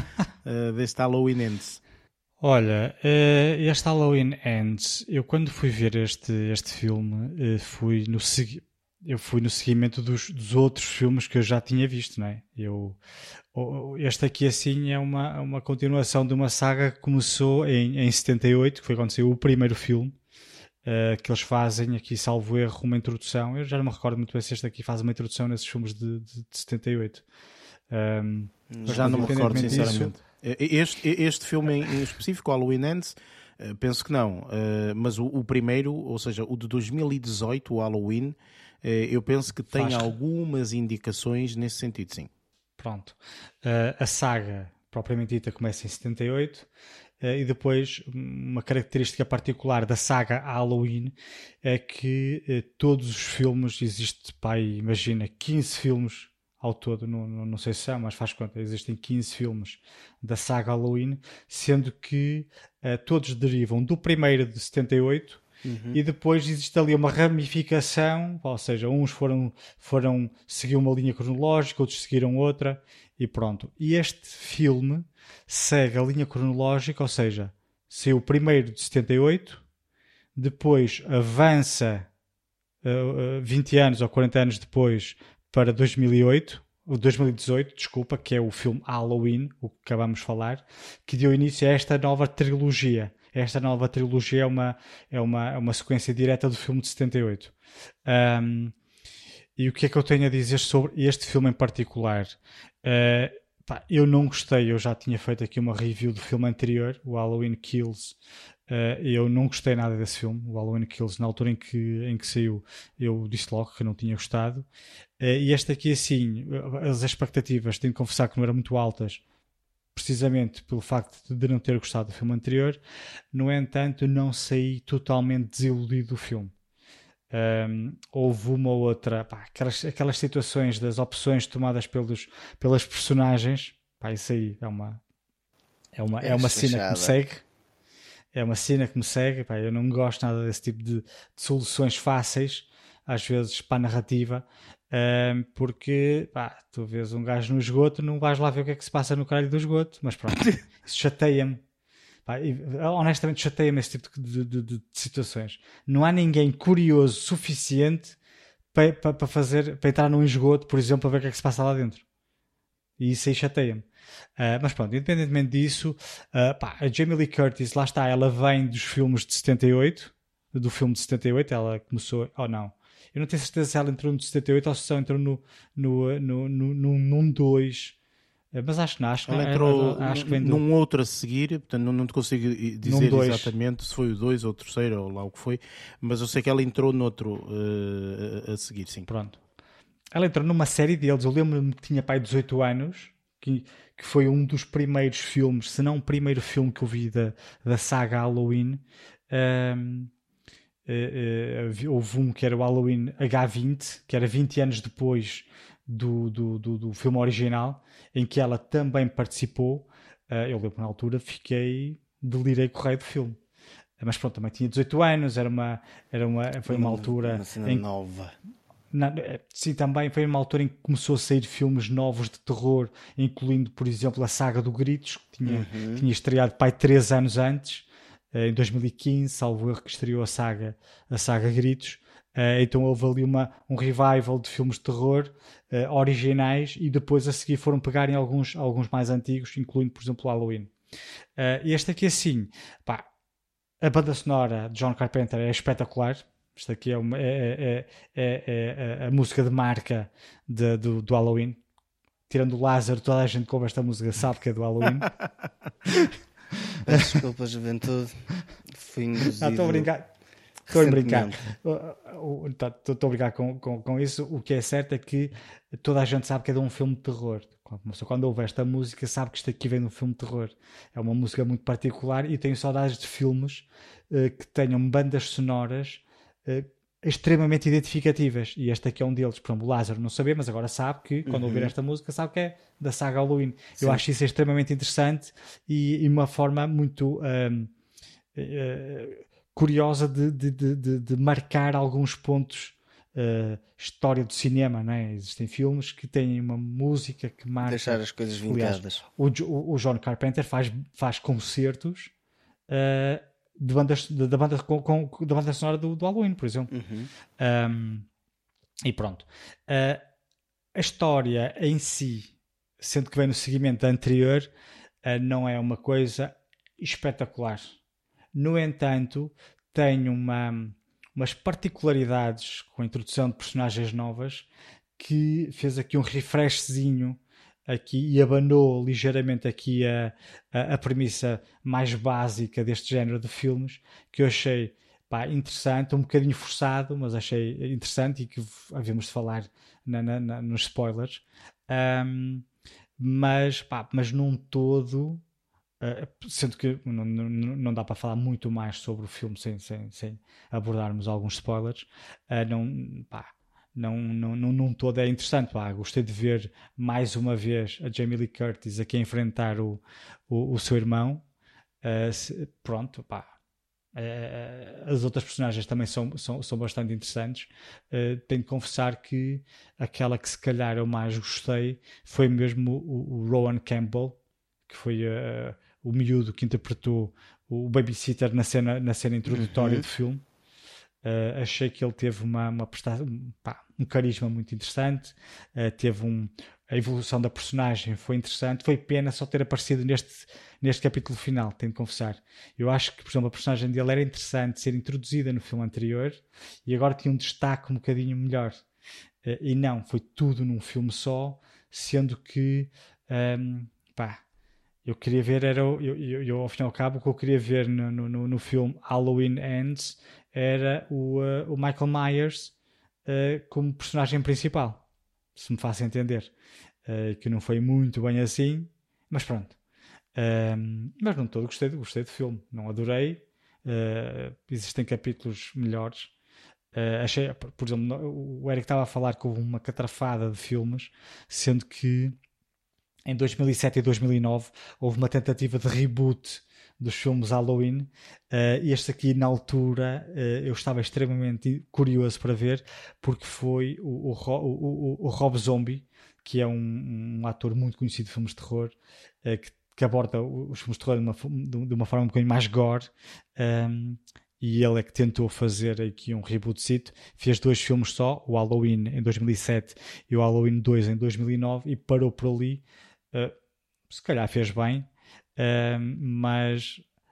deste Halloween Ends? Olha, este Halloween Ends, eu quando fui ver este, este filme, fui no segui- eu fui no seguimento dos, dos outros filmes que eu já tinha visto, não é? Eu, este aqui assim é uma, uma continuação de uma saga que começou em, em setenta e oito, que foi quando saiu o primeiro filme, uh, que eles fazem aqui, salvo erro, uma introdução. Eu já não me recordo muito bem se este aqui faz uma introdução nesses filmes de, de, de setenta e oito. Um, já não me recordo, disso, sinceramente. Este, este filme em específico, Halloween Ends, penso que não, mas o, o primeiro, ou seja, o de dois mil e dezoito, o Halloween, eu penso que tem Faz... algumas indicações nesse sentido, sim. Pronto. Uh, a saga, propriamente dita, começa em setenta e oito uh, e depois uma característica particular da saga Halloween é que uh, todos os filmes, existe, pai, imagina, quinze filmes ao todo, não, não, não sei se são, mas faz conta, existem quinze filmes da saga Halloween, sendo que uh, todos derivam do primeiro de setenta e oito. Uhum. E depois existe ali uma ramificação, ou seja, uns foram, foram seguir uma linha cronológica, outros seguiram outra, e pronto. E este filme segue a linha cronológica, ou seja, saiu o primeiro de setenta e oito, depois avança uh, vinte anos ou quarenta anos depois para dois mil e oito, dois mil e dezoito, desculpa, que é o filme Halloween, o que acabamos de falar, que deu início a esta nova trilogia. Esta nova trilogia é uma, é uma, é uma sequência direta do filme de setenta e oito. Um, e o que é que eu tenho a dizer sobre este filme em particular? Uh, pá, eu não gostei, eu já tinha feito aqui uma review do filme anterior, o Halloween Kills. Uh, eu não gostei nada desse filme, o Halloween Kills. Na altura em que, em que saiu, eu disse logo que eu não tinha gostado. Uh, e este aqui, assim, as expectativas, tenho de confessar que não eram muito altas, precisamente pelo facto de não ter gostado do filme anterior. No entanto, não saí totalmente desiludido do filme. Um, houve uma ou outra, pá, aquelas, aquelas situações das opções tomadas pelos, pelas personagens, pá, isso aí é uma é uma, é, é uma cena que me segue, é uma cena que me segue, pá, eu não gosto nada desse tipo de, de soluções fáceis, às vezes para a narrativa. Um, porque pá, tu vês um gajo no esgoto, não vais lá ver o que é que se passa no caralho do esgoto, mas pronto, isso chateia-me, pá, e, honestamente chateia-me esse tipo de, de, de, de situações. Não há ninguém curioso suficiente para, para, para fazer, para entrar num esgoto, por exemplo, para ver o que é que se passa lá dentro, e isso aí chateia-me. Uh, mas pronto, independentemente disso, uh, pá, a Jamie Lee Curtis, lá está, ela vem dos filmes de setenta e oito, do filme de setenta e oito. Ela começou, ou oh, não, eu não tenho certeza se ela entrou no setenta e oito ou se só entrou no, no, no, no, no, num dois, mas acho que não, acho que ela não, entrou acho que num, vem do... num outro a seguir, portanto não, não te consigo dizer dois. exatamente se foi o dois ou o terceiro ou lá o que foi, mas eu sei que ela entrou noutro uh, a seguir, sim. Pronto. Ela entrou numa série deles, eu lembro-me que tinha pai dezoito anos, que, que foi um dos primeiros filmes, se não o primeiro filme que eu vi da, da saga Halloween. Um, uh, uh, houve um que era o Halloween H vinte, que era vinte anos depois do, do, do, do filme original, em que ela também participou. Uh, eu lembro na altura, fiquei, delirei com o raio do filme. Mas pronto, também tinha dezoito anos, era uma, era uma, foi uma, uma altura... Uma cena em, nova. Na, sim, também foi uma altura em que começou a sair filmes novos de terror, incluindo, por exemplo, a saga do Gritos, que tinha, uhum. tinha estreado pai três anos antes, em dois mil e quinze, salvo erro, que estreou a saga, a saga Gritos. Então houve ali uma, um revival de filmes de terror uh, originais, e depois a seguir foram pegar em alguns, alguns mais antigos, incluindo, por exemplo, o Halloween. Uh, este aqui, assim, pá, a banda sonora de John Carpenter é espetacular. Isto aqui é, uma, é, é, é, é a música de marca de, do, do Halloween. Tirando o Lázaro, toda a gente que ouve esta música sabe que é do Halloween. Desculpa, juventude. Fui induzido. Não, estou a brincar. Estou a brincar. Estou a brincar com, com, com isso. O que é certo é que toda a gente sabe que é de um filme de terror. Quando ouve esta música, sabe que isto aqui vem de um filme de terror. É uma música muito particular, e tenho saudades de filmes uh, que tenham bandas sonoras Uh, extremamente identificativas, e este aqui é um deles. Por exemplo, o Lázaro não sabia, mas agora sabe que quando uhum. ouvir esta música sabe que é da saga Halloween. Sim. Eu acho isso extremamente interessante, e, e uma forma muito um, uh, curiosa de, de, de, de marcar alguns pontos uh, história do cinema, não é? Existem filmes que têm uma música que marca, deixar as coisas vincadas. Aliás, o, o John Carpenter faz, faz concertos uh, de bandas, de, de banda, com, com, da banda sonora do, do Halloween, por exemplo. Uhum. Um, e pronto. Uh, a história em si, sendo que vem no seguimento anterior, uh, não é uma coisa espetacular. No entanto, tem uma, umas particularidades com a introdução de personagens novas, que fez aqui um refreshzinho aqui, e abanou ligeiramente aqui a, a, a premissa mais básica deste género de filmes, que eu achei, pá, interessante, um bocadinho forçado, mas achei interessante, e que havíamos de falar na, na, na, nos spoilers. Um, mas, pá, mas num todo, uh, sendo que não, não, não dá para falar muito mais sobre o filme sem, sem, sem abordarmos alguns spoilers, uh, não, pá, Não, não, não, não todo é interessante. Pá, gostei de ver mais uma vez a Jamie Lee Curtis aqui a enfrentar o, o, o seu irmão. Uh, se, pronto, pá. Uh, as outras personagens também são, são, são bastante interessantes. Uh, tenho de confessar que aquela que se calhar eu mais gostei foi mesmo o, o Rowan Campbell, que foi uh, o miúdo que interpretou o babysitter na cena, na cena introdutória uhum. do filme. Uh, achei que ele teve uma, uma prestação, pá, um carisma muito interessante. Uh, teve um, a evolução da personagem foi interessante. Foi pena só ter aparecido neste, neste capítulo final, tenho de confessar. Eu acho que, por exemplo, a personagem dele era interessante ser introduzida no filme anterior, e agora tinha um destaque um bocadinho melhor. Uh, e não, foi tudo num filme só, sendo que um, pá, eu queria ver, era, eu, eu, eu, ao fim e ao cabo, o que eu queria ver no, no, no filme Halloween Ends era o, uh, o Michael Myers uh, como personagem principal, se me faço entender, uh, que não foi muito bem assim, mas pronto. Um, mas não todo, gostei, gostei do filme, não adorei, uh, existem capítulos melhores. Uh, achei, por exemplo, o Eric estava a falar que houve uma catrafada de filmes, sendo que em dois mil e sete e dois mil e nove houve uma tentativa de reboot dos filmes Halloween. Uh, este aqui, na altura, uh, eu estava extremamente curioso para ver, porque foi o, o, o, o Rob Zombie, que é um, um ator muito conhecido de filmes de terror, uh, que, que aborda os filmes de terror de uma, de uma forma um bocadinho mais gore, um, e ele é que tentou fazer aqui um rebootcito. Fez dois filmes só, o Halloween em dois mil e sete e o Halloween dois em dois mil e nove, e parou por ali. Uh, se calhar fez bem, uh, mas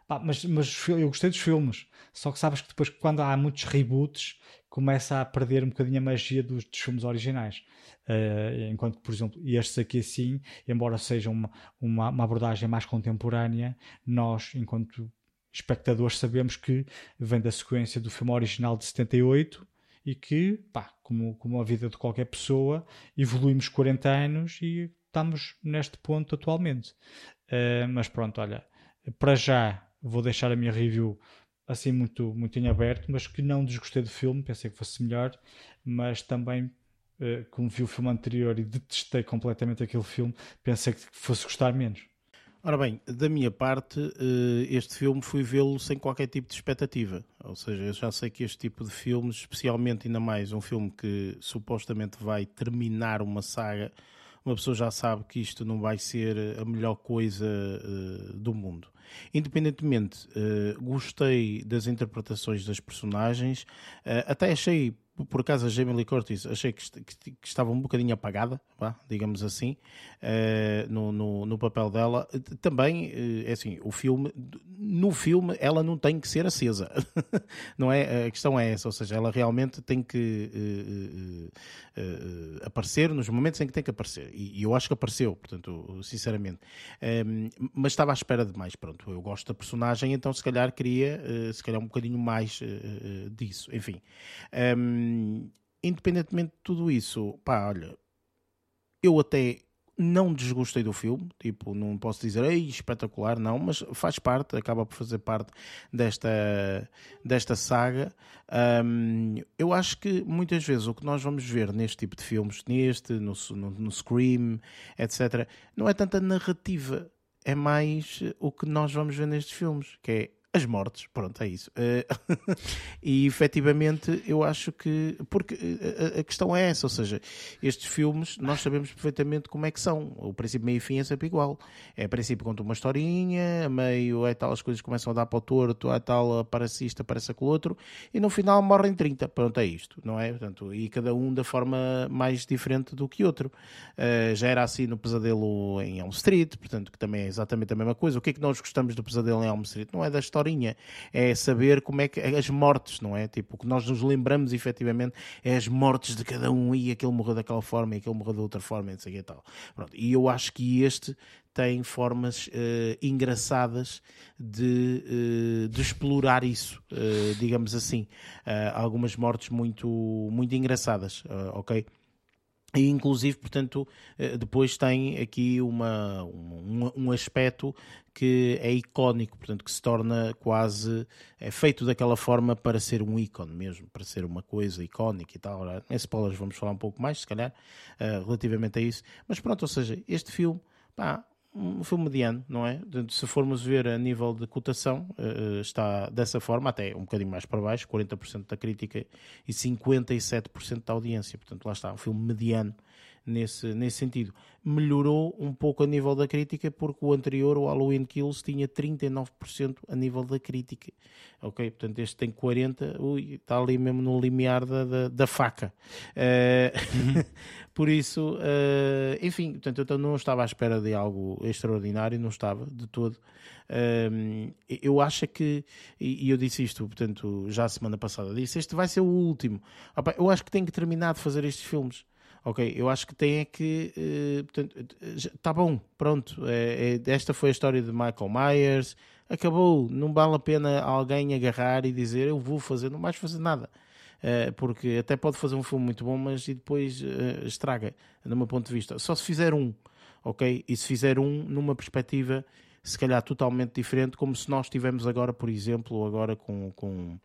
Pá, mas, mas eu gostei dos filmes, só que sabes que depois quando há muitos reboots começa a perder um bocadinho a magia dos, dos filmes originais. Uh, enquanto, por exemplo, estes aqui assim, embora sejam uma, uma, uma abordagem mais contemporânea, nós, enquanto espectadores, sabemos que vem da sequência do filme original de setenta e oito e que, pá, como, como a vida de qualquer pessoa, evoluímos quarenta anos e estamos neste ponto atualmente. Uh, mas pronto, olha, para já vou deixar a minha review assim muito, muito em aberto, mas que não desgostei do filme, pensei que fosse melhor, mas também, uh, como vi o filme anterior e detestei completamente aquele filme, pensei que fosse gostar menos. Ora bem, da minha parte, este filme fui vê-lo sem qualquer tipo de expectativa. Ou seja, eu já sei que este tipo de filmes, especialmente ainda mais um filme que supostamente vai terminar uma saga, uma pessoa já sabe que isto não vai ser a melhor coisa uh, do mundo. Independentemente, uh, gostei das interpretações das personagens, uh, até achei, por acaso, a Jamie Lee Curtis, achei que, que, que estava um bocadinho apagada, vá, digamos assim, uh, no, no, no papel dela. Também, uh, é assim, o filme, no filme ela não tem que ser acesa, não é? A questão é essa, ou seja, ela realmente tem que uh, uh, uh, aparecer nos momentos em que tem que aparecer, e, e eu acho que apareceu, portanto, sinceramente, um, mas estava à espera de mais, pronto, eu gosto da personagem, então se calhar queria, uh, se calhar um bocadinho mais uh, uh, disso, enfim. Um, Independentemente de tudo isso, pá, olha, eu até não desgostei do filme, tipo, não posso dizer, ei, espetacular, não, mas faz parte, acaba por fazer parte desta, desta saga. Um, eu acho que muitas vezes o que nós vamos ver neste tipo de filmes, neste, no, no, no Scream, etcétera, não é tanta narrativa, é mais o que nós vamos ver nestes filmes, que é as mortes, pronto, é isso. Uh, e efetivamente eu acho que, porque a, a questão é essa, ou seja, estes filmes nós sabemos perfeitamente como é que são, o princípio, meio e fim é sempre igual, é a princípio conta uma historinha, a meio é tal, as coisas começam a dar para o torto, é tal, aparece isto, aparece aquele outro, e no final morrem trinta, pronto, é isto, não é? Portanto, e cada um da forma mais diferente do que outro. Uh, já era assim no Pesadelo em Elm Street, portanto, que também é exatamente a mesma coisa. O que é que nós gostamos do Pesadelo em Elm Street? Não é da história, é saber como é que as mortes, não é? Tipo, o que nós nos lembramos efetivamente é as mortes de cada um, e aquele morreu daquela forma e aquele morreu de outra forma, e não sei o que e tal. Pronto. E eu acho que este tem formas uh, engraçadas de, uh, de explorar isso, uh, digamos assim. Uh, algumas mortes muito, muito engraçadas, uh, ok? E inclusive, portanto, depois tem aqui uma, um, um aspecto que é icónico, portanto, que se torna quase, é feito daquela forma para ser um ícone mesmo, para ser uma coisa icónica e tal. Em spoilers vamos falar um pouco mais, se calhar, uh, relativamente a isso. Mas pronto, ou seja, este filme, pá, um filme mediano, não é? Se formos ver a nível de cotação, uh, está dessa forma, até um bocadinho mais para baixo, quarenta por cento da crítica e cinquenta e sete por cento da audiência. Portanto, lá está, um filme mediano nesse, nesse sentido. Melhorou um pouco a nível da crítica, porque o anterior, o Halloween Kills, tinha trinta e nove por cento a nível da crítica. Ok? Portanto, este tem quarenta por cento, ui, está ali mesmo no limiar da, da, da faca. Uh, por isso, uh, enfim, portanto, eu não estava à espera de algo extraordinário, não estava de todo. Um, eu acho que, e eu disse isto, portanto, já a semana passada, disse, este vai ser o último. Opa, eu acho que tenho que terminar de fazer estes filmes. Ok, eu acho que tem é que, uh, portanto, está bom, pronto, é, é, esta foi a história de Michael Myers, acabou, não vale a pena alguém agarrar e dizer, eu vou fazer, não vais fazer nada. Uh, porque até pode fazer um filme muito bom, mas e depois uh, estraga, do meu ponto de vista. Só se fizer um, ok? E se fizer um numa perspectiva, se calhar totalmente diferente, como se nós tivemos agora, por exemplo, agora com... com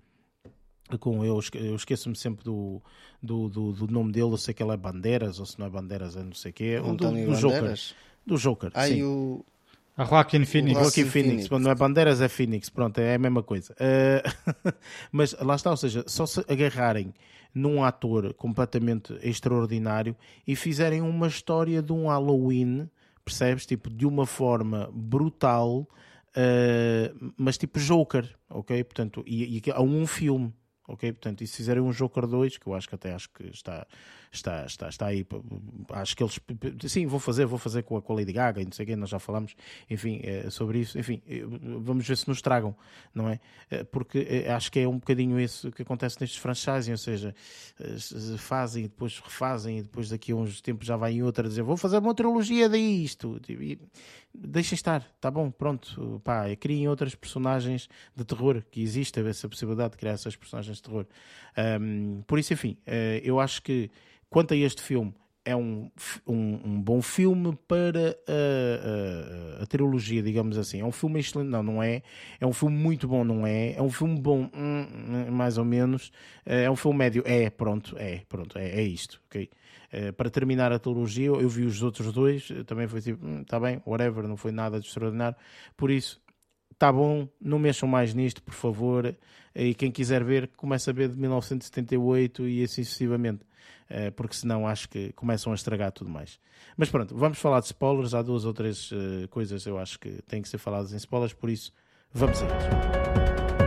com eu, eu esqueço-me sempre do, do, do, do nome dele, eu sei que ele é Bandeiras, ou se não é Bandeiras, é não sei o que é, um do, do Joker. Do Joker, ah, sim. O... A Joaquin Phoenix. O Joaquin Phoenix. Phoenix. Não é Bandeiras, é Phoenix. Pronto, é a mesma coisa. Uh, mas lá está, ou seja, só se agarrarem num ator completamente extraordinário e fizerem uma história de um Halloween, percebes? Tipo, de uma forma brutal, uh, mas tipo Joker, ok? Portanto, e, e há um filme. Ok, portanto, e se fizerem um Joker dois, que eu acho que até acho que está, está, está, está aí. Acho que eles, sim, vou fazer, vou fazer com a, com a Lady Gaga e não sei o quê, nós já falamos, enfim, sobre isso. Enfim, vamos ver se nos tragam, não é? Porque acho que é um bocadinho isso que acontece nestes franchising, ou seja, fazem e depois refazem e depois daqui a uns tempos já vai outra a dizer vou fazer uma trilogia disto. E deixem estar, tá bom, pronto, pá, criem outras personagens de terror, que existe essa possibilidade de criar essas personagens de terror. Um, por isso, enfim, uh, eu acho que quanto a este filme, é um, um, um bom filme para a, a, a trilogia, digamos assim. É um filme excelente, não, não é. É um filme muito bom, não é. É um filme bom, hum, mais ou menos. É um filme médio, é, pronto, é, pronto, é, é isto, ok? Uh, para terminar a trilogia, eu vi os outros dois, também foi tipo, está hum, bem, whatever, não foi nada de extraordinário. Por isso, está bom, não mexam mais nisto, por favor. E quem quiser ver, começa a ver de mil novecentos e setenta e oito e assim sucessivamente. Uh, porque senão acho que começam a estragar tudo mais. Mas pronto, vamos falar de spoilers. Há duas ou três uh, coisas eu acho que têm que ser faladas em spoilers, por isso, vamos a eles.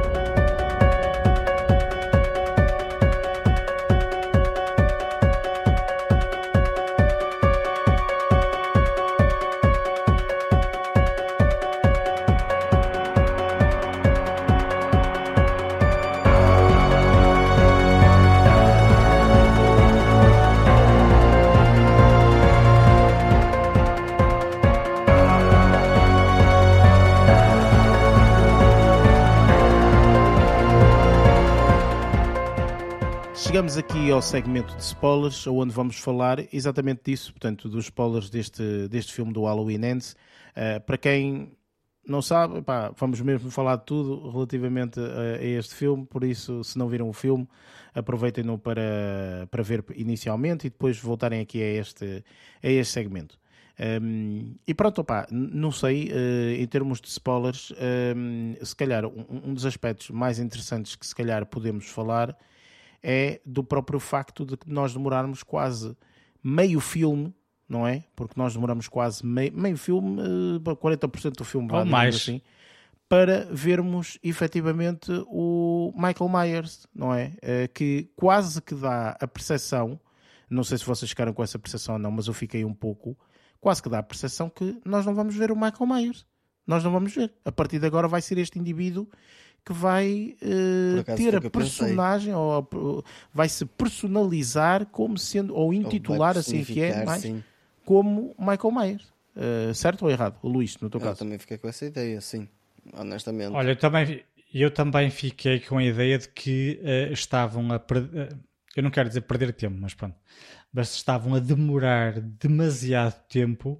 Chegamos aqui ao segmento de spoilers, onde vamos falar exatamente disso, portanto, dos spoilers deste, deste filme do Halloween Ends. Uh, para quem não sabe, pá, vamos mesmo falar de tudo relativamente a, a este filme, por isso, se não viram o filme, aproveitem-no para, para ver inicialmente e depois voltarem aqui a este, a este segmento. Um, e pronto, opá, não sei, uh, em termos de spoilers, um, se calhar um, um dos aspectos mais interessantes que se calhar podemos falar é do próprio facto de que nós demorarmos quase meio filme, não é? Porque nós demoramos quase meio, meio filme, quarenta por cento do filme, ou mais, assim, para vermos efetivamente o Michael Myers, não é? Que quase que dá a percepção, não sei se vocês ficaram com essa percepção ou não, mas eu fiquei um pouco, quase que dá a percepção que nós não vamos ver o Michael Myers. Nós não vamos ver. A partir de agora vai ser este indivíduo que vai uh, ter a personagem ou, ou vai se personalizar como sendo, ou intitular, ou assim que é, mais, como Michael Myers. Uh, certo ou errado? O Luís, no teu eu caso. Eu também fiquei com essa ideia, sim, honestamente. Olha, eu também, eu também fiquei com a ideia de que uh, estavam a perder, uh, eu não quero dizer perder tempo, mas pronto, mas estavam a demorar demasiado tempo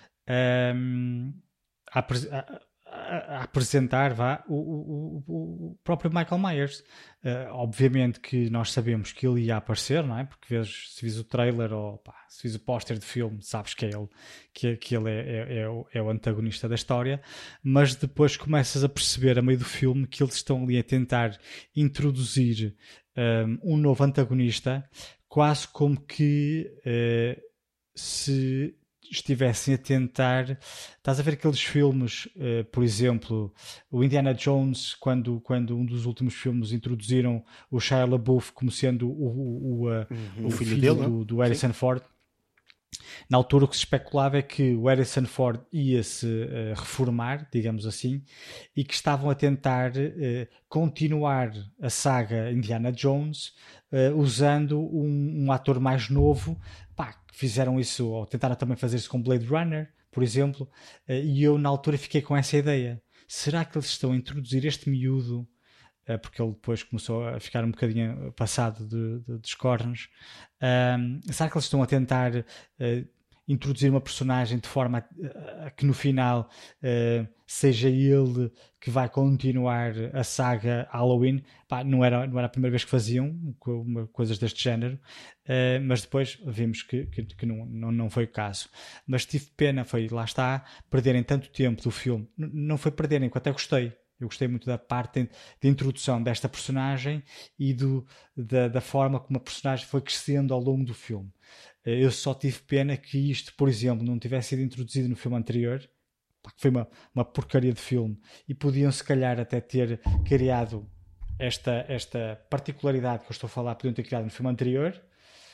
um, a, a a apresentar vá, o, o, o próprio Michael Myers. Uh, obviamente que nós sabemos que ele ia aparecer, não é? Porque vês, se vis o trailer ou pá, se vis o póster de filme, sabes que é ele, que, que ele é, é, é, o, é o antagonista da história, mas depois começas a perceber a meio do filme que eles estão ali a tentar introduzir um, um novo antagonista, quase como que uh, se estivessem a tentar, estás a ver aqueles filmes, uh, por exemplo, o Indiana Jones, quando, quando um dos últimos filmes introduziram o Shia LaBeouf como sendo o, o, o, uh, uhum. o filho, filho dele, do, do Harrison Sim. Ford. Na altura o que se especulava é que o Harrison Ford ia-se uh, reformar, digamos assim, e que estavam a tentar uh, continuar a saga Indiana Jones uh, usando um, um ator mais novo. Pá, fizeram isso, ou tentaram também fazer isso com Blade Runner, por exemplo, uh, e eu na altura fiquei com essa ideia. Será que eles estão a introduzir este miúdo, uh, porque ele depois começou a ficar um bocadinho passado de, de, dos cornos, um, será que eles estão a tentar uh, introduzir uma personagem de forma a, a que no final uh, seja ele que vai continuar a saga Halloween? Pá, não era, não era a primeira vez que faziam coisas deste género, uh, mas depois vimos que, que, que não, não, não foi o caso. Mas tive pena, foi, lá está, perderem tanto tempo do filme. N- não foi perderem, que eu até gostei. Eu gostei muito da parte de introdução desta personagem e do, da, da forma como a personagem foi crescendo ao longo do filme. Eu só tive pena que isto, por exemplo, não tivesse sido introduzido no filme anterior, que foi uma, uma porcaria de filme, e podiam se calhar até ter criado esta, esta particularidade que eu estou a falar, podiam ter criado no filme anterior,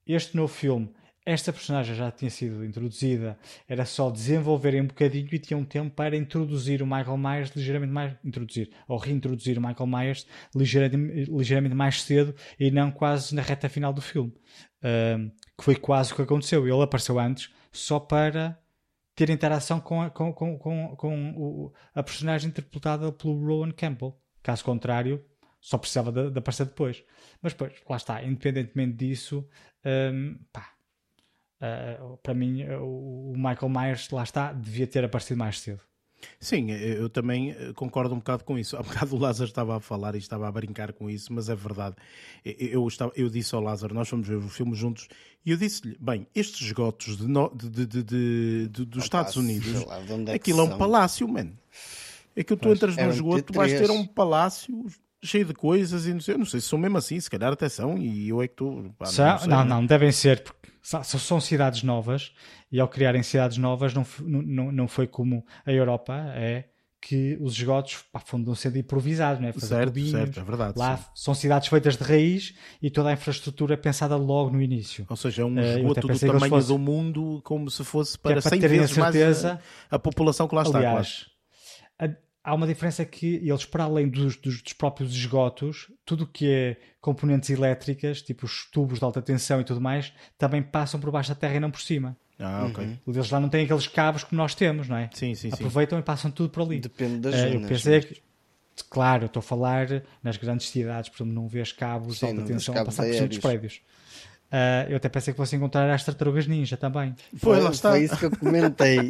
este novo filme, esta personagem já tinha sido introduzida, era só desenvolverem um bocadinho e tinham tempo para introduzir o Michael Myers ligeiramente mais, introduzir, ou reintroduzir o Michael Myers ligeiramente, ligeiramente mais cedo e não quase na reta final do filme. Um, que foi quase o que aconteceu. Ele apareceu antes só para ter interação com a, com, com, com, com o, a personagem interpretada pelo Rowan Campbell. Caso contrário, só precisava de, de aparecer depois. Mas depois, lá está, independentemente disso, um, pá, Uh, para mim o Michael Myers, lá está, devia ter aparecido mais cedo. Sim, eu também concordo um bocado com isso. Há bocado o Lázaro estava a falar e estava a brincar com isso, mas é verdade. Eu, estava, eu disse ao Lázaro, nós fomos ver o filme juntos, e eu disse-lhe, bem, estes esgotos de no, de, de, de, de, de, dos Estados Unidos, lá, é aquilo é um palácio, man. É que tu entras no esgoto, tu vais ter um palácio cheio de coisas e não sei, não sei se são mesmo assim, se calhar até são, e eu é que tu... Pá, não, sei, não, não, devem ser, porque são cidades novas, e ao criarem cidades novas não, não, não foi como a Europa, é que os esgotos pá, foram sendo improvisados, não é? Fazer certo, tubinhos, certo, é verdade. Lá sim. São cidades feitas de raiz e toda a infraestrutura é pensada logo no início. Ou seja, é um esgoto uh, do tamanho fosse... do mundo, como se fosse para é para cem vezes certeza, mais a, a população que lá está. Aliás, a, há uma diferença que eles, para além dos, dos, dos próprios esgotos, tudo o que é componentes elétricas, tipo os tubos de alta tensão e tudo mais, também passam por baixo da terra e não por cima. Ah, ok. Uhum. Eles lá não têm aqueles cabos que nós temos, não é? Sim, sim, Aproveitam sim. e passam tudo por ali. Depende das uh, zonas. Eu pensei que, claro, eu estou a falar nas grandes cidades, por exemplo, não vês cabos sim, de alta tensão a passar aéreos. por cima dos prédios. Uh, eu até pensei que fosse encontrar as tartarugas ninja também. Foi, lá está. Foi isso que eu comentei.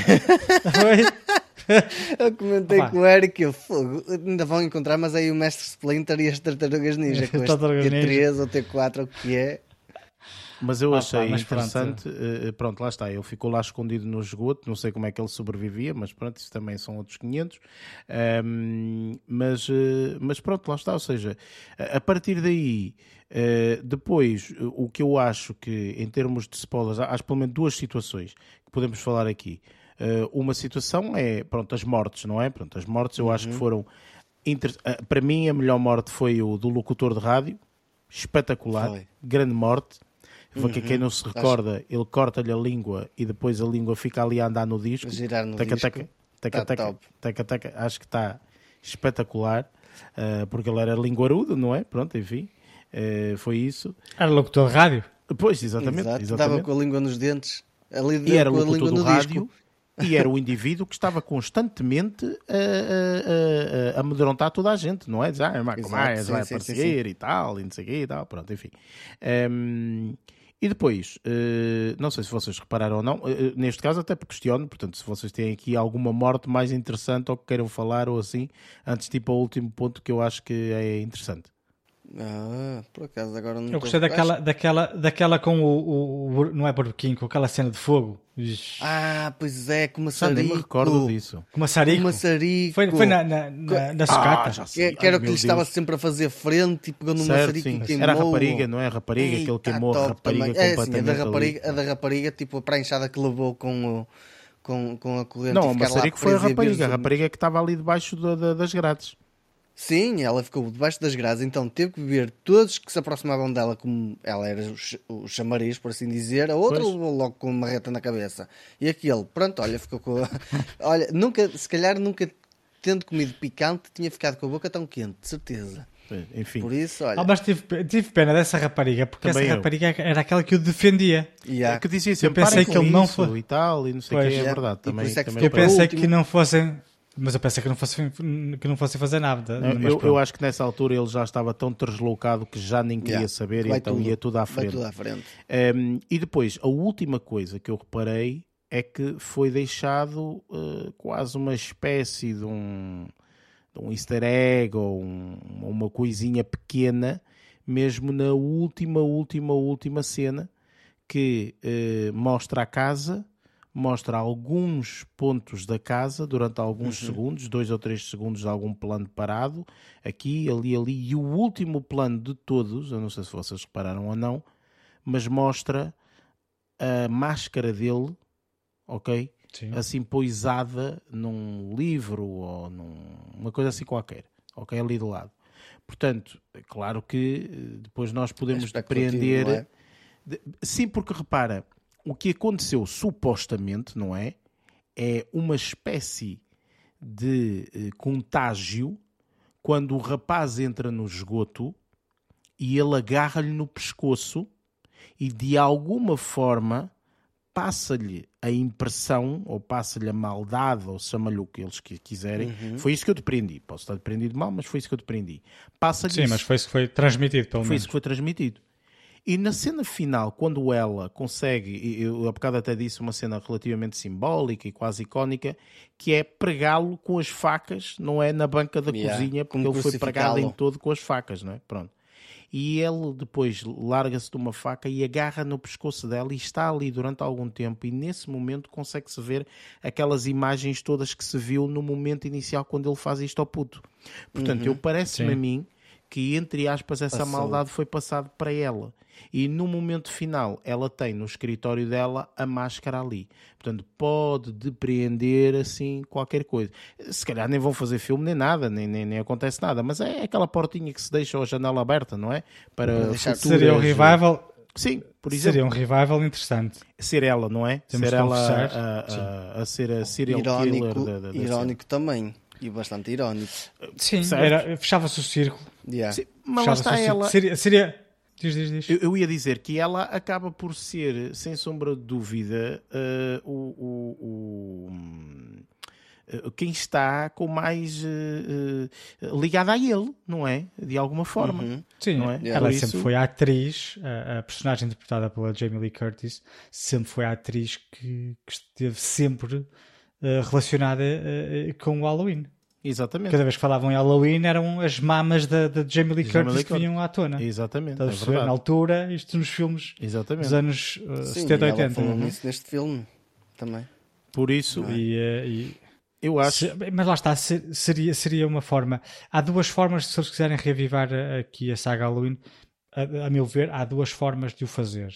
Foi? Eu comentei ah, com o Eric, eu fogo, ainda vão encontrar, mas aí o Mestre Splinter e as Tartarugas Ninja, com este T três ou T quatro, o que é. Mas eu ah, achei pá, interessante, pronto. Uh, pronto, lá está, ele ficou lá escondido no esgoto, não sei como é que ele sobrevivia, mas pronto, isso também são outros quinhentos. Um, mas, uh, mas pronto, lá está, ou seja, a partir daí, uh, depois, uh, o que eu acho que, em termos de spoilers, há, há pelo menos duas situações que podemos falar aqui. Uh, uma situação é, pronto, as mortes, não é? Pronto, as mortes eu uhum. acho que foram, inter... uh, para mim a melhor morte foi o do locutor de rádio, espetacular, foi. Grande morte. Uhum. Quem não se recorda, acho... ele corta-lhe a língua e depois a língua fica ali a andar no disco. Girar no taca, disco. Taca, taca, tá taca, taca, taca, acho que está espetacular, uh, porque ele era linguarudo, não é? Pronto, enfim, uh, foi isso. Era locutor de rádio? Pois, exatamente. Exato. exatamente. Dava com a língua nos dentes. Ali e era com locutor a língua do no rádio. Disco. E era o indivíduo que estava constantemente a, a, a amedrontar toda a gente, não é? Dizer, ah, Michael Myers vai sim, aparecer sim, sim. e tal, e não sei o quê e tal, pronto, enfim. Um, e depois, uh, não sei se vocês repararam ou não, uh, neste caso até porque questiono, portanto, se vocês têm aqui alguma morte mais interessante ou que queiram falar ou assim, antes de ir para o último ponto que eu acho que é interessante. Ah, por acaso agora não Eu gostei daquela, daquela, daquela com o, o, o. Não é barbequinho, com aquela cena de fogo. Ah, pois é, com maçarico. Nem me recordo disso. Com maçarico. Com maçarico. Foi, foi na, na, na, na sucata. Ah, sei. Que era Ai, o que lhe estava sempre a fazer frente e pegou no certo, maçarico sim. e queimou. Era a rapariga, não é? A rapariga, Ei, aquele tá queimou a rapariga também. completamente. É, sim, a da rapariga, a da rapariga, tipo a pranchada que levou com o. Com, com a corrente. Não, o maçarico foi a rapariga. A rapariga que estava ali debaixo da, da, das grades. Sim, ela ficou debaixo das grades, então teve que ver todos que se aproximavam dela, como ela era o chamariz, por assim dizer, a outra levou logo com uma marreta na cabeça. E aquele, pronto, olha, ficou com. Olha, nunca, se calhar nunca tendo comido picante, tinha ficado com a boca tão quente, de certeza. Enfim. Por isso, olha. Ah, mas tive, tive pena dessa rapariga, porque Também essa eu. rapariga era aquela que o defendia. Yeah. É que dizia sempre, eu pensei que ele ele não foi foi e tal, e não sei o pois, que, é yeah. verdade. E por Também, isso é que também Eu Para o pensei último- que não fossem. Mas eu pensei que não fossem, que não fossem fazer nada. Não, mas eu, pronto. eu acho que nessa altura ele já estava tão deslocado que já nem queria Yeah. saber, Vai então tudo. ia tudo à Vai frente. tudo à frente. Um, e depois, a última coisa que eu reparei é que foi deixado uh, quase uma espécie de um, de um easter egg ou um, uma coisinha pequena, mesmo na última, última, última cena, que uh, mostra a casa, mostra alguns pontos da casa durante alguns uhum. segundos, dois ou três segundos de algum plano parado, aqui, ali, ali, e o último plano de todos, eu não sei se vocês repararam ou não, mas mostra a máscara dele, ok? Sim. Assim poisada num livro ou numa coisa assim qualquer, ok? Ali do lado. Portanto, é claro que depois nós podemos É depreender... não é? De- Sim, porque repara, o que aconteceu supostamente, não é? É uma espécie de eh, contágio quando o rapaz entra no esgoto e ele agarra-lhe no pescoço e de alguma forma passa-lhe a impressão, ou passa-lhe a maldade, ou chama-lhe o que eles qui- quiserem. Foi isso que eu depreendi. Posso estar depreendido mal, mas foi isso que eu depreendi. Passa-lhe Sim, isso. mas foi isso que foi transmitido, pelo Foi menos. isso que foi transmitido. E na cena final, quando ela consegue, e eu há bocado até disse uma cena relativamente simbólica e quase icónica, que é pregá-lo com as facas, não é na banca da Yeah, cozinha, porque como ele foi pregado em crucificá-lo. todo com as facas, não é? Pronto. E ele depois larga-se de uma faca e agarra no pescoço dela e está ali durante algum tempo, e nesse momento consegue-se ver aquelas imagens todas que se viu no momento inicial quando ele faz isto ao puto. Portanto, eu parece-me Sim. a mim que, entre aspas, essa Passou. maldade foi passada para ela. E no momento final, ela tem no escritório dela a máscara ali. Portanto, pode depreender assim qualquer coisa. Se calhar nem vão fazer filme nem nada, nem, nem, nem acontece nada, mas é aquela portinha que se deixa ou a janela aberta, não é? Para deixar- futuras... Seria um revival, Sim, por exemplo, seria um revival interessante. ser ela, não é? Temos ser que ela conversar. a, a, a ser a serial killer Irónico, da, da, da irónico também. E bastante irónico. Sim, Certo. era, fechava-se o círculo. Yeah. cena. Sim, mas lá Fechava-se está o círculo. ela. Seria, seria... Diz, diz, diz. Eu, eu ia dizer que ela acaba por ser, sem sombra de dúvida, eh, o, o- o- eh, quem está com mais eh, eh, ligada a ele, não é? De alguma forma. Uhum. Sim, não é? ela Por sempre isso- foi a atriz, a, a personagem interpretada pela Jamie Lee Curtis, sempre foi a atriz que, que esteve sempre eh, relacionada eh, com o Halloween. Exatamente. Cada vez que falavam em Halloween eram as mamas da, da Jamie Lee Jamie Curtis Lee que vinham à tona. Exatamente. Estás a É perceber? verdade. Na altura, isto nos filmes Exatamente. dos anos uh, Sim, setenta, e ela oitenta. falou Uhum. nisso neste filme também. Por isso, E, uh, e- eu acho. se- mas lá está, se- seria, seria uma forma. Há duas formas, se eles quiserem reavivar uh, aqui a saga Halloween, a, a meu ver, há duas formas de o fazer.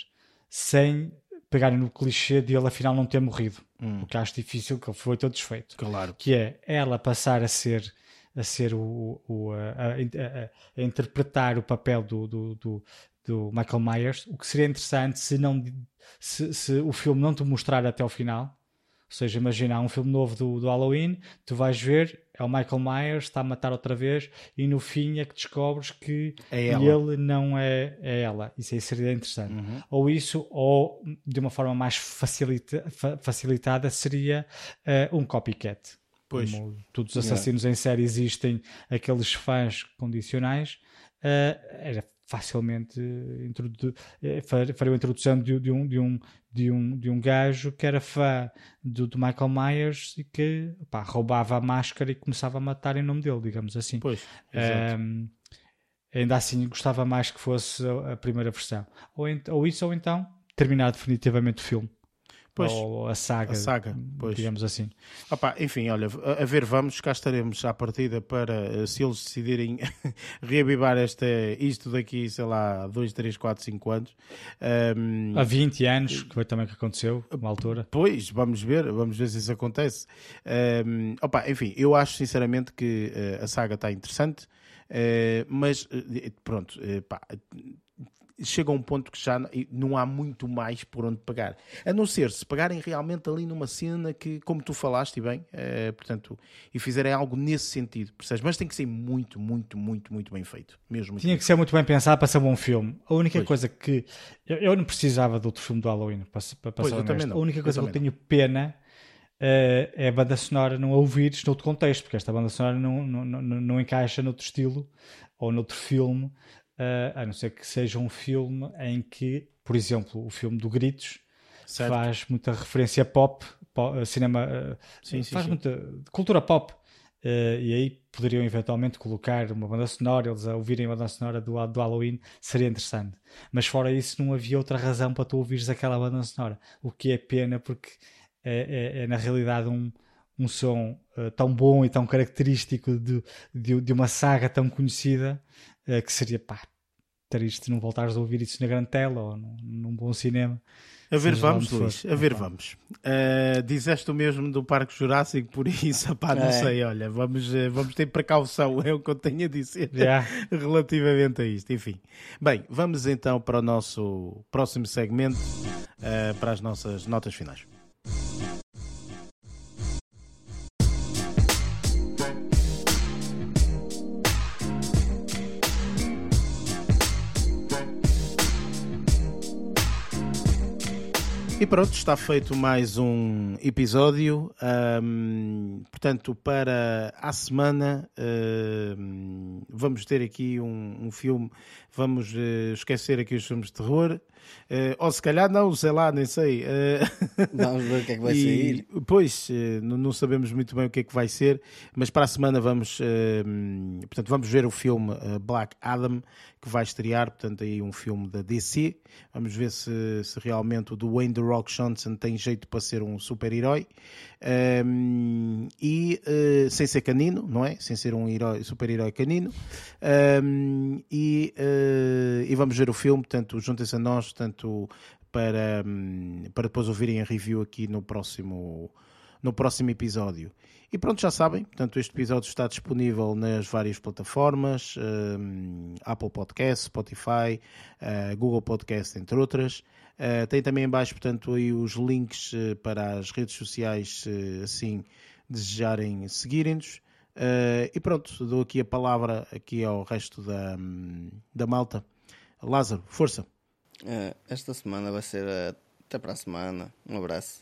Sem pegarem no clichê de ele afinal não ter morrido. Hum. O que acho difícil, que ele foi todo desfeito. Claro. Que é ela passar a ser a ser o, o- a, a- a- a interpretar o papel do, do, do, do Michael Myers, o que seria interessante se, não, se, se o filme não te mostrar até ao final. Ou seja, imagina, há um filme novo do, do Halloween, tu vais ver, é o Michael Myers, está a matar outra vez, e no fim é que descobres que É ela. ele não é, é ela. Isso aí seria interessante. Uhum. Ou isso, ou de uma forma mais facilita, fa- facilitada, seria eh, um copycat. Pois. Como todos os assassinos em série existem aqueles fãs condicionais, eh, era facilmente introdu- eh, far- faria a introdução de, de um, de, um, de, um, de um gajo que era fã do, do Michael Myers e que pá, roubava a máscara e começava a matar em nome dele, digamos assim. Pois. Exato. Um, ainda assim gostava mais que fosse a, a primeira versão. Ou, ent- ou isso, ou então terminar definitivamente o filme. Pois, Ou a saga, a saga, pois. digamos assim. Opa, enfim, olha, a, a ver, vamos, cá estaremos à partida para, eh, se eles decidirem reavivar esta, isto daqui, sei lá, dois, três, quatro, cinco anos. Ahm, Há vinte anos, que foi também que aconteceu, uma altura. Pois, vamos ver, vamos ver se isso acontece. Ahm, opa, enfim, eu acho sinceramente que eh, a saga está interessante, eh, mas eh, pronto, eh, pá, chega a um ponto que já não- não há muito mais por onde pegar. A não ser se pegarem realmente ali numa cena que, como tu falaste bem, eh, portanto, e fizerem algo nesse sentido, percebes? Mas tem que ser muito, muito, muito, muito bem feito. Mesmo muito Tinha bem que ser muito bem pensado para ser um bom filme. A única Pois. coisa que... Eu, eu não precisava de outro filme do Halloween, para, para Pois, passar eu também honesto. não. A única Eu coisa que eu também tenho pena eh, é a banda sonora não a ouvires noutro contexto, porque esta banda sonora não, não, não, não encaixa noutro estilo ou noutro filme, eh, a não ser que seja um filme em que, por exemplo, o filme do Gritos Certo. faz muita referência pop, po- cinema, eh, Sim, sim, faz sim. muita cultura pop. Eh, e aí poderiam eventualmente colocar uma banda sonora, eles a ouvirem a banda sonora do, do Halloween, seria interessante. Mas fora isso não havia outra razão para tu ouvires aquela banda sonora, o que é pena porque é, é- é, na realidade um, um som eh, tão bom e tão característico de, de, de uma saga tão conhecida, eh, que seria pá, triste não voltares a ouvir isso na grande tela ou num, num bom cinema. A ver, Seja lá vamos, onde Luís, for. a ver, Opa. vamos. Uh, dizeste o mesmo do Parque Jurássico, por isso, pá, não É. sei, olha, vamos, uh, vamos ter precaução, é o que eu tenho a dizer Já. relativamente a isto, enfim. Bem, vamos então para o nosso próximo segmento, uh, para as nossas notas finais. E pronto, está feito mais um episódio. Um, portanto, para a semana um, vamos ter aqui um, um filme, vamos uh, esquecer aqui os filmes de terror. Uh, ou se calhar não, sei lá, nem sei. Uh, Vamos ver o que é que vai e, sair. Pois, uh, não, não sabemos muito bem o que é que vai ser, mas para a semana vamos, uh, portanto, vamos ver o filme uh, Black Adam, que vai estrear, portanto, aí um filme da D C. Vamos ver se, se realmente o Dwayne The Rock Johnson tem jeito para ser um super-herói. Um, e uh, sem ser canino, não é? Sem ser um herói, super-herói canino. Um, e, uh, e vamos ver o filme, portanto, juntem-se a nós, portanto, para, um, para depois ouvirem a review aqui no próximo, no próximo episódio. E pronto, já sabem, portanto, este episódio está disponível nas várias plataformas, um, Apple Podcast, Spotify, uh, Google Podcast, entre outras. Uh, tem também em baixo, portanto, aí os links uh, para as redes sociais, uh, assim desejarem seguirem-nos. Uh, e pronto, dou aqui a palavra aqui ao resto da, da malta. Lázaro, força. Uh, esta semana vai ser uh, até para a semana. Um abraço.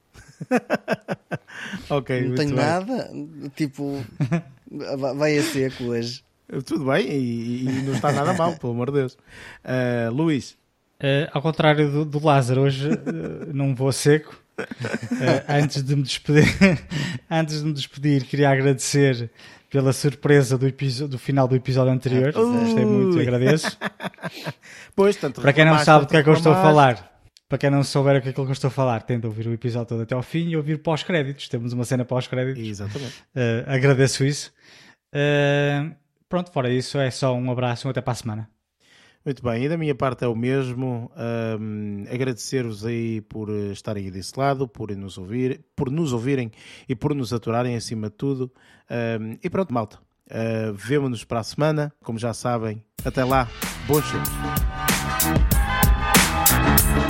Ok, Não muito tenho bem. nada. Tipo, vai- vai a seco hoje. Tudo bem, e, e não está nada mal, pelo amor de Deus. Uh, Luís. Uh, ao contrário do, do Lázaro, hoje uh, não vou a seco. Uh, antes de me despedir, antes de me despedir, queria agradecer pela surpresa do, episo- do final do episódio anterior. Ah, pois é. Gostei muito e agradeço. Pois, tanto Para quem não reclamaste, sabe do que é que eu tanto estou a reclamaste. falar, para quem não souber o que é que eu estou a falar, tenta ouvir o episódio todo até ao fim e ouvir pós-créditos. Temos uma cena pós-créditos. Exatamente. Uh, agradeço isso. Uh, pronto, fora isso, é só um abraço e até para a semana. Muito bem, e da minha parte é o mesmo. Um, agradecer-vos aí por estarem aí desse lado, por nos ouvir, por nos ouvirem e por nos aturarem acima de tudo. Um, e pronto, malta. Uh, vemo-nos para a semana. Como já sabem, até lá, bons filmes.